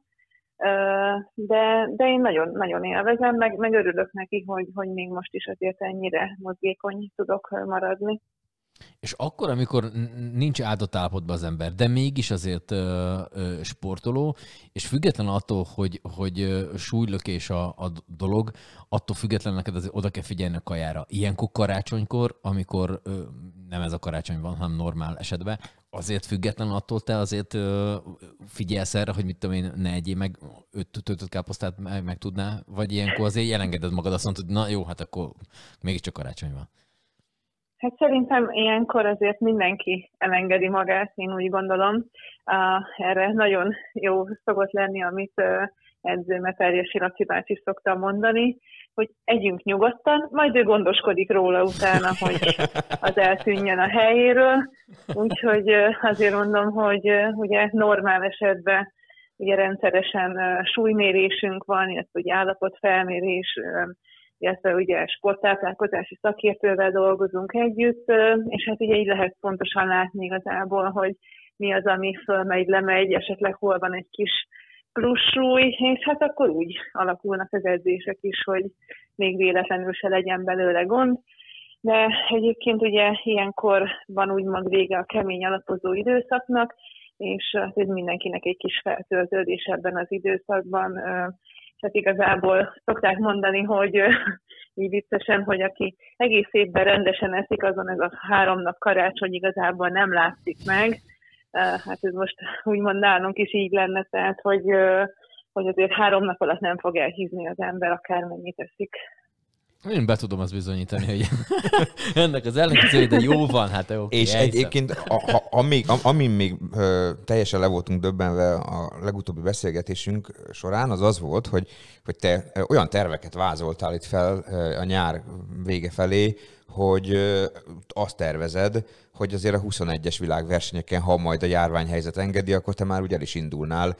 de én nagyon élvezem, meg örülök neki, hogy még most is azért ennyire mozgékony tudok maradni. És akkor, amikor nincs áldott állapotban az ember, de mégis azért sportoló, és független attól, hogy súlylökés a dolog, attól függetlenül neked azért oda kell figyelni a kajára. Ilyenkor karácsonykor, amikor nem ez a karácsony van, hanem normál esetben, azért független attól te azért figyelsz erre, hogy mit tudom én, ne egyél meg 5 töltött káposztát meg tudná, vagy ilyenkor azért elengeded magad, azt mondod, hogy na jó, hát akkor mégiscsak karácsony van. Hát szerintem ilyenkor azért mindenki elengedi magát, én úgy gondolom. Erre nagyon jó szokott lenni, amit edzőm Eperjesi Laci bácsi szokta mondani, hogy együnk nyugodtan, majd ő gondoskodik róla utána, hogy az eltűnjön a helyéről. Úgyhogy azért mondom, hogy ugye normál esetben ugye rendszeresen súlymérésünk van, illetve ugye állapotfelmérés, illetve ugye sporttáplálkozási szakértővel dolgozunk együtt, és hát ugye így lehet pontosan látni igazából, hogy mi az, ami fölmegy, lemegy, esetleg hol van egy kis plusz súly, és hát akkor úgy alakulnak az edzések is, hogy még véletlenül se legyen belőle gond. De egyébként ugye ilyenkor van úgymond vége a kemény alapozó időszaknak, és ez mindenkinek egy kis feltöltődés ebben az időszakban. Tehát igazából szokták mondani, hogy így viccesen, hogy aki egész évben rendesen eszik, azon ez a 3 nap karácsony igazából nem látszik meg. Hát ez most úgymond nálunk is így lenne, tehát hogy azért 3 nap alatt nem fog elhízni az ember, akármennyit eszik. Én be tudom azt bizonyítani, hogy ennek az ellenkezője, de jó van, hát oké. És egyébként, amin még teljesen le voltunk döbbenve a legutóbbi beszélgetésünk során, az volt, hogy te olyan terveket vázoltál itt fel a nyár vége felé, hogy azt tervezed, hogy azért a 21-es világversenyeken, ha majd a járványhelyzet engedi, akkor te már úgy el is indulnál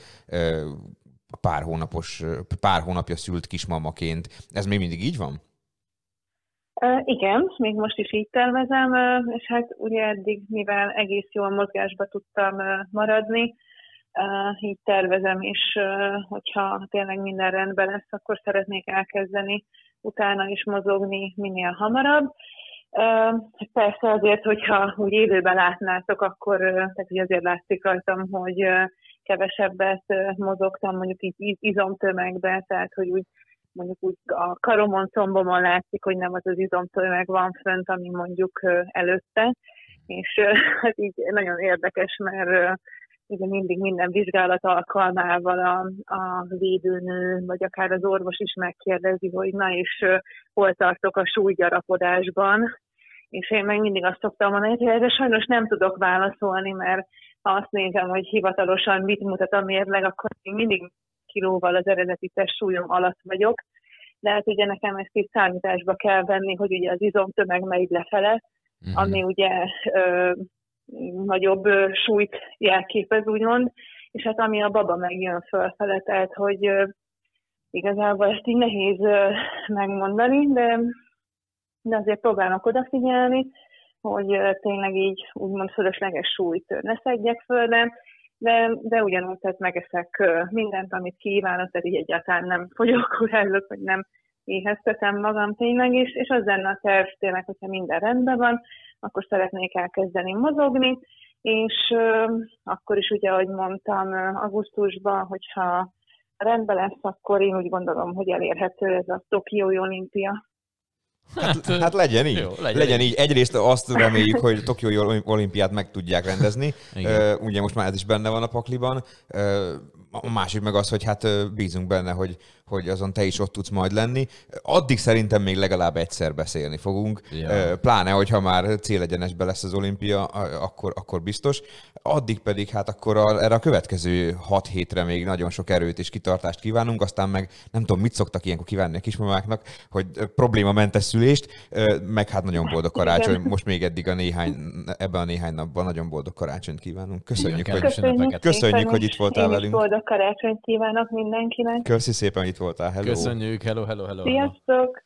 pár hónapja szült kismamaként. Ez még mindig így van? Igen, még most is így tervezem, és hát ugye eddig, mivel egész jól mozgásba tudtam maradni, így tervezem is, hogyha tényleg minden rendben lesz, akkor szeretnék elkezdeni utána is mozogni minél hamarabb. Persze azért, hogyha úgy élőben látnátok, akkor tehát ugye azért látszik rajtam, hogy kevesebbet mozogtam mondjuk így izomtömegbe, tehát hogy úgy mondjuk úgy a karomon, combomon látszik, hogy nem az izomtömeg van fönt, ami mondjuk előtte, és hát így nagyon érdekes, mert ugye mindig minden vizsgálat alkalmával a védőnő, vagy akár az orvos is megkérdezi, hogy na és hol tartok a súlygyarapodásban. És én meg mindig azt szoktam mondani, hogy erre sajnos nem tudok válaszolni, mert ha azt nézem, hogy hivatalosan mit mutat a mérleg, akkor én mindig kilóval az eredeti testsúlyom alatt vagyok. De hát ugye nekem ezt itt számításba kell venni, hogy ugye az izomtömeg megy lefele, ami ugye nagyobb súlyt jelképez, úgymond, és hát ami a baba megjön fölfele, tehát hogy igazából ezt így nehéz megmondani, de azért próbálnak odafigyelni, hogy tényleg így úgymond fölösleges súlyt ne szedjek föl, de ugyanúgy tehát megeszek mindent, amit kívánok, tehát így egyáltalán nem fogyókúrázok, vagy nem éheztetem magam tényleg is, és az lenne a terv tényleg, hogyha minden rendben van, akkor szeretnék elkezdeni mozogni, és akkor is ugye, ahogy mondtam, augusztusban, hogyha rendben lesz, akkor én úgy gondolom, hogy elérhető ez a Tokiói olimpia. Hát legyen így. Jó, legyen így. Egyrészt azt reméljük, hogy Tokiói olimpiát meg tudják rendezni. Ugye most már ez is benne van a pakliban. A másik meg az, hogy hát bízunk benne, hogy azon te is ott tudsz majd lenni. Addig szerintem még legalább egyszer beszélni fogunk. Ja. Pláne, hogyha már célegyenesben lesz az olimpia, akkor biztos. Addig pedig hát akkor erre a következő 6 hétre még nagyon sok erőt és kitartást kívánunk, aztán meg nem tudom, mit szoktak ilyenkor kívánni a kismamáknak, hogy problémamentes szülést, meg hát nagyon boldog karácsony. Most még eddig ebben a néhány napban nagyon boldog karácsonyt kívánunk. Köszönjük, hogy itt voltál velünk. Boldog karácsonyt kívánok mindenkinek. Köszi szépen, hogy itt voltál. Hello. Köszönjük. Hello. Sziasztok.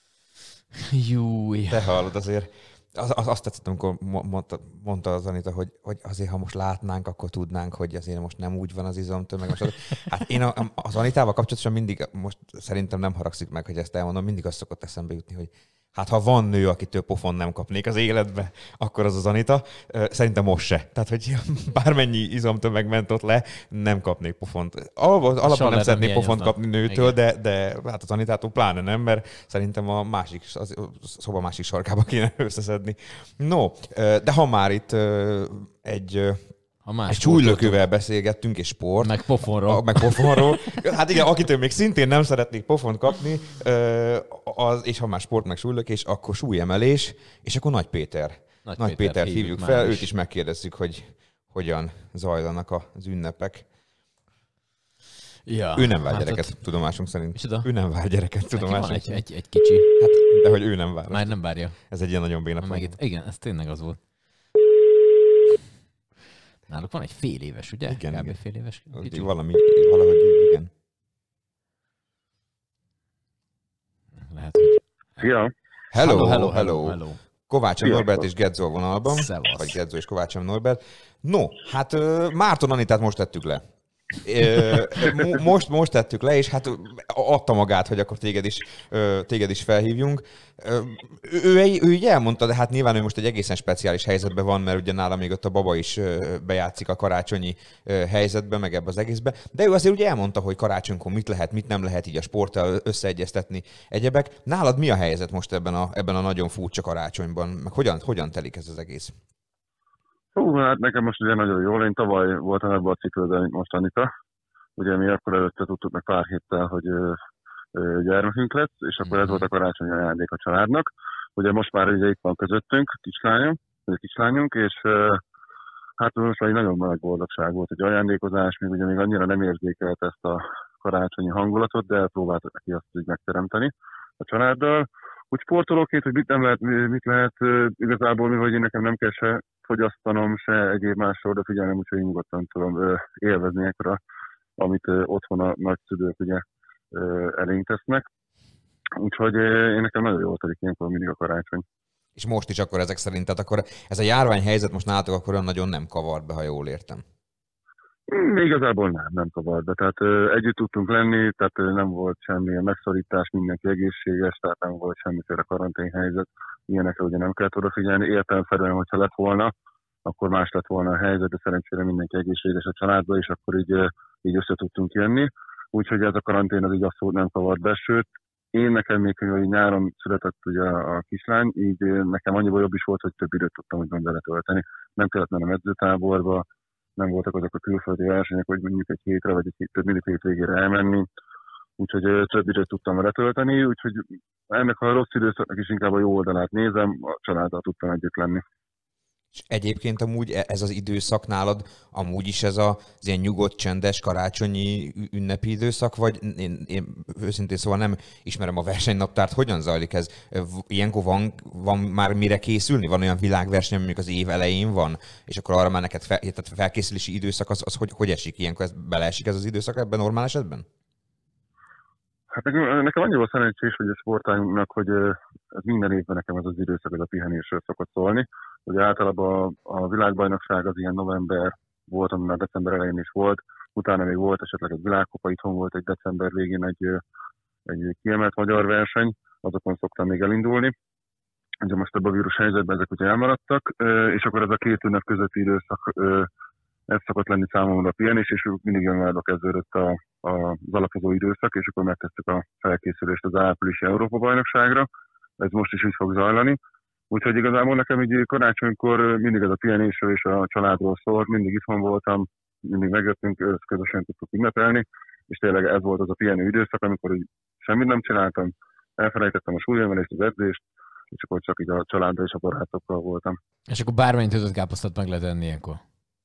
Júj. Te hallod azért. Azt tetszett, amikor mondta az Anita, hogy azért, ha most látnánk, akkor tudnánk, hogy azért most nem úgy van az izomtömeg. Hát én az Anitával kapcsolatosan mindig, most szerintem nem haragszik meg, hogy ezt elmondom, mindig azt szokott eszembe jutni, hogy hát ha van nő, akitől pofon nem kapnék az életbe, akkor az Anita. Szerintem most se. Tehát, hogy bármennyi izomtömeg ment ott le, nem kapnék pofont. Alapban nem szeretnék pofont kapni nőtől, de hát az Anitától pláne nem, mert szerintem a szoba másik sarkába kéne összeszedni. No, de ha már itt egy súlylökővel beszélgettünk, és sport. Meg pofonról. Hát igen, akitől még szintén nem szeretnék pofont kapni, és ha már sport, meg súlylökés, akkor súlyemelés, és akkor Nagy Péter hívjuk fel, őt is megkérdezzük, hogy hogyan zajlanak az ünnepek. Ja, ő nem vár gyereket, tudomásunk szerint. Ő nem vár gyereket, tudomásunk szerint. Egy kicsi. Hát, de hogy ő nem vár. Már nem várja. Ez egy ilyen nagyon béna. Igen, ez tényleg az volt. Náluk van egy fél éves, ugye? Igen. Fél éves. Valahogy igen. Lehet, hogy... Szia! Hello. Kovács Norbert és Gedzó vonalban. Szevasz. Vagy Gedzó és Kovács Norbert. No, hát Márton Anitát most tettük le. Most tettük le, és hát adta magát, hogy akkor téged is felhívjunk. Ő így elmondta, de hát nyilván ő most egy egészen speciális helyzetben van, mert ugye nála még ott a baba is bejátszik a karácsonyi helyzetbe, meg ebbe az egészbe. De ő azért ugye elmondta, hogy karácsonykor mit lehet, mit nem lehet így a sporttal összeegyeztetni egyebek. Nálad mi a helyzet most ebben a nagyon furcsa karácsonyban? Meg hogyan telik ez az egész? Hát nekem most ugye nagyon jól, én tavaly voltam ebben a ciklőben, mint most Anita. Ugye mi akkor előtte tudtuk meg pár héttel, hogy gyermekünk lesz, és akkor ez volt a karácsonyi ajándék a családnak. Ugye most már ugye itt van közöttünk kislányunk, és hát most már egy nagyon nagy boldogság volt, egy ajándékozás, még annyira nem érzékelt ezt a karácsonyi hangulatot, de próbáltuk neki azt így megteremteni a családdal. Úgy sportolóként, hogy mit lehet igazából, hogy én nekem nem kell se fogyasztanom, se egyéb másra odafigyelnem, úgyhogy én nyugodtan tudom élvezni ekkora, amit otthon a nagyszülők ugye elénk tesznek. Úgyhogy én nekem nagyon jól telik ilyenkor mindig a karácsony. És most is akkor ezek szerint, tehát akkor ez a járványhelyzet most nálatok akkor olyan nagyon nem kavart be, ha jól értem. Igazából nem kavart be. Tehát együtt tudtunk lenni, tehát nem volt semmilyen megszorítás, mindenki egészséges, tehát nem volt semmiféle karanténhelyzet. Ilyenekre ugye nem kellett odafigyelni. Értelemszerűen, hogyha lett volna, akkor más lett volna a helyzet, de szerencsére mindenki egészséges a családba, és akkor így össze tudtunk jönni. Úgyhogy ez a karantén az így abszolút nem kavart be, sőt, nekem még, hogy nyáron született ugye a kislány, így nekem annyiból jobb is volt, hogy több időt tudtam úgymond vele tölteni. Nem kellett mennem edzőtáborba, nem voltak azok a külföldi versenyek, hogy mondjuk egy hétre vagy több mint egy végére elmenni, úgyhogy több időt tudtam vele tölteni, úgyhogy ennek a rossz időszaknak is inkább a jó oldalát nézem, a családdal tudtam együtt lenni. És egyébként amúgy ez az időszak nálad, amúgy is ez az ilyen nyugodt, csendes, karácsonyi ünnepi időszak, vagy én őszintén szóval nem ismerem a versenynaptárt, hogyan zajlik ez? Ilyenkor van már mire készülni? Van olyan világverseny, mondjuk az év elején van, és akkor arra már neked tehát felkészülési időszak, az hogy esik? Ilyenkor beleesik ez az időszak ebben normál esetben? Hát nekem annyi volt szerencsés, hogy a sportágunknak, hogy ez minden évben nekem ez az időszak, ez a pihenésről szokott szólni. Ugye általában a világbajnokság az ilyen november volt, ami már december elején is volt, utána még volt esetleg egy világkupa, itthon volt egy december végén egy kiemelt magyar verseny, azokon szoktam még elindulni. Ugye most ebben a vírus helyzetben ezek ugye elmaradtak, és akkor ez a két ünnep közötti időszak, ez szokott lenni számomra a pihenés, és mindig januárba kezdődött az alapozó időszak, és akkor megkezdtük a felkészülést az áprilisi Európa-bajnokságra. Ez most is így fog zajlani. Úgyhogy igazából nekem így karácsonykor mindig ez a pihenésről és a családról szólt, mindig itthon voltam, mindig megjöttünk, közösen tudtuk ünnepelni, és tényleg ez volt az a pihenő időszak, amikor így semmit nem csináltam, elfelejtettem a súlyemelést, az edzést, és akkor csak így a családdal és a barátokkal voltam. És akkor bármennyit ötöt káposztat meg lehet enni ilyenkor?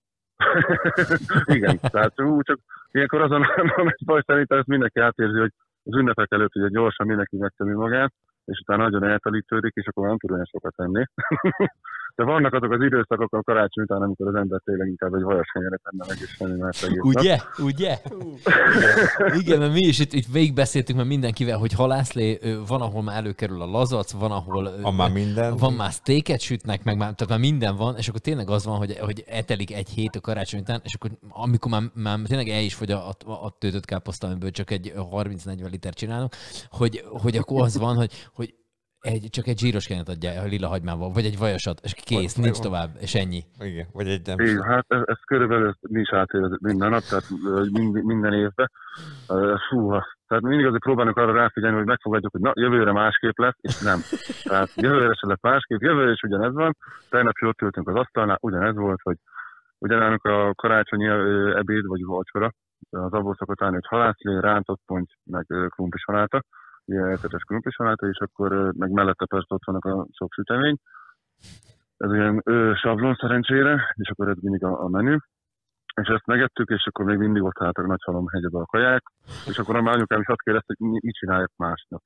Igen, tehát csak ilyenkor azon egy baj szerintem ezt mindenki átérzi, hogy az ünnepek előtt ugye gyorsan mindenki megtömi magát, és utána nagyon eltelítődik, és akkor nem tud olyan sokat tenni. De vannak azok az időszakok a karácsony után, amikor az ember tényleg inkább egy vajas kenyeret tenne meg, és semmi más egész nap. Ugye? Igen, mert mi is itt végigbeszéltünk már mindenkivel, hogy halászlé, van, ahol már előkerül a lazac, van, ahol van már steaket sütnek, meg már, tehát már minden van, és akkor tényleg az van, hogy etelik egy hét a karácsony után, és akkor amikor már tényleg el is fogy a töltött káposzta, amiből csak egy 30-40 liter csinálunk, hogy akkor az van, hogy csak egy zsíros kenyeret adja a lila hagymával, vagy egy vajasat, és kész, nincs tovább, és ennyi. Igen, vagy egy nem. Igen, hát ez körülbelül mi is átélvezett minden nap, tehát minden évben. Tehát mindig azért próbálunk arra ráfigyelni, hogy megfogadjuk, hogy na, jövőre másképp lesz, és nem. Tehát jövőre se lesz másképp, jövőre is ugyanez van. Tegnap ott ültünk az asztalnál, ugyanez volt, hogy ugyanálunk a karácsonyi ebéd, vagy vacsora, az abból szokott állni, hogy halászlé, rántott ponty, meg krumplissaláta, ilyen értetes krumplissaláta, és akkor meg mellette persze ott vannak a sok sütemény. Ez ilyen sablon szerencsére, és akkor ez mindig a menü. És ezt megettük, és akkor még mindig ott álltak Nagyhalomhegyebe a kaják, és akkor a anyukám is azt kérdezte, hogy mit csinálják másnap.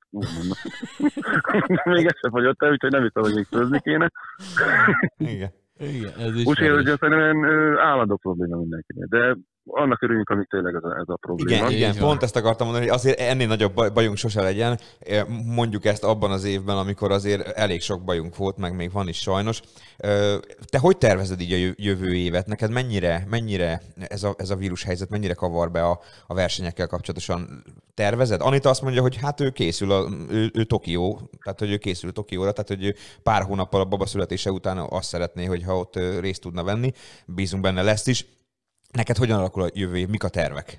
Még ez sem fogyott el, úgyhogy nem hittem, hogy még főzni kéne. Igen. Úgyhogy szerintem állandó probléma mindenkinek. De annak örüljünk, amíg tényleg ez a probléma. Igen, pont ezt akartam mondani, hogy azért ennél nagyobb bajunk sose legyen. Mondjuk ezt abban az évben, amikor azért elég sok bajunk volt, meg még van is sajnos. Te hogy tervezed így a jövő évet? Neked mennyire ez a vírushelyzet, mennyire kavar be a versenyekkel kapcsolatosan? Tervezed? Anita azt mondja, hogy hát ő készül, ő Tokió, tehát hogy ő készül Tokióra, tehát hogy ő pár hónappal a baba születése után azt szeretné, hogyha ott részt tudna venni. Bízunk benne, lesz is. Neked hogyan alakul a jövő év? Mik a tervek?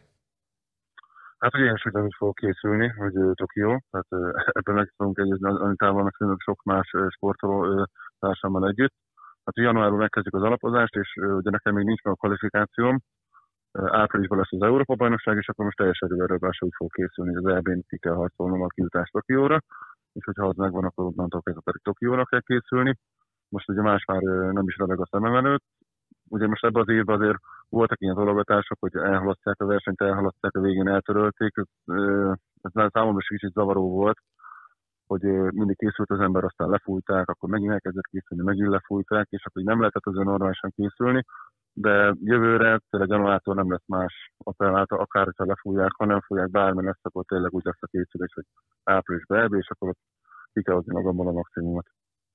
Hát ugye én is ugyanúgy fogok készülni, hogy Tokió, tehát ebben meg fogunk egyezni Anitával, meg sok más sportoló társammal együtt. Hát januárban megkezdjük az alapozást, és ugye nekem még nincs meg a kvalifikációm. Áprilisban lesz az Európa-bajnokság, és akkor most teljes erővel úgy fog készülni, hogy az EB-n ki kell harcolnom a kijutást Tokióra, és hogyha az megvan, akkor onnantól kezdve pedig Tokióra kell készülni. Most ugye más már nem is rabeg a szemem előtt. Ugye most ebben az évben azért voltak ilyen dologatások, hogy elhalasztják a versenyt, elhalasztják, a végén eltörölték. Ez számomra is kicsit zavaró volt, hogy mindig készült az ember, aztán lefújták, akkor megint elkezdett készülni, megint lefújták, és akkor nem lehetett azért normálisan készülni. De jövőre tényleg januártól nem lesz más appellálta, akár ha lefújják, ha nem fújják, bármi lesz, akkor tényleg úgy lesz a készülés, hogy áprilisban EB, és akkor ki kell hozni magamból a maximumot.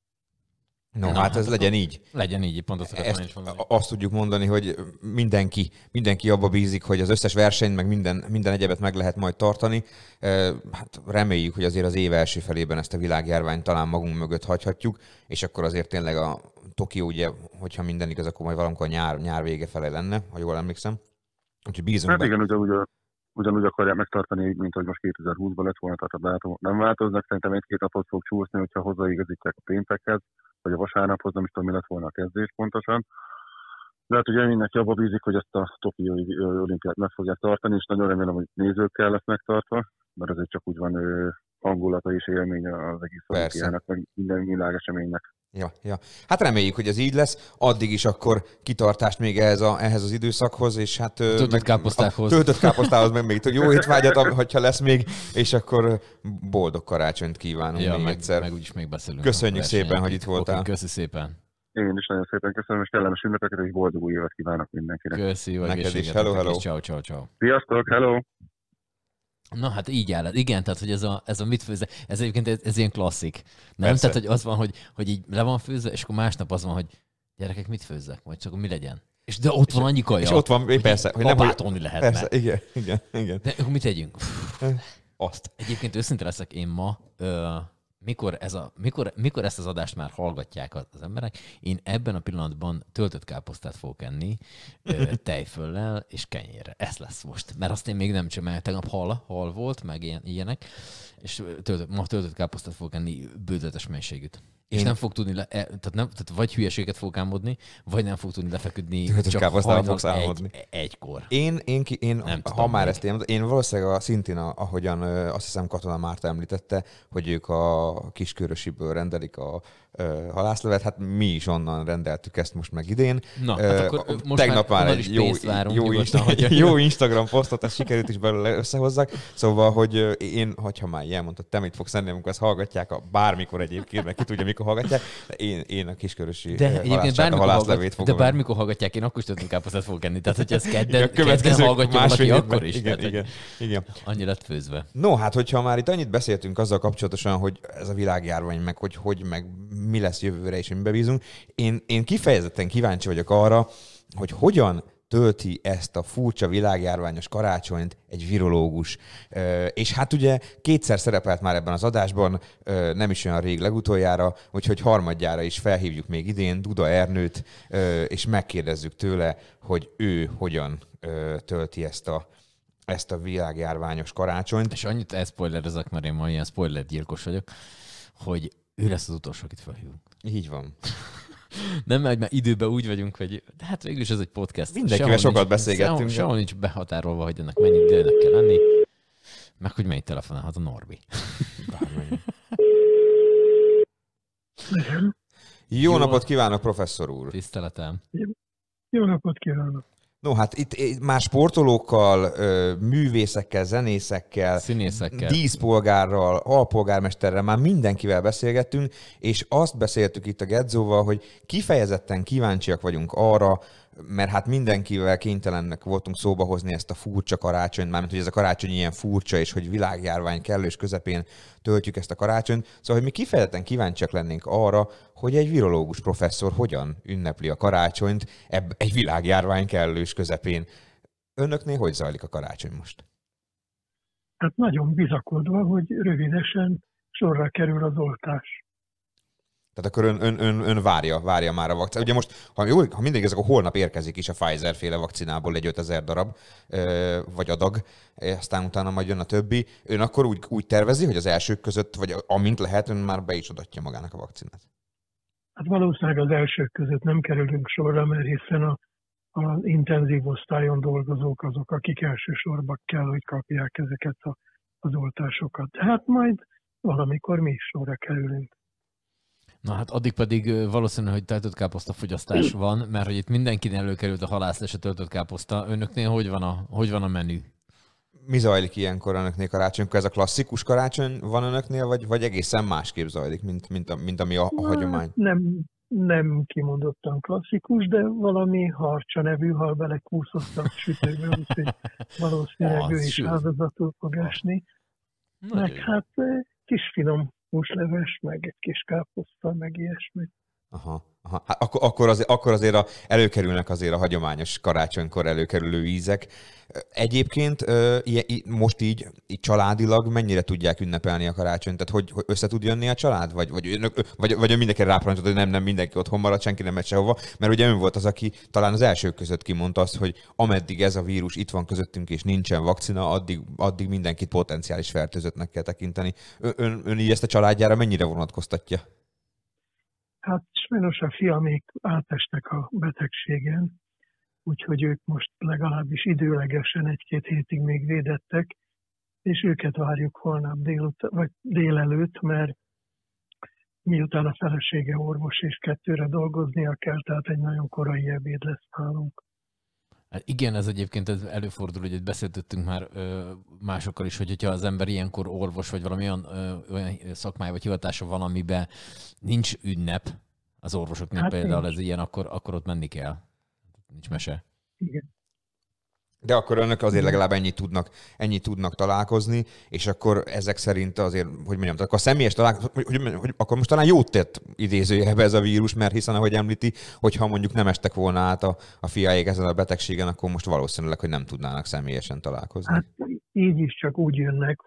No, hát ez legyen így. Legyen így, pont azt akartam is mondani. Azt tudjuk mondani, hogy mindenki abba bízik, hogy az összes versenyt, meg minden egyebet meg lehet majd tartani. Hát reméljük, hogy azért az év első felében ezt a világjárványt talán magunk mögött hagyhatjuk, és akkor azért tényleg a Tokió, ugye, hogyha minden igaz, akkor majd valamikor nyár vége fele lenne, ha jól emlékszem. Úgyhogy bízunk hát igen, ugyanúgy akarják megtartani, mint hogy most 2020-ban lett volna, tehát a dátumok nem változnak. Szerintem egy-két napot fog csúszni, hogyha hozzáigazítják a péntekhez, vagy a vasárnaphoz, nem is tudom, mi lett volna a kezdés pontosan. De hát ugye mindenki abba bízik, hogy ezt a tokiói olimpiát meg fogják tartani, és nagyon remélem, hogy nézőkkel lesz megtartva, mert azért csak úgy van hangulata és élménye az egész olimpiának, meg minden világeseménynek. Ja. Hát reméljük, hogy ez így lesz. Addig is akkor kitartást még ehhez az időszakhoz, és hát töltött káposztához meg még jó étvágyat, hogyha lesz még, és akkor boldog karácsonyt kívánunk még egyszer. Meg úgyis még beszélünk. Köszönjük szépen, hogy itt voltál. Köszi szépen. Én is nagyon szépen köszönöm, és kellemes ünnepeket, és boldog új évet kívánok mindenkinek. Köszi, jó neked is. Hello. Ciao. Sziasztok, hello. Na hát így áll. Igen, tehát hogy ez a mit főzze, ez egyébként ez ilyen klasszik. Nem? Persze. Tehát, hogy az van, hogy így le van főzve, és akkor másnap az van, hogy gyerekek, mit főzzek? Vagy csak mi legyen? És de ott van annyi kaja. És ott van, persze. Hogy babátolni lehetne. Persze, igen. De akkor mit tegyünk? Azt. Egyébként őszinte leszek, én ma, mikor ezt az adást már hallgatják az emberek, én ebben a pillanatban töltött káposztát fogok enni, tejföllel és kenyérre. Ez lesz most. Mert azt én még nem csinálom, tegnap hal volt, meg ilyenek, és ma töltött káposztát fogok enni bődöletes mennyiségűt. És nem fog tudni, tehát vagy hülyeséget fogok álmodni, vagy nem fog tudni lefeküdni csak hajnal egykor. Én ha már ezt én valószínűleg szintén, ahogyan azt hiszem Katona Márta említette, hogy ők a Kiskörösiből rendelik a halászlevet, hát mi is onnan rendeltük ezt most meg idén. Na, hát akkor most tegnap már egy jó Instagram posztot, ezt sikerült is belőle összehozzák. Szóval, hogy én, hogyha már ilyen mondtad, te mit fogsz enni, amikor ezt hallgatják, bármikor egyébként, meg ki tudja, mikor hallgatják, én a Kiskörösi halászlevét fogom. De bármikor hallgatják, én akkor is töltött káposztát fogok enni. Tehát, hogy ezt kedden hallgatja valaki, akkor is. Igen. Annyi lett főzve. No, hát hogyha már itt annyit beszéltünk azzal kapcsolatosan, hogy ez a világjárvány, meg hogy meg mi lesz jövőre, és mi bebízunk, én kifejezetten kíváncsi vagyok arra, hogy hogyan tölti ezt a furcsa világjárványos karácsonyt egy virológus. És hát ugye kétszer szerepelt már ebben az adásban, nem is olyan rég legutoljára, úgyhogy harmadjára is felhívjuk még idén Duda Ernőt, és megkérdezzük tőle, hogy ő hogyan tölti ezt a világjárványos karácsonyt. És annyit elszpoilerezek, mert én ma ilyen spoilergyilkos vagyok, hogy ő lesz az utolsó, akit felhívunk. Így van. Nem, mert már időben úgy vagyunk, hogy de hát végül is ez egy podcast. Mindenkivel sokat beszélgettünk. Sehol nincs behatárolva, hogy ennek mennyi időnek kell lenni. Meg hogy melyik telefonálhat a Norbi. Jó napot kívánok, professzor úr! Tiszteletem! Jó napot kívánok! No, hát itt már sportolókkal, művészekkel, zenészekkel, színészekkel, díszpolgárral, alpolgármesterrel, már mindenkivel beszélgettünk, és azt beszéltük itt a Gedzóval, hogy kifejezetten kíváncsiak vagyunk arra, mert hát mindenkivel kénytelennek voltunk szóba hozni ezt a furcsa karácsonyt, mármint, hogy ez a karácsony ilyen furcsa, és hogy világjárvány kellős közepén töltjük ezt a karácsonyt. Szóval, hogy mi kifejezetten kíváncsiak lennénk arra, hogy egy virológus professzor hogyan ünnepli a karácsonyt egy világjárvány kellős közepén. Önöknél hogy zajlik a karácsony most? Hát nagyon bizakodva, hogy rövidesen sorra kerül az oltás. Tehát akkor ön várja már a vakcinát. Ugye most, ha mindig ezek, akkor holnap érkezik is a Pfizer-féle vakcinából egy 5000 darab, vagy adag, aztán utána majd jön a többi. Ön akkor úgy tervezi, hogy az elsők között, vagy amint lehet, ön már be is adatja magának a vakcinát? Hát valószínűleg az elsők között nem kerülünk sorra, mert hiszen az intenzív osztályon dolgozók azok, akik elsősorban kell, hogy kapják ezeket az oltásokat. Hát majd valamikor mi is sorra kerülünk. Na hát addig pedig valószínű, hogy töltött káposzta fogyasztás van, mert hogy itt mindenkinek előkerült a halász és a töltött káposzta. Önöknél hogy van a menü? Mi zajlik ilyenkor önöknél karácsonykor? Ez a klasszikus karácsony van önöknél, vagy egészen másképp zajlik, mint ami a hagyomány? Nem kimondottan klasszikus, de valami harcsa nevű hal belekúszott a sütőbe, úgyhogy valószínűleg ő is áldozatul fog esni. Meg hát kis finom húsleves, meg egy kis káposzta, meg ilyesmi. Aha. Hát akkor azért előkerülnek azért a hagyományos karácsonykor előkerülő ízek. Egyébként most így családilag mennyire tudják ünnepelni a karácsonyt? Tehát hogy össze tud jönni a család? Vagy mindenki ráparancsot, hogy nem mindenki otthon marad, senki nem megy sehova? Mert ugye ön volt az, aki talán az elsők között kimondta azt, hogy ameddig ez a vírus itt van közöttünk és nincsen vakcina, addig mindenkit potenciális fertőzöttnek kell tekinteni. Ön így ezt a családjára mennyire vonatkoztatja? Hát sajnos a fiamék átestek a betegségen, úgyhogy ők most legalábbis időlegesen 1-2 hétig még védettek, és őket várjuk holnap délelőtt, mert miután a felesége orvos és 2-re dolgoznia kell, tehát egy nagyon korai ebéd lesz nálunk. Hát igen, ez egyébként előfordul, hogy beszéltettünk már másokkal is, hogyha az ember ilyenkor orvos, vagy valami olyan szakmája, vagy hivatása van, amiben nincs ünnep, az orvosoknak hát például ez ilyen, akkor ott menni kell. Nincs mese. Igen. De akkor önök azért legalább ennyit tudnak találkozni, és akkor ezek szerint azért, hogy mondjam, akkor a személyes hogy akkor most talán jót tett idézőjelbe ez a vírus, mert hiszen, ahogy említi, hogyha mondjuk nem estek volna át a fiáig ezen a betegségen, akkor most valószínűleg, hogy nem tudnának személyesen találkozni. Hát így is csak úgy jönnek,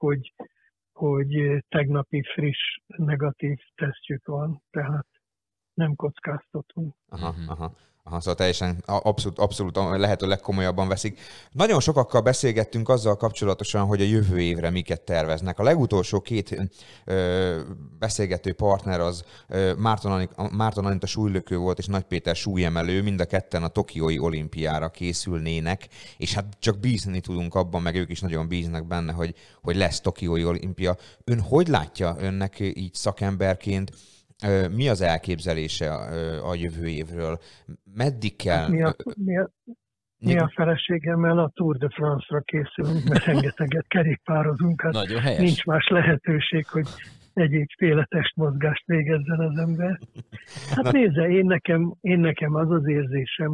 hogy tegnapi friss negatív tesztjük van, tehát nem kockáztatunk. Aha, szóval teljesen abszolút lehető legkomolyabban veszik. Nagyon sokakkal beszélgettünk azzal kapcsolatosan, hogy a jövő évre miket terveznek. A legutolsó 2 beszélgető partner az Márton Anita súlylökő volt, és Nagy Péter súlyemelő, mind a ketten a tokiói olimpiára készülnének, és hát csak bízni tudunk abban, meg ők is nagyon bíznak benne, hogy lesz tokiói olimpia. Ön hogy látja, önnek így szakemberként, mi az elképzelése a jövő évről? Meddig kell... Mi a feleségemmel a Tour de France-ra készülünk, mert rengeteget kerékpározunk. Hát nagyon helyes. Nincs más lehetőség, hogy egyébféle testmozgást végezzen az ember. Hát nézze, én nekem az az érzésem,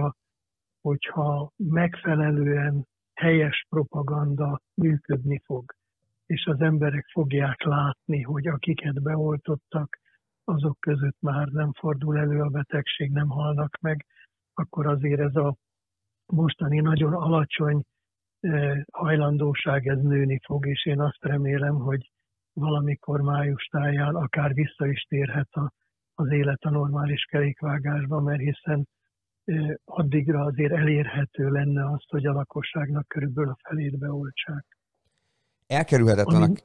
hogyha megfelelően helyes propaganda működni fog, és az emberek fogják látni, hogy akiket beoltottak, azok között már nem fordul elő a betegség, nem halnak meg, akkor azért ez a mostani nagyon alacsony hajlandóság ez nőni fog, és én azt remélem, hogy valamikor május táján akár vissza is térhet az élet a normális kerékvágásba, mert hiszen addigra azért elérhető lenne azt, hogy a lakosságnak körülbelül a felét beoltsák. Elkerülhetetlen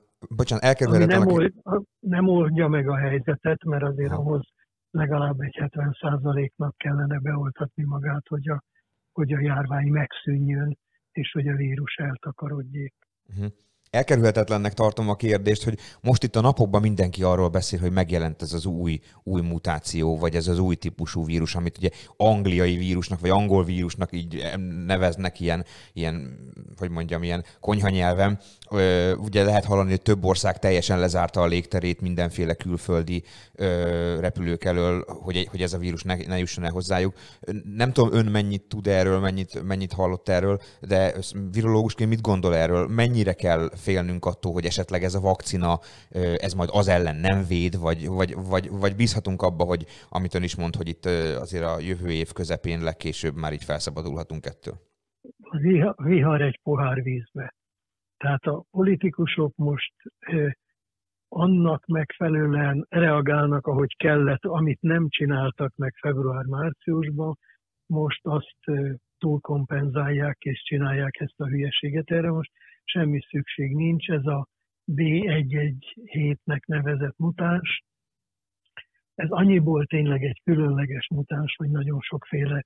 nem oldja meg a helyzetet, mert azért ahhoz legalább egy 70%-nak kellene beoltatni magát, hogy a járvány megszűnjön, és hogy a vírus eltakarodjék. Elkerülhetetlennek tartom a kérdést, hogy most itt a napokban mindenki arról beszél, hogy megjelent ez az új mutáció, vagy ez az új típusú vírus, amit ugye angliai vírusnak, vagy angol vírusnak így neveznek ilyen hogy mondjam, ilyen konyhanyelven. Ugye lehet hallani, hogy több ország teljesen lezárta a légterét mindenféle külföldi repülők elől, hogy ez a vírus ne jusson el hozzájuk. Nem tudom, ön mennyit tud erről, mennyit hallott erről, de virológusként mit gondol erről? Mennyire kell félnünk attól, hogy esetleg ez a vakcina, ez majd az ellen nem véd, vagy bízhatunk abba, hogy amit ön is mond, hogy itt azért a jövő év közepén legkésőbb már így felszabadulhatunk ettől? Az vihar egy pohár vízbe. Tehát a politikusok most annak megfelelően reagálnak, ahogy kellett, amit nem csináltak meg február-márciusban, most azt túlkompenzálják és csinálják ezt a hülyeséget. Erre most semmi szükség nincs, ez a B117-nek nevezett mutáns. Ez annyiból tényleg egy különleges mutáns, hogy nagyon sokféle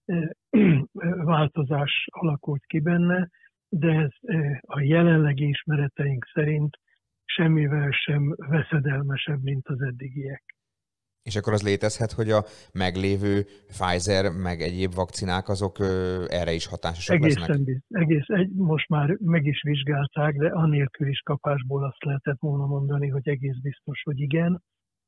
változás alakult ki benne, de ez a jelenlegi ismereteink szerint semmivel sem veszedelmesebb, mint az eddigiek. És akkor az létezhet, hogy a meglévő Pfizer meg egyéb vakcinák azok erre is hatásosak lesznek? Most már meg is vizsgálták, de annélkül is kapásból azt lehetett volna mondani, hogy egész biztos, hogy igen.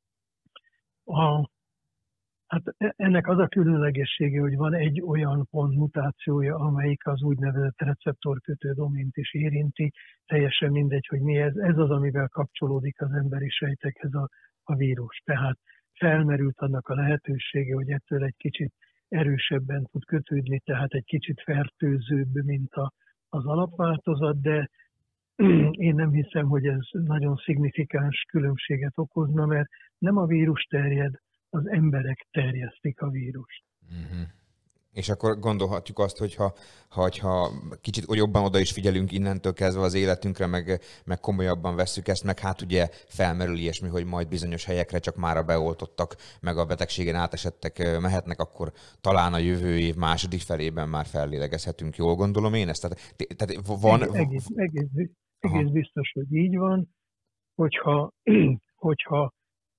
Hát ennek az a különlegessége, hogy van egy olyan pontmutációja, amelyik az úgynevezett receptorkötő domint is érinti. Teljesen mindegy, hogy mi ez. Ez az, amivel kapcsolódik az emberi sejtekhez a vírus. Tehát felmerült annak a lehetősége, hogy ettől egy kicsit erősebben tud kötődni, tehát egy kicsit fertőzőbb, mint az alapváltozat, de én nem hiszem, hogy ez nagyon szignifikáns különbséget okozna, mert nem a vírus terjed, az emberek terjesztik a vírust. És akkor gondolhatjuk azt, hogyha kicsit jobban oda is figyelünk innentől kezdve az életünkre, meg komolyabban vesszük ezt, meg hát ugye felmerül ilyesmi, hogy majd bizonyos helyekre csak mára beoltottak, meg a betegségen átesettek mehetnek, akkor talán a jövő év második felében már fellélegezhetünk. Jól gondolom én ezt? Tehát van... Egész biztos, hogy így van, hogyha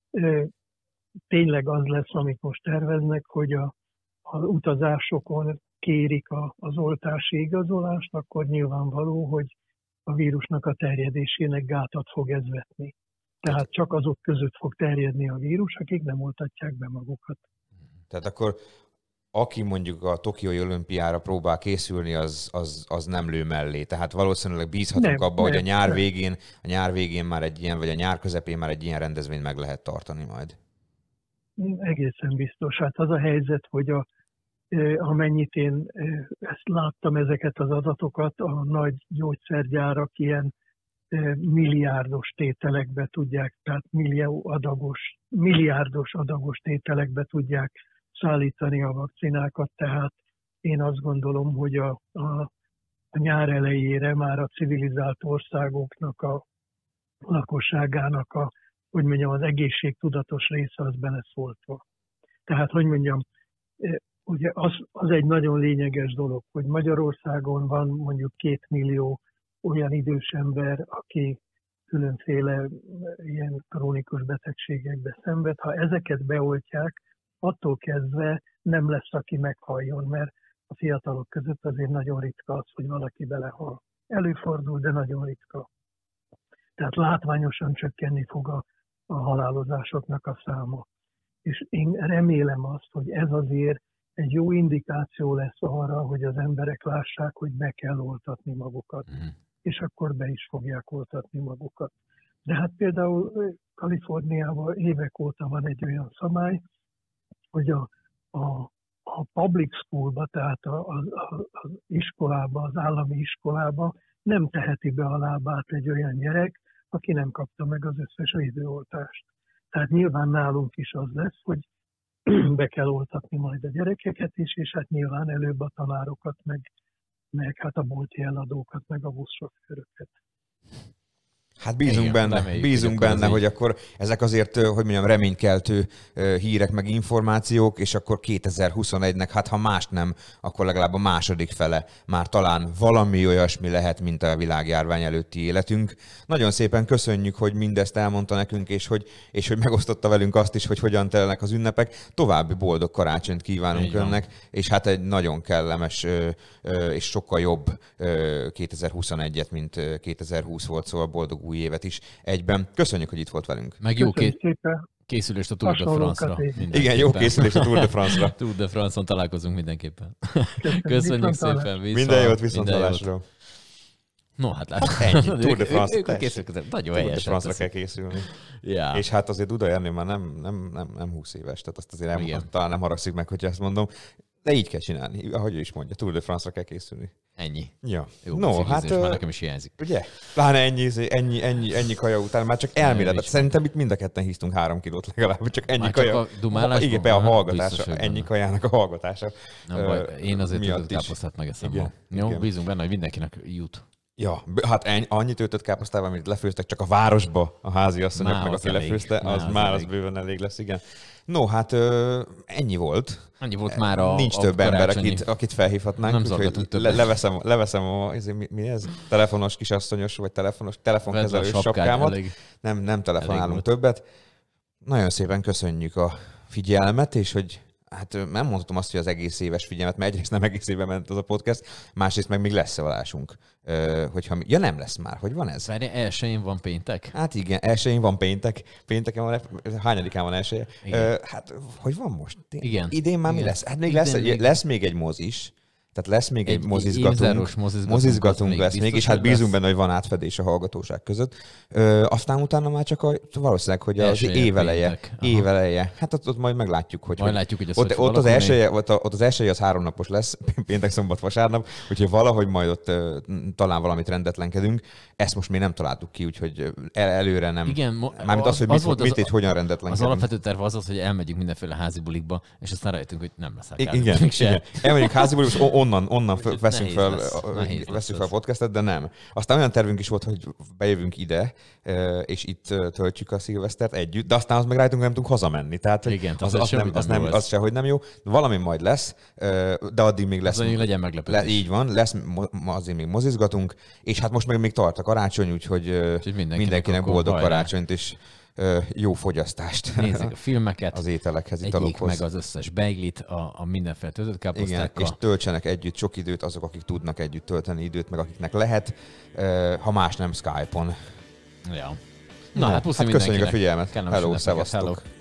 tényleg az lesz, amit most terveznek, hogy az utazásokon kérik az oltási igazolást, akkor nyilvánvaló, hogy a vírusnak a terjedésének gátat fog ez vetni. Tehát csak azok között fog terjedni a vírus, akik nem oltatják be magukat. Tehát akkor aki mondjuk a Tokiói olimpiára próbál készülni, az nem lő mellé. Tehát valószínűleg bízhatunk abba, hogy a nyár végén már egy ilyen, vagy a nyár közepén már egy ilyen rendezvényt meg lehet tartani majd. Egészen biztos. Hát az a helyzet, hogy amennyit én ezt láttam, ezeket az adatokat, a nagy gyógyszergyárak ilyen milliárdos tételekbe tudják, tehát milliárdos adagos tételekbe tudják szállítani a vakcinákat, tehát én azt gondolom, hogy a nyár elejére már a civilizált országoknak, a lakosságának az egészségtudatos része az beleszóltva. Tehát, ugye az egy nagyon lényeges dolog, hogy Magyarországon van mondjuk 2 millió olyan idős ember, aki különféle ilyen krónikus betegségekbe szenved. Ha ezeket beoltják, attól kezdve nem lesz, aki meghalljon, mert a fiatalok között azért nagyon ritka az, hogy valaki belehal. Előfordul, de nagyon ritka. Tehát látványosan csökkenni fog a halálozásoknak a száma. És én remélem azt, hogy ez azért egy jó indikáció lesz arra, hogy az emberek lássák, hogy be kell oltatni magukat. És akkor be is fogják oltatni magukat. De hát például Kaliforniában évek óta van egy olyan szabály, hogy a public schoolba, tehát az iskolába, az állami iskolába nem teheti be a lábát egy olyan gyerek, aki nem kapta meg az összes védőoltást. Tehát nyilván nálunk is az lesz, hogy be kell oltatni majd a gyerekeket is, és hát nyilván előbb a tanárokat, meg hát a bolti eladókat, meg a buszsofőröket. Hát bízunk benne, hogy akkor ezek azért, hogy mondjam, reménykeltő hírek meg információk, és akkor 2021-nek, hát ha más nem, akkor legalább a második fele már talán valami olyasmi lehet, mint a világjárvány előtti életünk. Nagyon szépen köszönjük, hogy mindezt elmondta nekünk, és hogy megosztotta velünk azt is, hogy hogyan telnek az ünnepek. További boldog karácsonyt kívánunk önnek, és hát egy nagyon kellemes és sokkal jobb 2021-et, mint 2020 volt, szóval boldog új évet is egyben. Köszönjük, hogy itt volt velünk. Meg jó készülést a Tour de France-ra. Igen, jó készülést a Tour de France-ra. Tour de France-on találkozunk mindenképpen. Köszönjük szépen. Minden jót, viszontlátásra. No, hát látod. Ennyi. Tour de France. Nagyon Tour de France-ra kell készülni. Ja. És hát azért Duda Ernő már nem 20 éves, tehát azt azért talán nem haragszik meg, hogyha ezt mondom. De így kell csinálni, ahogy ő is mondja, Tour de France-ra kell készülni. Ennyi. Ja. Jó, no, hát már nekem is hiányzik. Ugye? Pláne ennyi kaja után, már csak elméletet. Szerintem itt mind a ketten hisztunk 3 kilót legalább, csak ennyi már kaja. Csak a dumálásban? Igen, be a hallgatása, biztos, ennyi kajának a hallgatása. Nem baj, én azért töltött káposztát megeszem ma. Jó, bízunk benne, hogy mindenkinek jut. Ja, hát annyit töltött káposztával, amit lefőztek, csak a városba a háziasszonyok meg, aki lefőzte, az bőven elég lesz, igen. No, hát ennyi volt. Annyi volt már a nincs több ember, akit felhívhatnánk. Nem zorgatunk többet. Leveszem mi ez? Telefonos kisasszonyos, vagy telefonkezelős sapkámat. Nem telefonálunk többet. Nagyon szépen köszönjük a figyelmet, és hogy hát nem mondhatom azt, hogy az egész éves figyelmet, mert egyrészt nem egész évben ment az a podcast, másrészt meg még lesz szavazásunk. Ja, nem lesz már. Hogy van ez? Várj, elsőjén van péntek? Hát igen, elsőjén van péntek. Pénteken van, hányadikán van elsője? Hát, hogy van most? Igen. Idén már mi lesz? Hát még lesz még egy mozis. Tehát lesz még egy mozizgatunk lesz még, és hát bízunk benne, hogy van átfedés a hallgatóság között. Aztán utána már csak valószínűleg, hogy az éveleje. Hát ott majd meglátjuk, hogy ott az elsője az 3 napos lesz, péntek, szombat, vasárnap, úgyhogy valahogy majd ott talán valamit rendetlenkedünk. Ezt most még nem találtuk ki, úgyhogy előre nem. Igen, mármint az, hogy hogyan rendetlenkedünk. Az alapvető terv az, hogy elmegyünk mindenféle házi bulikba, és aztán rájöttünk, hogy nem lesz akár. Igen. Elmegyünk házi bulikba, és onnan veszünk fel a podcastet, de nem. Aztán olyan tervünk is volt, hogy bejövünk ide, és itt töltjük a szilvesztert együtt, de aztán meg rájöttünk, nem tudunk hazamenni. Tehát igen, az sehogy nem jó. Valami majd lesz, de addig még lesz. Azért legyen meglepetés. Így van, lesz, azért még mozizgatunk, és hát most meg még tart a karácsony, úgyhogy mindenkinek boldog karácsonyt, és jó fogyasztást. Nézzék a filmeket, az ételekhez, italokhoz. meg az összes beiglit, a mindenféle töltött káposztákkal. Igen, és töltsenek együtt sok időt azok, akik tudnak együtt tölteni időt, meg akiknek lehet, ha más nem Skype-on. Ja. Na, hát puszi mindenkinek. Köszönjük a figyelmet. Hello, szevasztok.